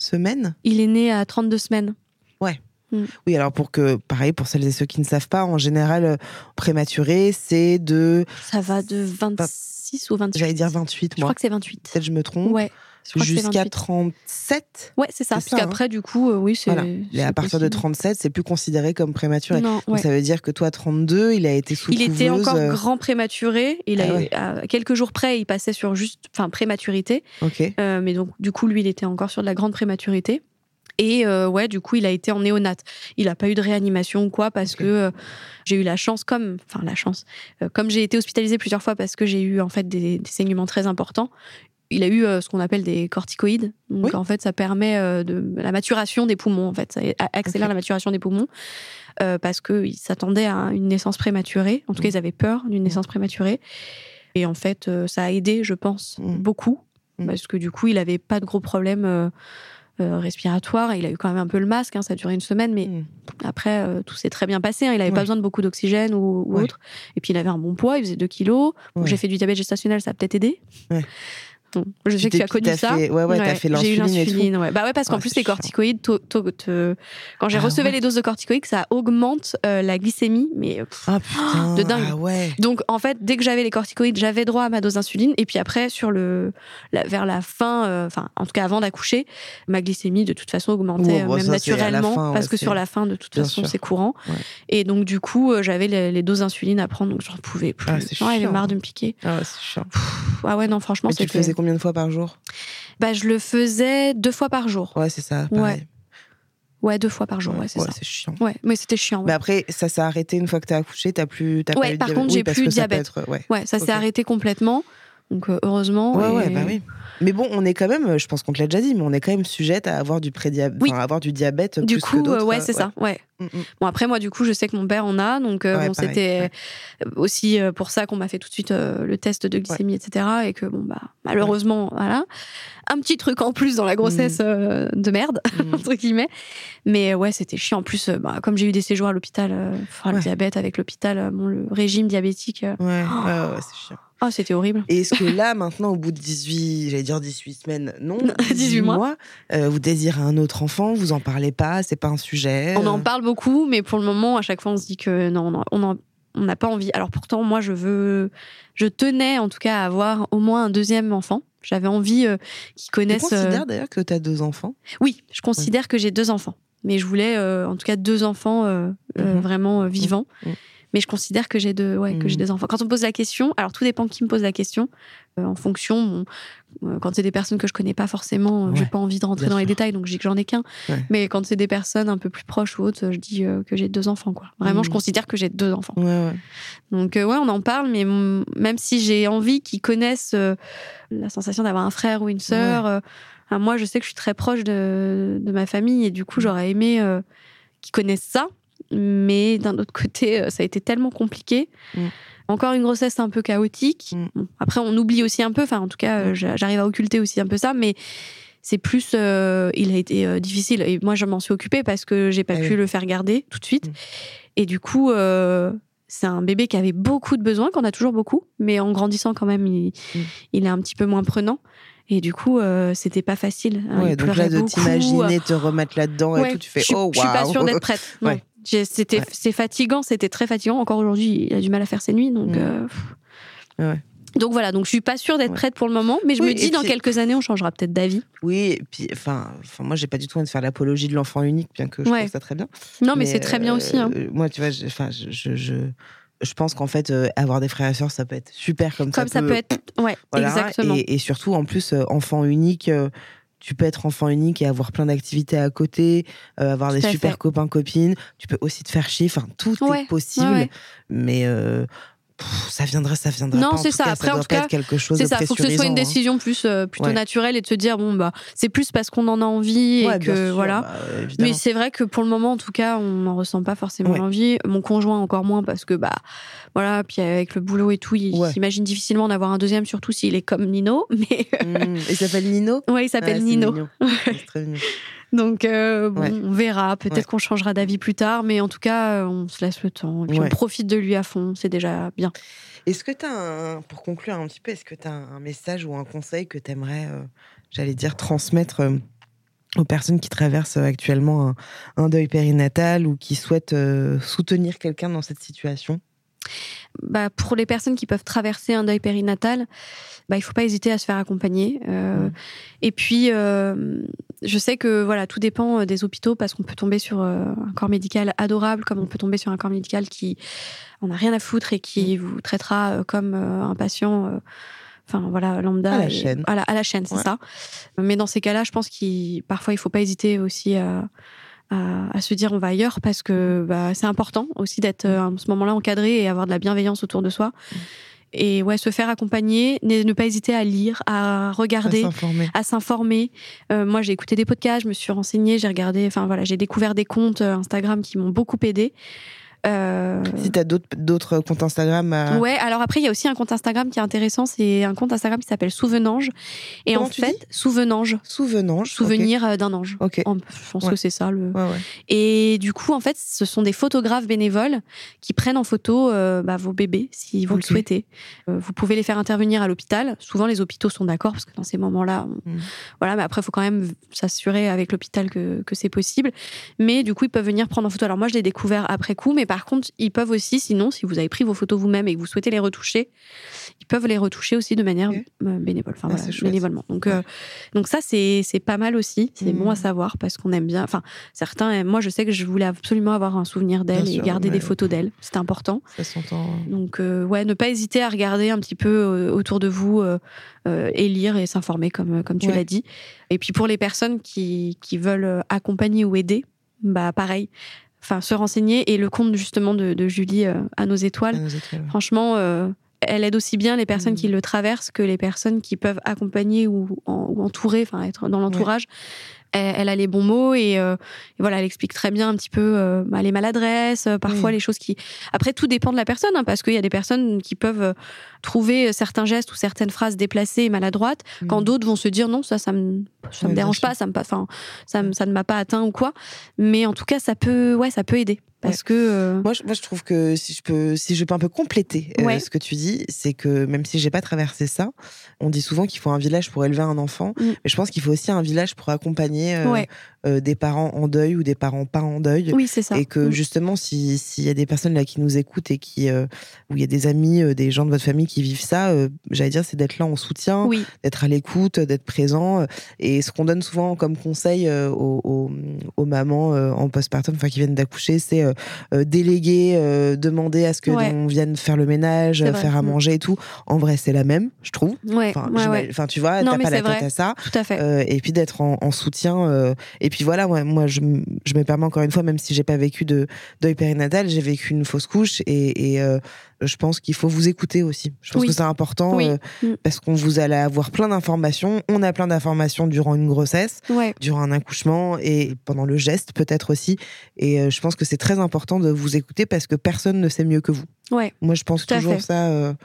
Il est né à trente-deux semaines. Ouais. Mmh. Oui, alors pour que, pareil, pour celles et ceux qui ne savent pas, en général, euh, prématuré, c'est de. Ça va de vingt-six ou vingt-huit. J'allais dire vingt-huit, moi. Je crois que c'est vingt-huit. Peut-être je me trompe. Ouais. Jusqu'à trente-sept. Ouais, c'est ça. C'est parce qu'après, hein. du coup, euh, oui, c'est. Voilà. c'est Et à partir possible. de trente-sept, c'est plus considéré comme prématuré. Non, Donc ouais. ça veut dire que toi, trente-deux, il a été sous Il couveuse. était encore grand prématuré. Il ah a, ouais. à quelques jours près, il passait sur juste, enfin, prématurité. Ok. Euh, mais donc, du coup, lui, il était encore sur de la grande prématurité. Et euh, ouais, du coup, il a été en néonat. Il n'a pas eu de réanimation ou quoi, parce okay. que euh, j'ai eu la chance, comme, enfin la chance, euh, comme j'ai été hospitalisée plusieurs fois parce que j'ai eu en fait des, des saignements très importants. Il a eu euh, ce qu'on appelle des corticoïdes. Donc oui. en fait, ça permet euh, de la maturation des poumons. En fait, ça accélère okay. la maturation des poumons euh, parce que ils s'attendaient à une naissance prématurée. En tout mmh. cas, ils avaient peur d'une naissance prématurée. Et en fait, euh, ça a aidé, je pense, mmh. beaucoup mmh. parce que du coup, il avait pas de gros problèmes. Euh, Euh, respiratoire, il a eu quand même un peu le masque, hein, ça a duré une semaine, mais mmh. après euh, tout s'est très bien passé, hein, il n'avait ouais. pas besoin de beaucoup d'oxygène ou, ou ouais. autre, et puis il avait un bon poids, il faisait deux kilos, bon, ouais. j'ai fait du diabète gestationnel, ça a peut-être aidé. Ouais. Bon, je sais que tu as connu ça. Fait, ouais, ouais, ouais, t'as fait l'insuline. J'ai eu l'insuline, et tout. Ouais. Bah ouais, parce qu'en oh, plus, les corticoïdes, to, to, to, quand j'ai ah, recevé ouais. les doses de corticoïdes, ça augmente euh, la glycémie, mais pff, ah, putain, de dingue. Ah, ouais. Donc, en fait, dès que j'avais les corticoïdes, j'avais droit à ma dose d'insuline, et puis après, sur le, la, vers la fin, enfin, euh, en tout cas avant d'accoucher, ma glycémie, de toute façon, augmentait, ouais, bon, même ça, naturellement, fin, parce ouais, que sur la fin, de toute Bien façon, sûr. c'est courant. Ouais. Et donc, du coup, euh, j'avais les, les doses d'insuline à prendre, donc j'en pouvais plus. Ah, c'est J'en avais marre de me piquer. Ah, ouais, c'est chiant. Ah ouais, non, franchement, c'est. Tu le faisais combien de fois par jour? Bah, je le faisais deux fois par jour. Ouais, c'est ça, pareil. Ouais. Ouais, deux fois par jour, ouais, ouais c'est ouais, ça. C'est chiant. Ouais, mais c'était chiant. Ouais. Mais après, ça s'est arrêté une fois que t'as accouché, t'as plus. T'as ouais, pas eu par de contre, oui, j'ai plus de diabète. Ça être, ouais. ouais, ça okay. s'est arrêté complètement. Donc, euh, heureusement. Ouais, et... ouais, bah oui. Mais bon, on est quand même, je pense qu'on te l'a déjà dit, mais on est quand même sujette à avoir du prédiabète, oui. enfin, avoir du diabète du plus coup, que d'autres. Ouais, c'est ouais. ça, ouais. Mm-mm. Bon, après, moi, du coup, je sais que mon père en a, donc euh, ouais, bon, pareil, c'était ouais. aussi pour ça qu'on m'a fait tout de suite euh, le test de glycémie, ouais. et cetera. Et que, bon, bah, malheureusement, ouais. voilà. Un petit truc en plus dans la grossesse mm. euh, de merde, mm. entre guillemets. Mais ouais, c'était chiant. En plus, euh, bah, comme j'ai eu des séjours à l'hôpital, euh, ouais. le diabète avec l'hôpital, euh, bon, le régime diabétique. Euh, ouais, oh. ouais, ouais, c'est chiant. Ah, oh, c'était horrible. Et est-ce que là, maintenant, au bout de dix-huit, j'allais dire dix-huit semaines, non, dix-huit mois, mois euh, vous désirez un autre enfant, vous en parlez pas, c'est pas un sujet. On en parle beaucoup, mais pour le moment, à chaque fois, on se dit que non, on en, on n'a pas envie. Alors pourtant, moi, je veux, je tenais en tout cas à avoir au moins un deuxième enfant. J'avais envie euh, qu'ils connaissent. Tu considères euh... d'ailleurs que tu as deux enfants ? Oui, je considère ouais. que j'ai deux enfants. Mais je voulais, euh, en tout cas, deux enfants euh, mm-hmm. euh, vraiment euh, vivants. Mm-hmm. Mais je considère que j'ai deux, ouais, mmh. que j'ai des enfants. Quand on me pose la question, alors tout dépend qui me pose la question. Euh, en fonction, bon, euh, quand c'est des personnes que je connais pas forcément, euh, ouais, j'ai pas envie de rentrer dans sûr. les détails, donc je dis que j'en ai qu'un. Ouais. Mais quand c'est des personnes un peu plus proches ou autres, je dis euh, que j'ai deux enfants, quoi. Vraiment, mmh. je considère que j'ai deux enfants. Ouais, ouais. Donc euh, ouais, on en parle, mais m- même si j'ai envie qu'ils connaissent euh, la sensation d'avoir un frère ou une sœur, ouais. euh, moi, je sais que je suis très proche de, de ma famille et du coup, j'aurais aimé euh, qu'ils connaissent ça. Mais d'un autre côté, ça a été tellement compliqué. Mmh. Encore une grossesse un peu chaotique. Mmh. Bon, après, on oublie aussi un peu. Enfin, en tout cas, mmh. j'arrive à occulter aussi un peu ça. Mais c'est plus... Euh, il a été euh, difficile. Et moi, je m'en suis occupée parce que j'ai pas ah pu oui. le faire garder tout de suite. Mmh. Et du coup, euh, c'est un bébé qui avait beaucoup de besoins, qu'on a toujours beaucoup. Mais en grandissant, quand même, il, mmh. il est un petit peu moins prenant. Et du coup, euh, c'était pas facile. Hein, ouais, donc là, de beaucoup. t'imaginer te remettre là-dedans ouais, et tout, tu fais je, oh waouh. Je suis pas sûre d'être prête. Non. Ouais. J'ai, c'était, ouais. c'est fatigant, c'était très fatigant. Encore aujourd'hui, il a du mal à faire ses nuits, donc. Mmh. Euh... Ouais. Donc voilà, donc je suis pas sûre d'être ouais. prête pour le moment, mais je oui, me dis puis... dans quelques années, on changera peut-être d'avis. Oui, et puis, enfin, moi, j'ai pas du tout envie de faire l'apologie de l'enfant unique, bien que je ouais. trouve ça très bien. Non, mais, mais c'est très bien euh, aussi. Hein. Moi, tu vois, enfin, je, je, je, je pense qu'en fait, euh, avoir des frères et sœurs, ça peut être super comme, comme ça. Comme ça peut être, ouais, voilà. Exactement. Et, et surtout, en plus, euh, enfant unique. Euh, tu peux être enfant unique et avoir plein d'activités à côté, euh, avoir tout des super fait. copains, copines. Tu peux aussi te faire chier. Enfin, tout ouais. est possible. Ouais, ouais. Mais euh, pff, ça viendra, ça viendra non, pas. c'est ça. Cas, Après, ça en tout cas, quelque chose c'est de ça. Il faut que ce soit une décision hein. plus euh, plutôt ouais. naturelle et de se dire bon bah c'est plus parce qu'on en a envie ouais, et que sûr, voilà. Bah, mais c'est vrai que pour le moment, en tout cas, on n'en ressent pas forcément ouais. l'envie. Mon conjoint encore moins parce que bah voilà. Puis avec le boulot et tout, il ouais. s'imagine difficilement d'avoir un deuxième, surtout s'il est comme Nino. Mais mmh. Il s'appelle Nino. Ouais, il s'appelle ouais, Nino. C'est, c'est très mignon. Donc, euh, bon, ouais. on verra. Peut-être ouais. qu'on changera d'avis plus tard, mais en tout cas, on se laisse le temps. Et puis, ouais. on profite de lui à fond. C'est déjà bien. Est-ce que tu as, un, pour conclure un petit peu, est-ce que tu as un message ou un conseil que tu aimerais, euh, j'allais dire, transmettre euh, aux personnes qui traversent actuellement un, un deuil périnatal ou qui souhaitent euh, soutenir quelqu'un dans cette situation ? Bah, pour les personnes qui peuvent traverser un deuil périnatal, bah, il ne faut pas hésiter à se faire accompagner. Euh, mmh. Et puis, euh, je sais que voilà, tout dépend des hôpitaux parce qu'on peut tomber sur euh, un corps médical adorable, comme on peut tomber sur un corps médical qui en a rien à foutre et qui mmh. vous traitera euh, comme euh, un patient... Euh, Enfin, voilà, lambda. À la et, chaîne. À la, à la chaîne, c'est ouais. ça. Mais dans ces cas-là, je pense qu'il parfois, il ne faut pas hésiter aussi à, à, à se dire on va ailleurs parce que bah, c'est important aussi d'être à ce moment-là encadré et avoir de la bienveillance autour de soi. Mmh. Et ouais, se faire accompagner, ne pas hésiter à lire, à regarder, à s'informer. À s'informer. Euh, moi, j'ai écouté des podcasts, je me suis renseignée, j'ai regardé, enfin voilà, j'ai découvert des comptes Instagram qui m'ont beaucoup aidée. Euh... Si t'as d'autres, d'autres comptes Instagram à... Ouais, alors après il y a aussi un compte Instagram qui est intéressant, c'est un compte Instagram qui s'appelle Souvenange. Et Comment en fait, Souvenange. Souvenange. Souvenir okay. d'un ange. Okay. Je pense ouais. que c'est ça. Le... Ouais, ouais. Et du coup, en fait, ce sont des photographes bénévoles qui prennent en photo euh, bah, vos bébés, si vous okay. le souhaitez. Euh, vous pouvez les faire intervenir à l'hôpital. Souvent, les hôpitaux sont d'accord, parce que dans ces moments-là, on... mmh. voilà, mais après, il faut quand même s'assurer avec l'hôpital que, que c'est possible. Mais du coup, ils peuvent venir prendre en photo. Alors moi, je l'ai découvert après coup, mais par contre, ils peuvent aussi, sinon, si vous avez pris vos photos vous-même et que vous souhaitez les retoucher, ils peuvent les retoucher aussi de manière okay. bénévole, enfin, ah, voilà, bénévolement. Donc, ouais. euh, donc ça, c'est, c'est pas mal aussi. C'est mmh. bon à savoir parce qu'on aime bien. Enfin, certains, moi, je sais que je voulais absolument avoir un souvenir d'elle bien et sûr, garder ouais. des photos d'elle. C'était important. Ça s'entend. Donc, euh, ouais, ne pas hésiter à regarder un petit peu euh, autour de vous euh, euh, et lire et s'informer, comme, comme tu ouais. l'as dit. Et puis, pour les personnes qui, qui veulent accompagner ou aider, bah, pareil. Enfin, se renseigner. Et le compte, justement, de, de Julie euh, à nos étoiles, à nos étoiles. Franchement, euh, elle aide aussi bien les personnes mmh. qui le traversent que les personnes qui peuvent accompagner ou, en, ou entourer, enfin, être dans l'entourage. Ouais. Elle, elle a les bons mots et, euh, et voilà, elle explique très bien un petit peu euh, bah, les maladresses, euh, parfois oui. les choses qui... Après, tout dépend de la personne, hein, parce qu'il y a des personnes qui peuvent euh, trouver certains gestes ou certaines phrases déplacées et maladroites, mmh. quand d'autres vont se dire non, ça, ça me, ça me dérange pas, ça me, enfin, ça, me, ça ne m'a pas atteint ou quoi. Mais en tout cas, ça peut, ouais, ça peut aider. Parce ouais. que euh... moi, je, moi, je trouve que si je peux, si je peux un peu compléter euh, ouais. ce que tu dis, c'est que même si j'ai pas traversé ça, on dit souvent qu'il faut un village pour élever un enfant, mmh. mais je pense qu'il faut aussi un village pour accompagner euh, ouais. euh, des parents en deuil ou des parents pas en deuil. Oui, c'est ça. Et que mmh. justement, si s'il y a des personnes là qui nous écoutent et qui, euh, où il y a des amis, euh, des gens de votre famille qui vivent ça, euh, j'allais dire, c'est d'être là en soutien, oui. d'être à l'écoute, d'être présent. Et ce qu'on donne souvent comme conseil euh, aux, aux, aux mamans euh, en postpartum, enfin qui viennent d'accoucher, c'est euh, Euh, déléguer, euh, demander à ce que ouais. on vienne faire le ménage, euh, faire à manger et tout. En vrai, c'est la même, je trouve. Ouais, enfin, ouais, ouais. enfin, tu vois, non, t'as pas la vrai. tête à ça. Tout à fait. Euh, et puis d'être en, en soutien. Euh, et puis voilà, ouais, moi, je, je me permets encore une fois, même si j'ai pas vécu de deuil périnatal, j'ai vécu une fausse couche et, et euh, je pense qu'il faut vous écouter aussi. Je pense oui. que c'est important oui. euh, mmh. parce qu'on vous allez avoir plein d'informations. On a plein d'informations durant une grossesse, ouais. durant un accouchement et pendant le geste peut-être aussi. Et euh, je pense que c'est très important de vous écouter parce que personne ne sait mieux que vous. Ouais. Moi, je pense Tout toujours ça. Euh,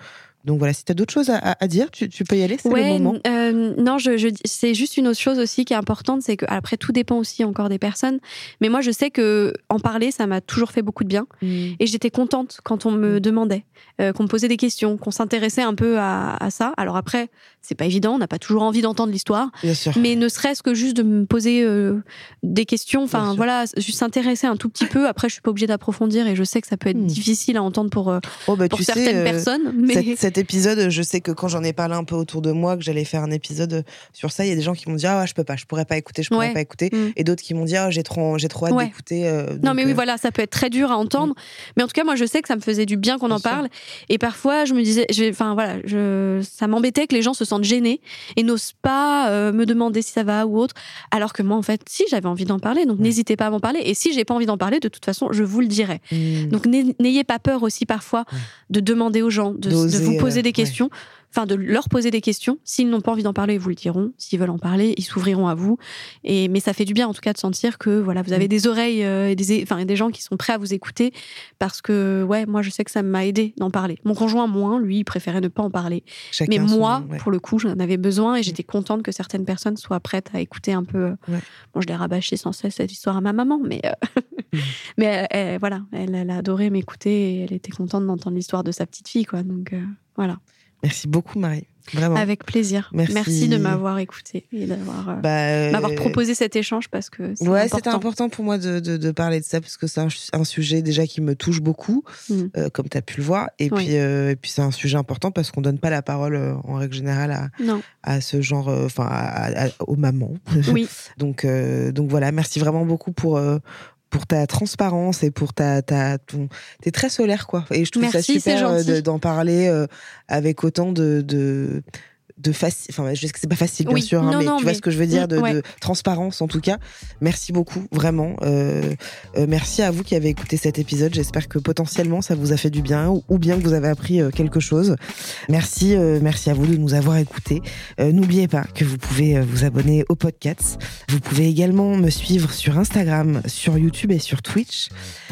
donc voilà, si tu as d'autres choses à, à dire, tu, tu peux y aller, c'est ouais, le moment. Euh, non, je, je, c'est juste une autre chose aussi qui est importante, c'est que après tout dépend aussi encore des personnes, mais moi je sais que en parler, ça m'a toujours fait beaucoup de bien, mmh. et j'étais contente quand on me mmh. demandait, euh, qu'on me posait des questions, qu'on s'intéressait un peu à, à ça. Alors après, c'est pas évident, on n'a pas toujours envie d'entendre l'histoire, bien sûr. Mais ne serait-ce que juste de me poser euh, des questions, enfin voilà, juste s'intéresser un tout petit peu. Après, je suis pas obligée d'approfondir et je sais que ça peut être mmh. difficile à entendre pour, euh, oh bah, pour certaines sais, euh, personnes. Mais... Cet, cet épisode, je sais que quand j'en ai parlé un peu autour de moi, que j'allais faire un épisode sur ça, il y a des gens qui m'ont dit ah ouais, je peux pas, je pourrais pas écouter, je pourrais ouais. pas écouter, mmh. et d'autres qui m'ont dit ah j'ai trop, j'ai trop hâte ouais. d'écouter. Euh, non mais oui, euh... voilà, ça peut être très dur à entendre, mmh. mais en tout cas moi je sais que ça me faisait du bien qu'on bien en sûr. Parle, et parfois je me disais, enfin voilà, je, ça m'embêtait que les gens se sentent gênés et n'osent pas euh, me demander si ça va ou autre, alors que moi en fait si j'avais envie d'en parler, donc mmh. n'hésitez pas à m'en parler, et si j'ai pas envie d'en parler, de toute façon je vous le dirai. Mmh. Donc n'ayez pas peur aussi parfois mmh. de demander aux gens, de, de vous poser des questions. Ouais. Enfin, de leur poser des questions. S'ils n'ont pas envie d'en parler, ils vous le diront. S'ils veulent en parler, ils s'ouvriront à vous. Et, mais ça fait du bien, en tout cas, de sentir que voilà, vous avez des oreilles euh, et des, enfin, des gens qui sont prêts à vous écouter. Parce que, ouais, moi, je sais que ça m'a aidé d'en parler. Mon conjoint, moins, lui, il préférait ne pas en parler. Chacun mais moi, son, ouais. pour le coup, j'en avais besoin et j'étais contente que certaines personnes soient prêtes à écouter un peu. Ouais. Bon, je l'ai rabâché sans cesse cette histoire à ma maman, mais, euh... mmh. mais elle, elle, voilà, elle, elle a adoré m'écouter et elle était contente d'entendre l'histoire de sa petite fille, quoi. Donc, euh, voilà. Merci beaucoup, Marie. Vraiment. Avec plaisir. Merci, Merci de m'avoir écouté et d'avoir euh, bah, m'avoir proposé cet échange parce que c'est ouais, important. C'était important pour moi de, de, de parler de ça parce que c'est un, un sujet déjà qui me touche beaucoup, mmh. euh, comme tu as pu le voir. Et, oui. puis, euh, et puis c'est un sujet important parce qu'on donne pas la parole euh, en règle générale à, à ce genre, enfin euh, aux mamans. Oui. donc, euh, donc voilà, merci vraiment beaucoup pour... Euh, pour ta transparence et pour ta, ta ton, t'es très solaire quoi, et je trouve Merci, ça super de, d'en parler euh, avec autant de, de de facile, enfin je sais que c'est pas facile bien oui. sûr, hein, non, mais non, tu mais... vois ce que je veux dire, de, ouais. de transparence en tout cas. Merci beaucoup, vraiment. Euh, euh, merci à vous qui avez écouté cet épisode. J'espère que potentiellement ça vous a fait du bien ou, ou bien que vous avez appris euh, quelque chose. Merci, euh, merci à vous de nous avoir écoutés. Euh, n'oubliez pas que vous pouvez euh, vous abonner au podcast. Vous pouvez également me suivre sur Instagram, sur YouTube et sur Twitch.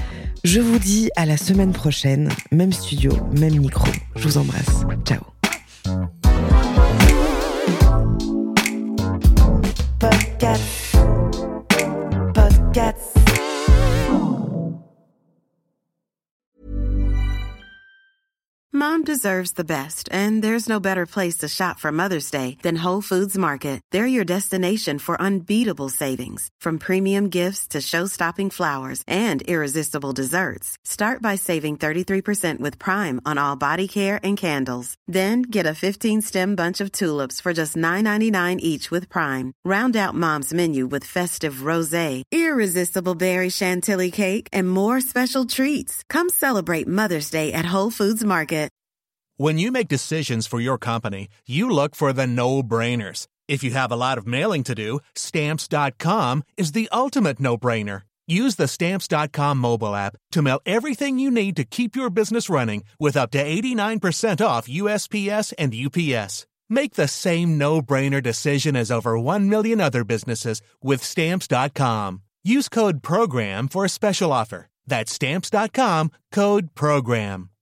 Je vous dis à la semaine prochaine, même studio, même micro. Je vous embrasse. Ciao. Podcast. Podcast. Mom deserves the best, and there's no better place to shop for Mother's Day than Whole Foods Market. They're your destination for unbeatable savings, from premium gifts to show-stopping flowers and irresistible desserts. Start by saving thirty-three percent with Prime on all body care and candles. Then get a fifteen-stem bunch of tulips for just nine ninety-nine each with Prime. Round out Mom's menu with festive rosé, irresistible berry chantilly cake, and more special treats. Come celebrate Mother's Day at Whole Foods Market. When you make decisions for your company, you look for the no-brainers. If you have a lot of mailing to do, Stamps dot com is the ultimate no-brainer. Use the Stamps dot com mobile app to mail everything you need to keep your business running with up to eighty-nine percent off U S P S and U P S. Make the same no-brainer decision as over one million other businesses with Stamps dot com. Use code PROGRAM for a special offer. That's Stamps dot com, code PROGRAM.